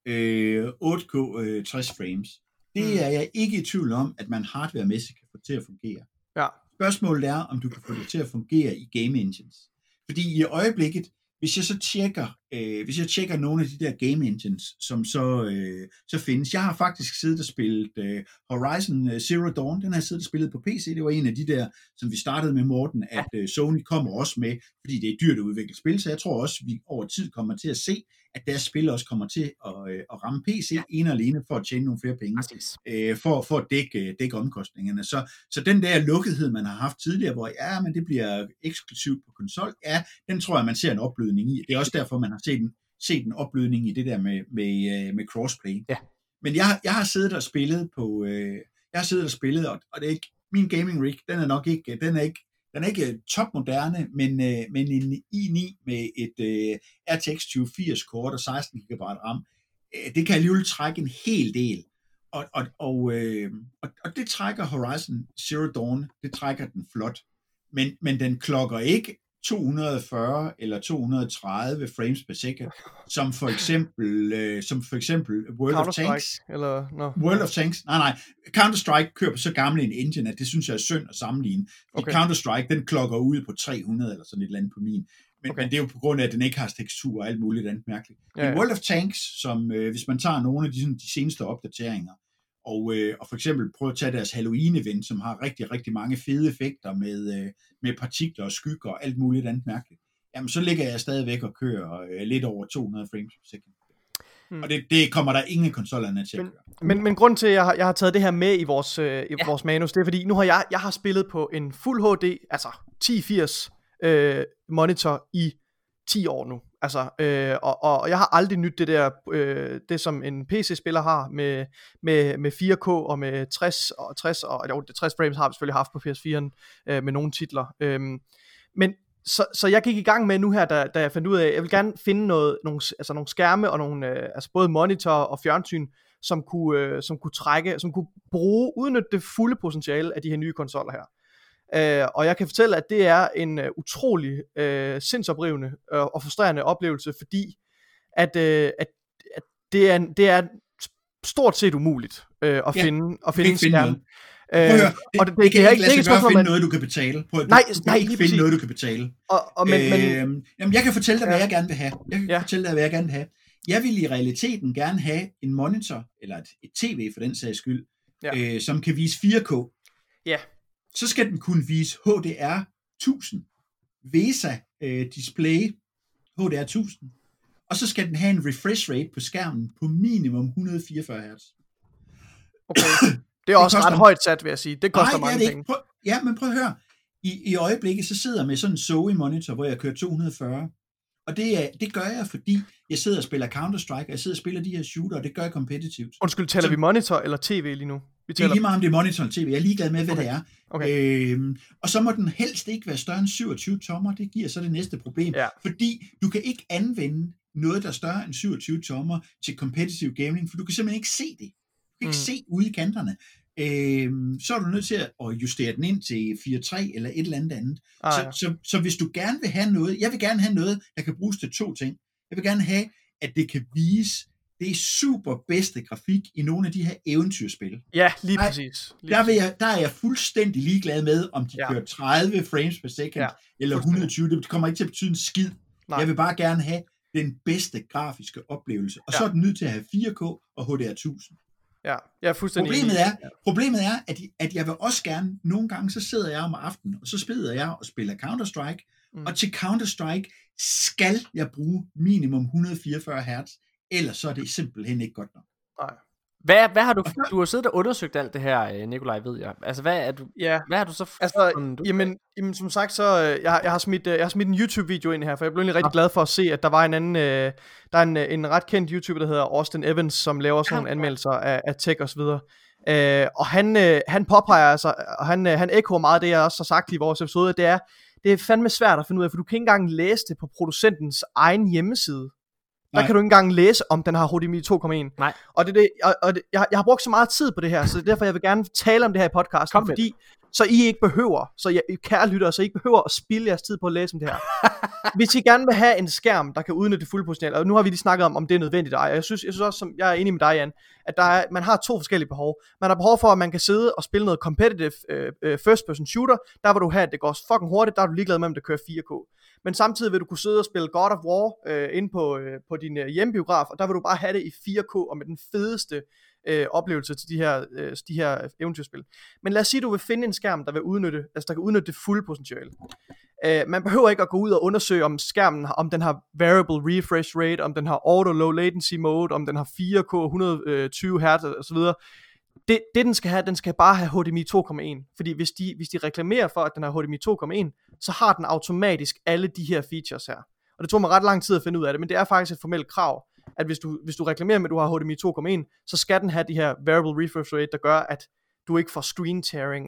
8K 60 frames. Det er jeg ikke i tvivl om, at man hardware-mæssigt kan få til at fungere. Spørgsmålet er, om du kan få det til at fungere i game engines. Fordi i øjeblikket, hvis jeg tjekker nogle af de der game engines, som så findes. Jeg har faktisk siddet og spillet Horizon Zero Dawn. Den har jeg siddet og spillet på PC. Det var en af de der, som vi startede med, Morten, at Sony kommer også med, fordi det er dyrt at udvikle spil. Så jeg tror også, vi over tid kommer til at se, at deres spil også kommer til at ramme PC ene og alene for at tjene nogle flere penge, for at dække omkostningerne. Så den der lukkethed, man har haft tidligere, hvor men det bliver eksklusivt på konsol, den tror jeg, man ser en opblødning i. Det er også derfor, man har set en opblødning i det der med crossplay. Ja. Men jeg har siddet og spillet på, og det er ikke, min gaming rig, den er ikke topmoderne, men en i9 med et RTX 2080 kort og 16 GB RAM, det kan alligevel trække en hel del. Og det trækker Horizon Zero Dawn, det trækker den flot. Men den klokker ikke 240 eller 230 frames per second, som for eksempel World of Tanks. World of Tanks. Nej. Counter-Strike kører på så gammel en engine, at det synes jeg er synd at sammenligne. Counter-Strike, den klokker ud på 300 eller sådan et eller andet på min. Men det er jo på grund af, at den ikke har tekstur og alt muligt andet mærkeligt. Men World of Tanks, som hvis man tager nogle af de seneste opdateringer, og for eksempel prøve at tage deres Halloween-event, som har rigtig, rigtig mange fede effekter med partikler og skygger og alt muligt andet mærkeligt, jamen så ligger jeg stadigvæk og kører lidt over 200 frames per second. Og det kommer der ingen konsollerne til at køre. Men grunden til, at jeg har taget det her med i vores manus, det er fordi, nu har jeg har spillet på en Full HD, altså 1080 monitor i 10 år nu. Altså, og jeg har aldrig nyt det der, det som en PC-spiller har med 4K og med 60 og 60 frames har vi selvfølgelig haft på PS4'en med nogle titler. Men så jeg gik i gang med nu her, da jeg fandt ud af, at jeg vil gerne finde nogle skærme og nogle, altså både monitor og fjernsyn, som kunne udnytte det fulde potentiale af de her nye konsoller her. Og jeg kan fortælle, at det er en utrolig sindsoprivende og frustrerende oplevelse, fordi at det er stort set umuligt at finde en skærm. Og det kan ikke lade sig gøre at finde noget, du kan betale. Nej, du kan ikke finde noget, du kan betale. Jamen, jeg kan fortælle dig, hvad jeg gerne vil have. Jeg vil i realiteten gerne have en monitor, eller et tv for den sags skyld, som kan vise 4K. Ja. Så skal den kunne vise HDR 1000, VESA display HDR 1000, og så skal den have en refresh rate på skærmen på minimum 144 Hz. Okay. Det er også ret højt sat, vil jeg sige. Det koster mange penge. Men prøv at høre. I øjeblikket, så sidder jeg med sådan en Zoe monitor, hvor jeg kører 240. Og det gør jeg, fordi jeg sidder og spiller Counter-Strike, og jeg sidder og spiller de her shooter, og det gør jeg kompetitivt. Undskyld, taler vi monitor eller tv lige nu? Det er lige meget om det er monitor eller tv. Jeg er ligeglad med, hvad det er. Okay. Og så må den helst ikke være større end 27 tommer. Det giver så det næste problem. Ja. Fordi du kan ikke anvende noget, der er større end 27 tommer til competitive gaming, for du kan simpelthen ikke se det. Du kan ikke se ude i kanterne. Så er du nødt til at justere den ind til 4.3 eller et eller andet. Så hvis du gerne vil have noget, jeg vil gerne have noget, der kan bruges til 2 ting. Jeg vil gerne have, at det kan vise det super bedste grafik i nogle af de her eventyrspil. Ja, lige præcis. Der er jeg fuldstændig ligeglad med, om de kører 30 frames per second, eller 120. Det kommer ikke til at betyde en skid. Nej. Jeg vil bare gerne have den bedste grafiske oplevelse. Og så er den nødt til at have 4K og HDR 1000. Ja, jeg er fuldstændig Problemet er, at jeg vil også gerne, nogle gange så sidder jeg om aftenen, og så spiller jeg og spiller Counter-Strike, og til Counter-Strike skal jeg bruge minimum 144 Hz, ellers så er det simpelthen ikke godt nok. Nej. Hvad har du har siddet og undersøgt alt det her, Nikolaj, ved jeg. Altså hvad har du så jamen som sagt så jeg har smidt en YouTube-video ind her, for jeg blev egentlig rigtig glad for at se, at der var en anden der er en ret kendt YouTuber, der hedder Austin Evans, som laver sådan nogle anmeldelser af tech og så videre. Og han påpeger altså, og han ekkoer meget af det, jeg også har sagt i vores episode, det er fandme svært at finde ud af, for du kan ikke engang læse det på producentens egen hjemmeside. Der kan du ikke engang læse, om den har HDMI 2.1. Nej. Og jeg har brugt så meget tid på det her, så det er derfor, jeg vil gerne tale om det her i podcasten, fordi så I ikke behøver, kære lyttere, så I ikke behøver at spilde jeres tid på at læse om det her. Hvis I gerne vil have en skærm, der kan udnytte det fulde potentiale, og nu har vi lige snakket om det er nødvendigt, og jeg synes også, som jeg er enig med dig, Jan, at man har 2 forskellige behov. Man har behov for, at man kan sidde og spille noget competitive first person shooter, der hvor du har, at det går fucking hurtigt, der er du ligeglad med, om det kører 4K. Men samtidig vil du kunne sidde og spille God of War inde på din hjemmebiograf, og der vil du bare have det i 4K og med den fedeste oplevelse til de her eventyrspil. Men lad os sige, at du vil finde en skærm, der kan udnytte det fulde potentiale. Man behøver ikke at gå ud og undersøge om skærmen, om den har variable refresh rate, om den har auto low latency mode, om den har 4K 120 Hz og så videre. Det den skal have, den skal bare have HDMI 2.1, fordi hvis de reklamerer for, at den har HDMI 2.1, så har den automatisk alle de her features her. Og det tog mig ret lang tid at finde ud af det, men det er faktisk et formelt krav, at hvis du reklamerer med, at du har HDMI 2.1, så skal den have de her variable refresh rate, der gør, at du ikke får screen tearing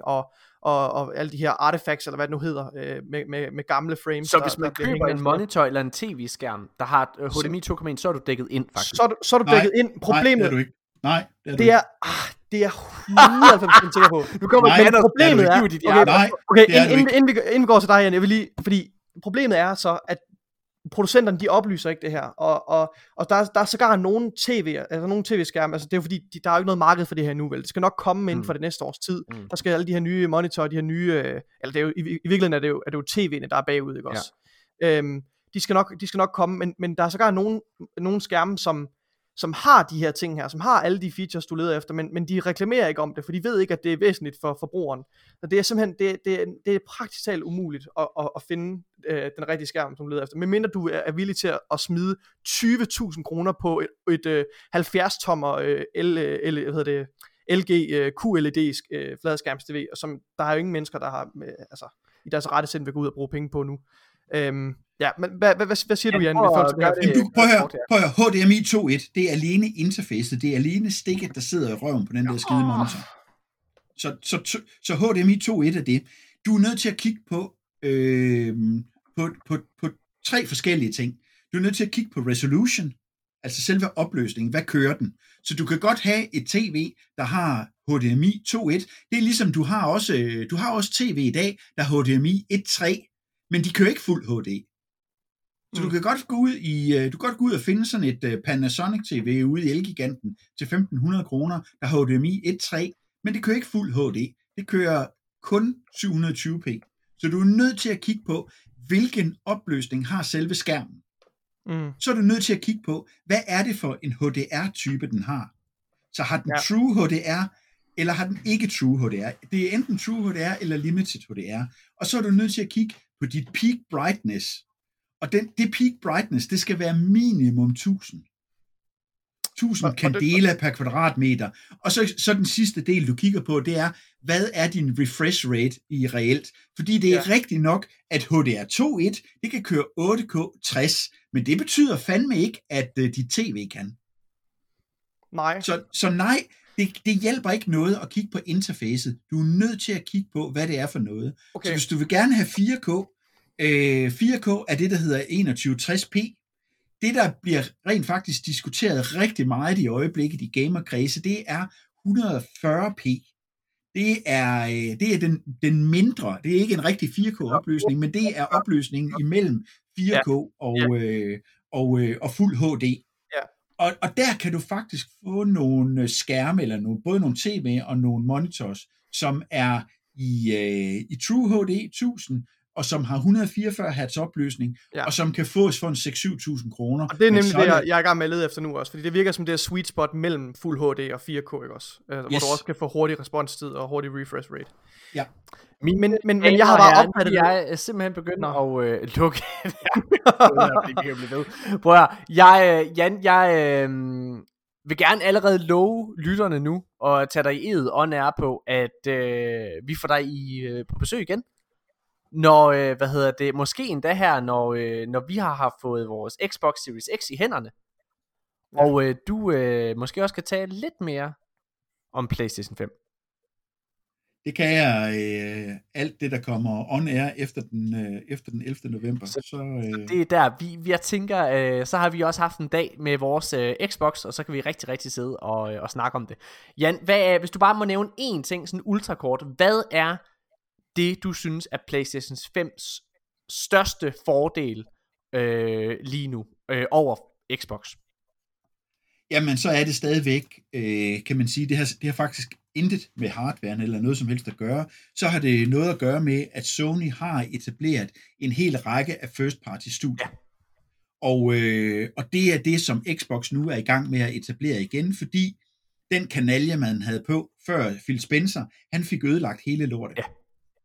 og alle de her artifacts, eller hvad det nu hedder, med gamle frames. Så hvis man køber en monitor eller en tv-skærm, der har HDMI 2.1, så er du dækket ind, faktisk. Så er du dækket ind. Problemet, det er du ikke. Nej, det er 190% sikker på. Du kommer med problemet er, okay, inden vi går til dig, Jan, jeg vil lige, fordi problemet er så, at producenterne, de oplyser ikke det her, og der er sågar nogle tv-skærme, altså det er jo fordi, der er jo ikke noget marked for det her nu, vel, det skal nok komme inden for det næste års tid, der skal alle de her nye monitorer, de her nye, eller det er jo, i virkeligheden er det jo tv'erne, der er bagud, ikke også? De skal nok komme, men der er sågar nogle skærme, som har de her ting her, som har alle de features, du leder efter, men de reklamerer ikke om det, for de ved ikke, at det er væsentligt for forbrugeren. Så det er simpelthen, det er praktisk talt umuligt at finde den rigtige skærm, som du leder efter, medmindre du er villig til at smide 20.000 kroner på et 70-tommer LG QLED fladskærms-TV, og som der er jo ingen mennesker, der har i deres rette sind vil gå ud og bruge penge på nu. Ja, men hvad siger du, Jan? Prøv at høre, HDMI 2.1, det er alene interfacet, det er alene stikket, der sidder i røven på den der skide monitor. Så HDMI 2.1 er det. Du er nødt til at kigge på 3 forskellige ting. Du er nødt til at kigge på resolution, altså selve opløsningen. Hvad kører den? Så du kan godt have et tv, der har HDMI 2.1. Det er ligesom, du har også tv i dag, der har HDMI 1.3, men de kører ikke fuld HD. Så du kan godt gå ud og finde sådan et Panasonic TV ude i Elgiganten til 1.500 kroner, der har HDMI 1.3, men det kører ikke fuld HD. Det kører kun 720p. Så du er nødt til at kigge på, hvilken opløsning har selve skærmen. Så er du nødt til at kigge på, hvad er det for en HDR-type, den har. Så har den True HDR, eller har den ikke True HDR. Det er enten True HDR eller Limited HDR. Og så er du nødt til at kigge på dit peak brightness. Og det peak brightness, det skal være minimum 1000 candela per kvadratmeter. Og så den sidste del, du kigger på, det er, hvad er din refresh rate i reelt? Fordi det er rigtigt nok, at HDR2.1, det kan køre 8K 60, men det betyder fandme ikke, at dit tv kan. Nej. Så nej, det hjælper ikke noget at kigge på interfacet. Du er nødt til at kigge på, hvad det er for noget. Okay. Så hvis du vil gerne have 4K, 4K er det, der hedder 2160p. det, der bliver rent faktisk diskuteret rigtig meget i øjeblikket i gamerkredse, det er 140p. Det er den mindre, det er ikke en rigtig 4K-opløsning, men det er opløsningen imellem 4K og fuld HD. Og der kan du faktisk få nogle skærme, eller både nogle tv og nogle monitors, som er i True HD 1000, og som har 144 Hz opløsning, og som kan fås for en 6-7.000 kroner. Og det er nemlig det, jeg er i gang med at lede efter nu også, fordi det virker som det her sweet spot mellem Full HD og 4K, ikke også? Hvor du også kan få hurtig responstid og hurtig refresh rate. Ja. Men jeg har bare opfattet det. Jeg er simpelthen begyndt at lukke. Prøv at jeg vil gerne allerede love lytterne nu, og tage dig i ed on air på, at vi får dig på besøg igen. Når, måske endda her, når vi har fået vores Xbox Series X i hænderne, og du måske også kan tale lidt mere om PlayStation 5. Det kan jeg, alt det, der kommer on air efter den 11. november. Så det er der, jeg tænker, så har vi også haft en dag med vores Xbox, og så kan vi rigtig, rigtig sidde og snakke om det. Jan, hvis du bare må nævne én ting, sådan ultrakort, hvad er det, du synes er PlayStation 5's største fordel lige nu over Xbox? Jamen, så er det stadigvæk, kan man sige, det har faktisk intet med hardwaren eller noget som helst at gøre. Så har det noget at gøre med, at Sony har etableret en hel række af first-party studier. Ja. Og det er det, som Xbox nu er i gang med at etablere igen, fordi den kanalje, man havde på før Phil Spencer, han fik ødelagt hele lortet. Ja.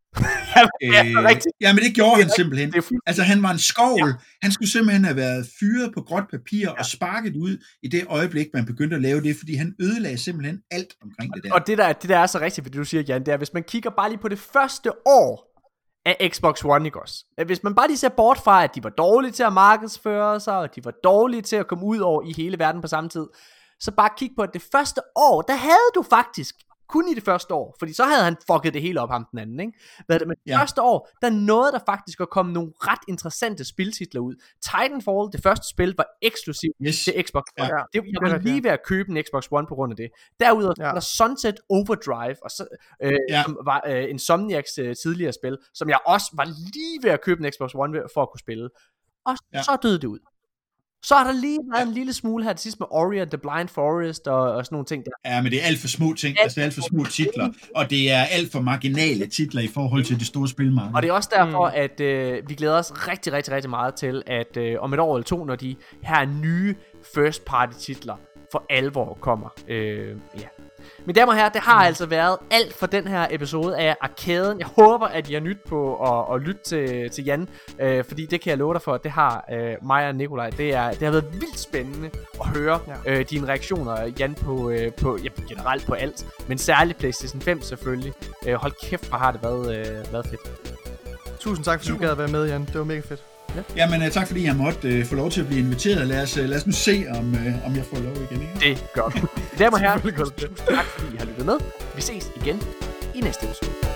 Jamen det gjorde han simpelthen. Altså han var en skovl. Han skulle simpelthen have været fyret på gråt papir og sparket ud i det øjeblik, man begyndte at lave det, fordi han ødelagde simpelthen alt omkring det der. Og det der er så rigtigt, hvad du siger, Jan, det er, hvis man kigger bare lige på det første år af Xbox One, ikke også? Hvis man bare lige ser bort fra, at de var dårlige til at markedsføre sig, og de var dårlige til at komme ud over i hele verden på samme tid, så bare kig på, at det første år, der havde du faktisk kun i det første år, fordi så havde han fucket det hele op, ham den anden, ikke? Men det første år, der nåede der faktisk at komme nogle ret interessante spiltitler ud. Titanfall, det første spil, var eksklusivt til Xbox One. Jeg var lige ved at købe en Xbox One på grund af det. Derudover var der Sunset Overdrive, og så, som var Insomniacs tidligere spil, som jeg også var lige ved at købe en Xbox One for at kunne spille. Og så døde det ud. Så har der lige været en lille smule her til sidst med Ori and the Blind Forest og sådan nogle ting der. Ja, men det er alt for små ting, altså alt for små titler, og det er alt for marginale titler i forhold til det store spilmarked. Og det er også derfor, at vi glæder os rigtig, rigtig, rigtig meget til, at om et år eller to, når de her nye first party titler for alvor kommer. Mine damer og herrer, det har altså været alt for den her episode af Arkaden. Jeg håber, at I har nyt på at lytte til Jan, fordi det kan jeg love dig for, at det har mig og Nikolaj. Det har været vildt spændende at høre dine reaktioner, Jan, på generelt på alt, men særligt PlayStation 5 selvfølgelig. Hold kæft, hvor har det været fedt. Tusind tak, fordi du gad at være med, Jan. Det var mega fedt. Ja. Jamen tak fordi jeg måtte få lov til at blive inviteret. Lad os nu se om jeg får lov igen, ikke? Det gør vi. Damer og herrer, tak fordi I har lyttet med. Vi ses igen i næste episode.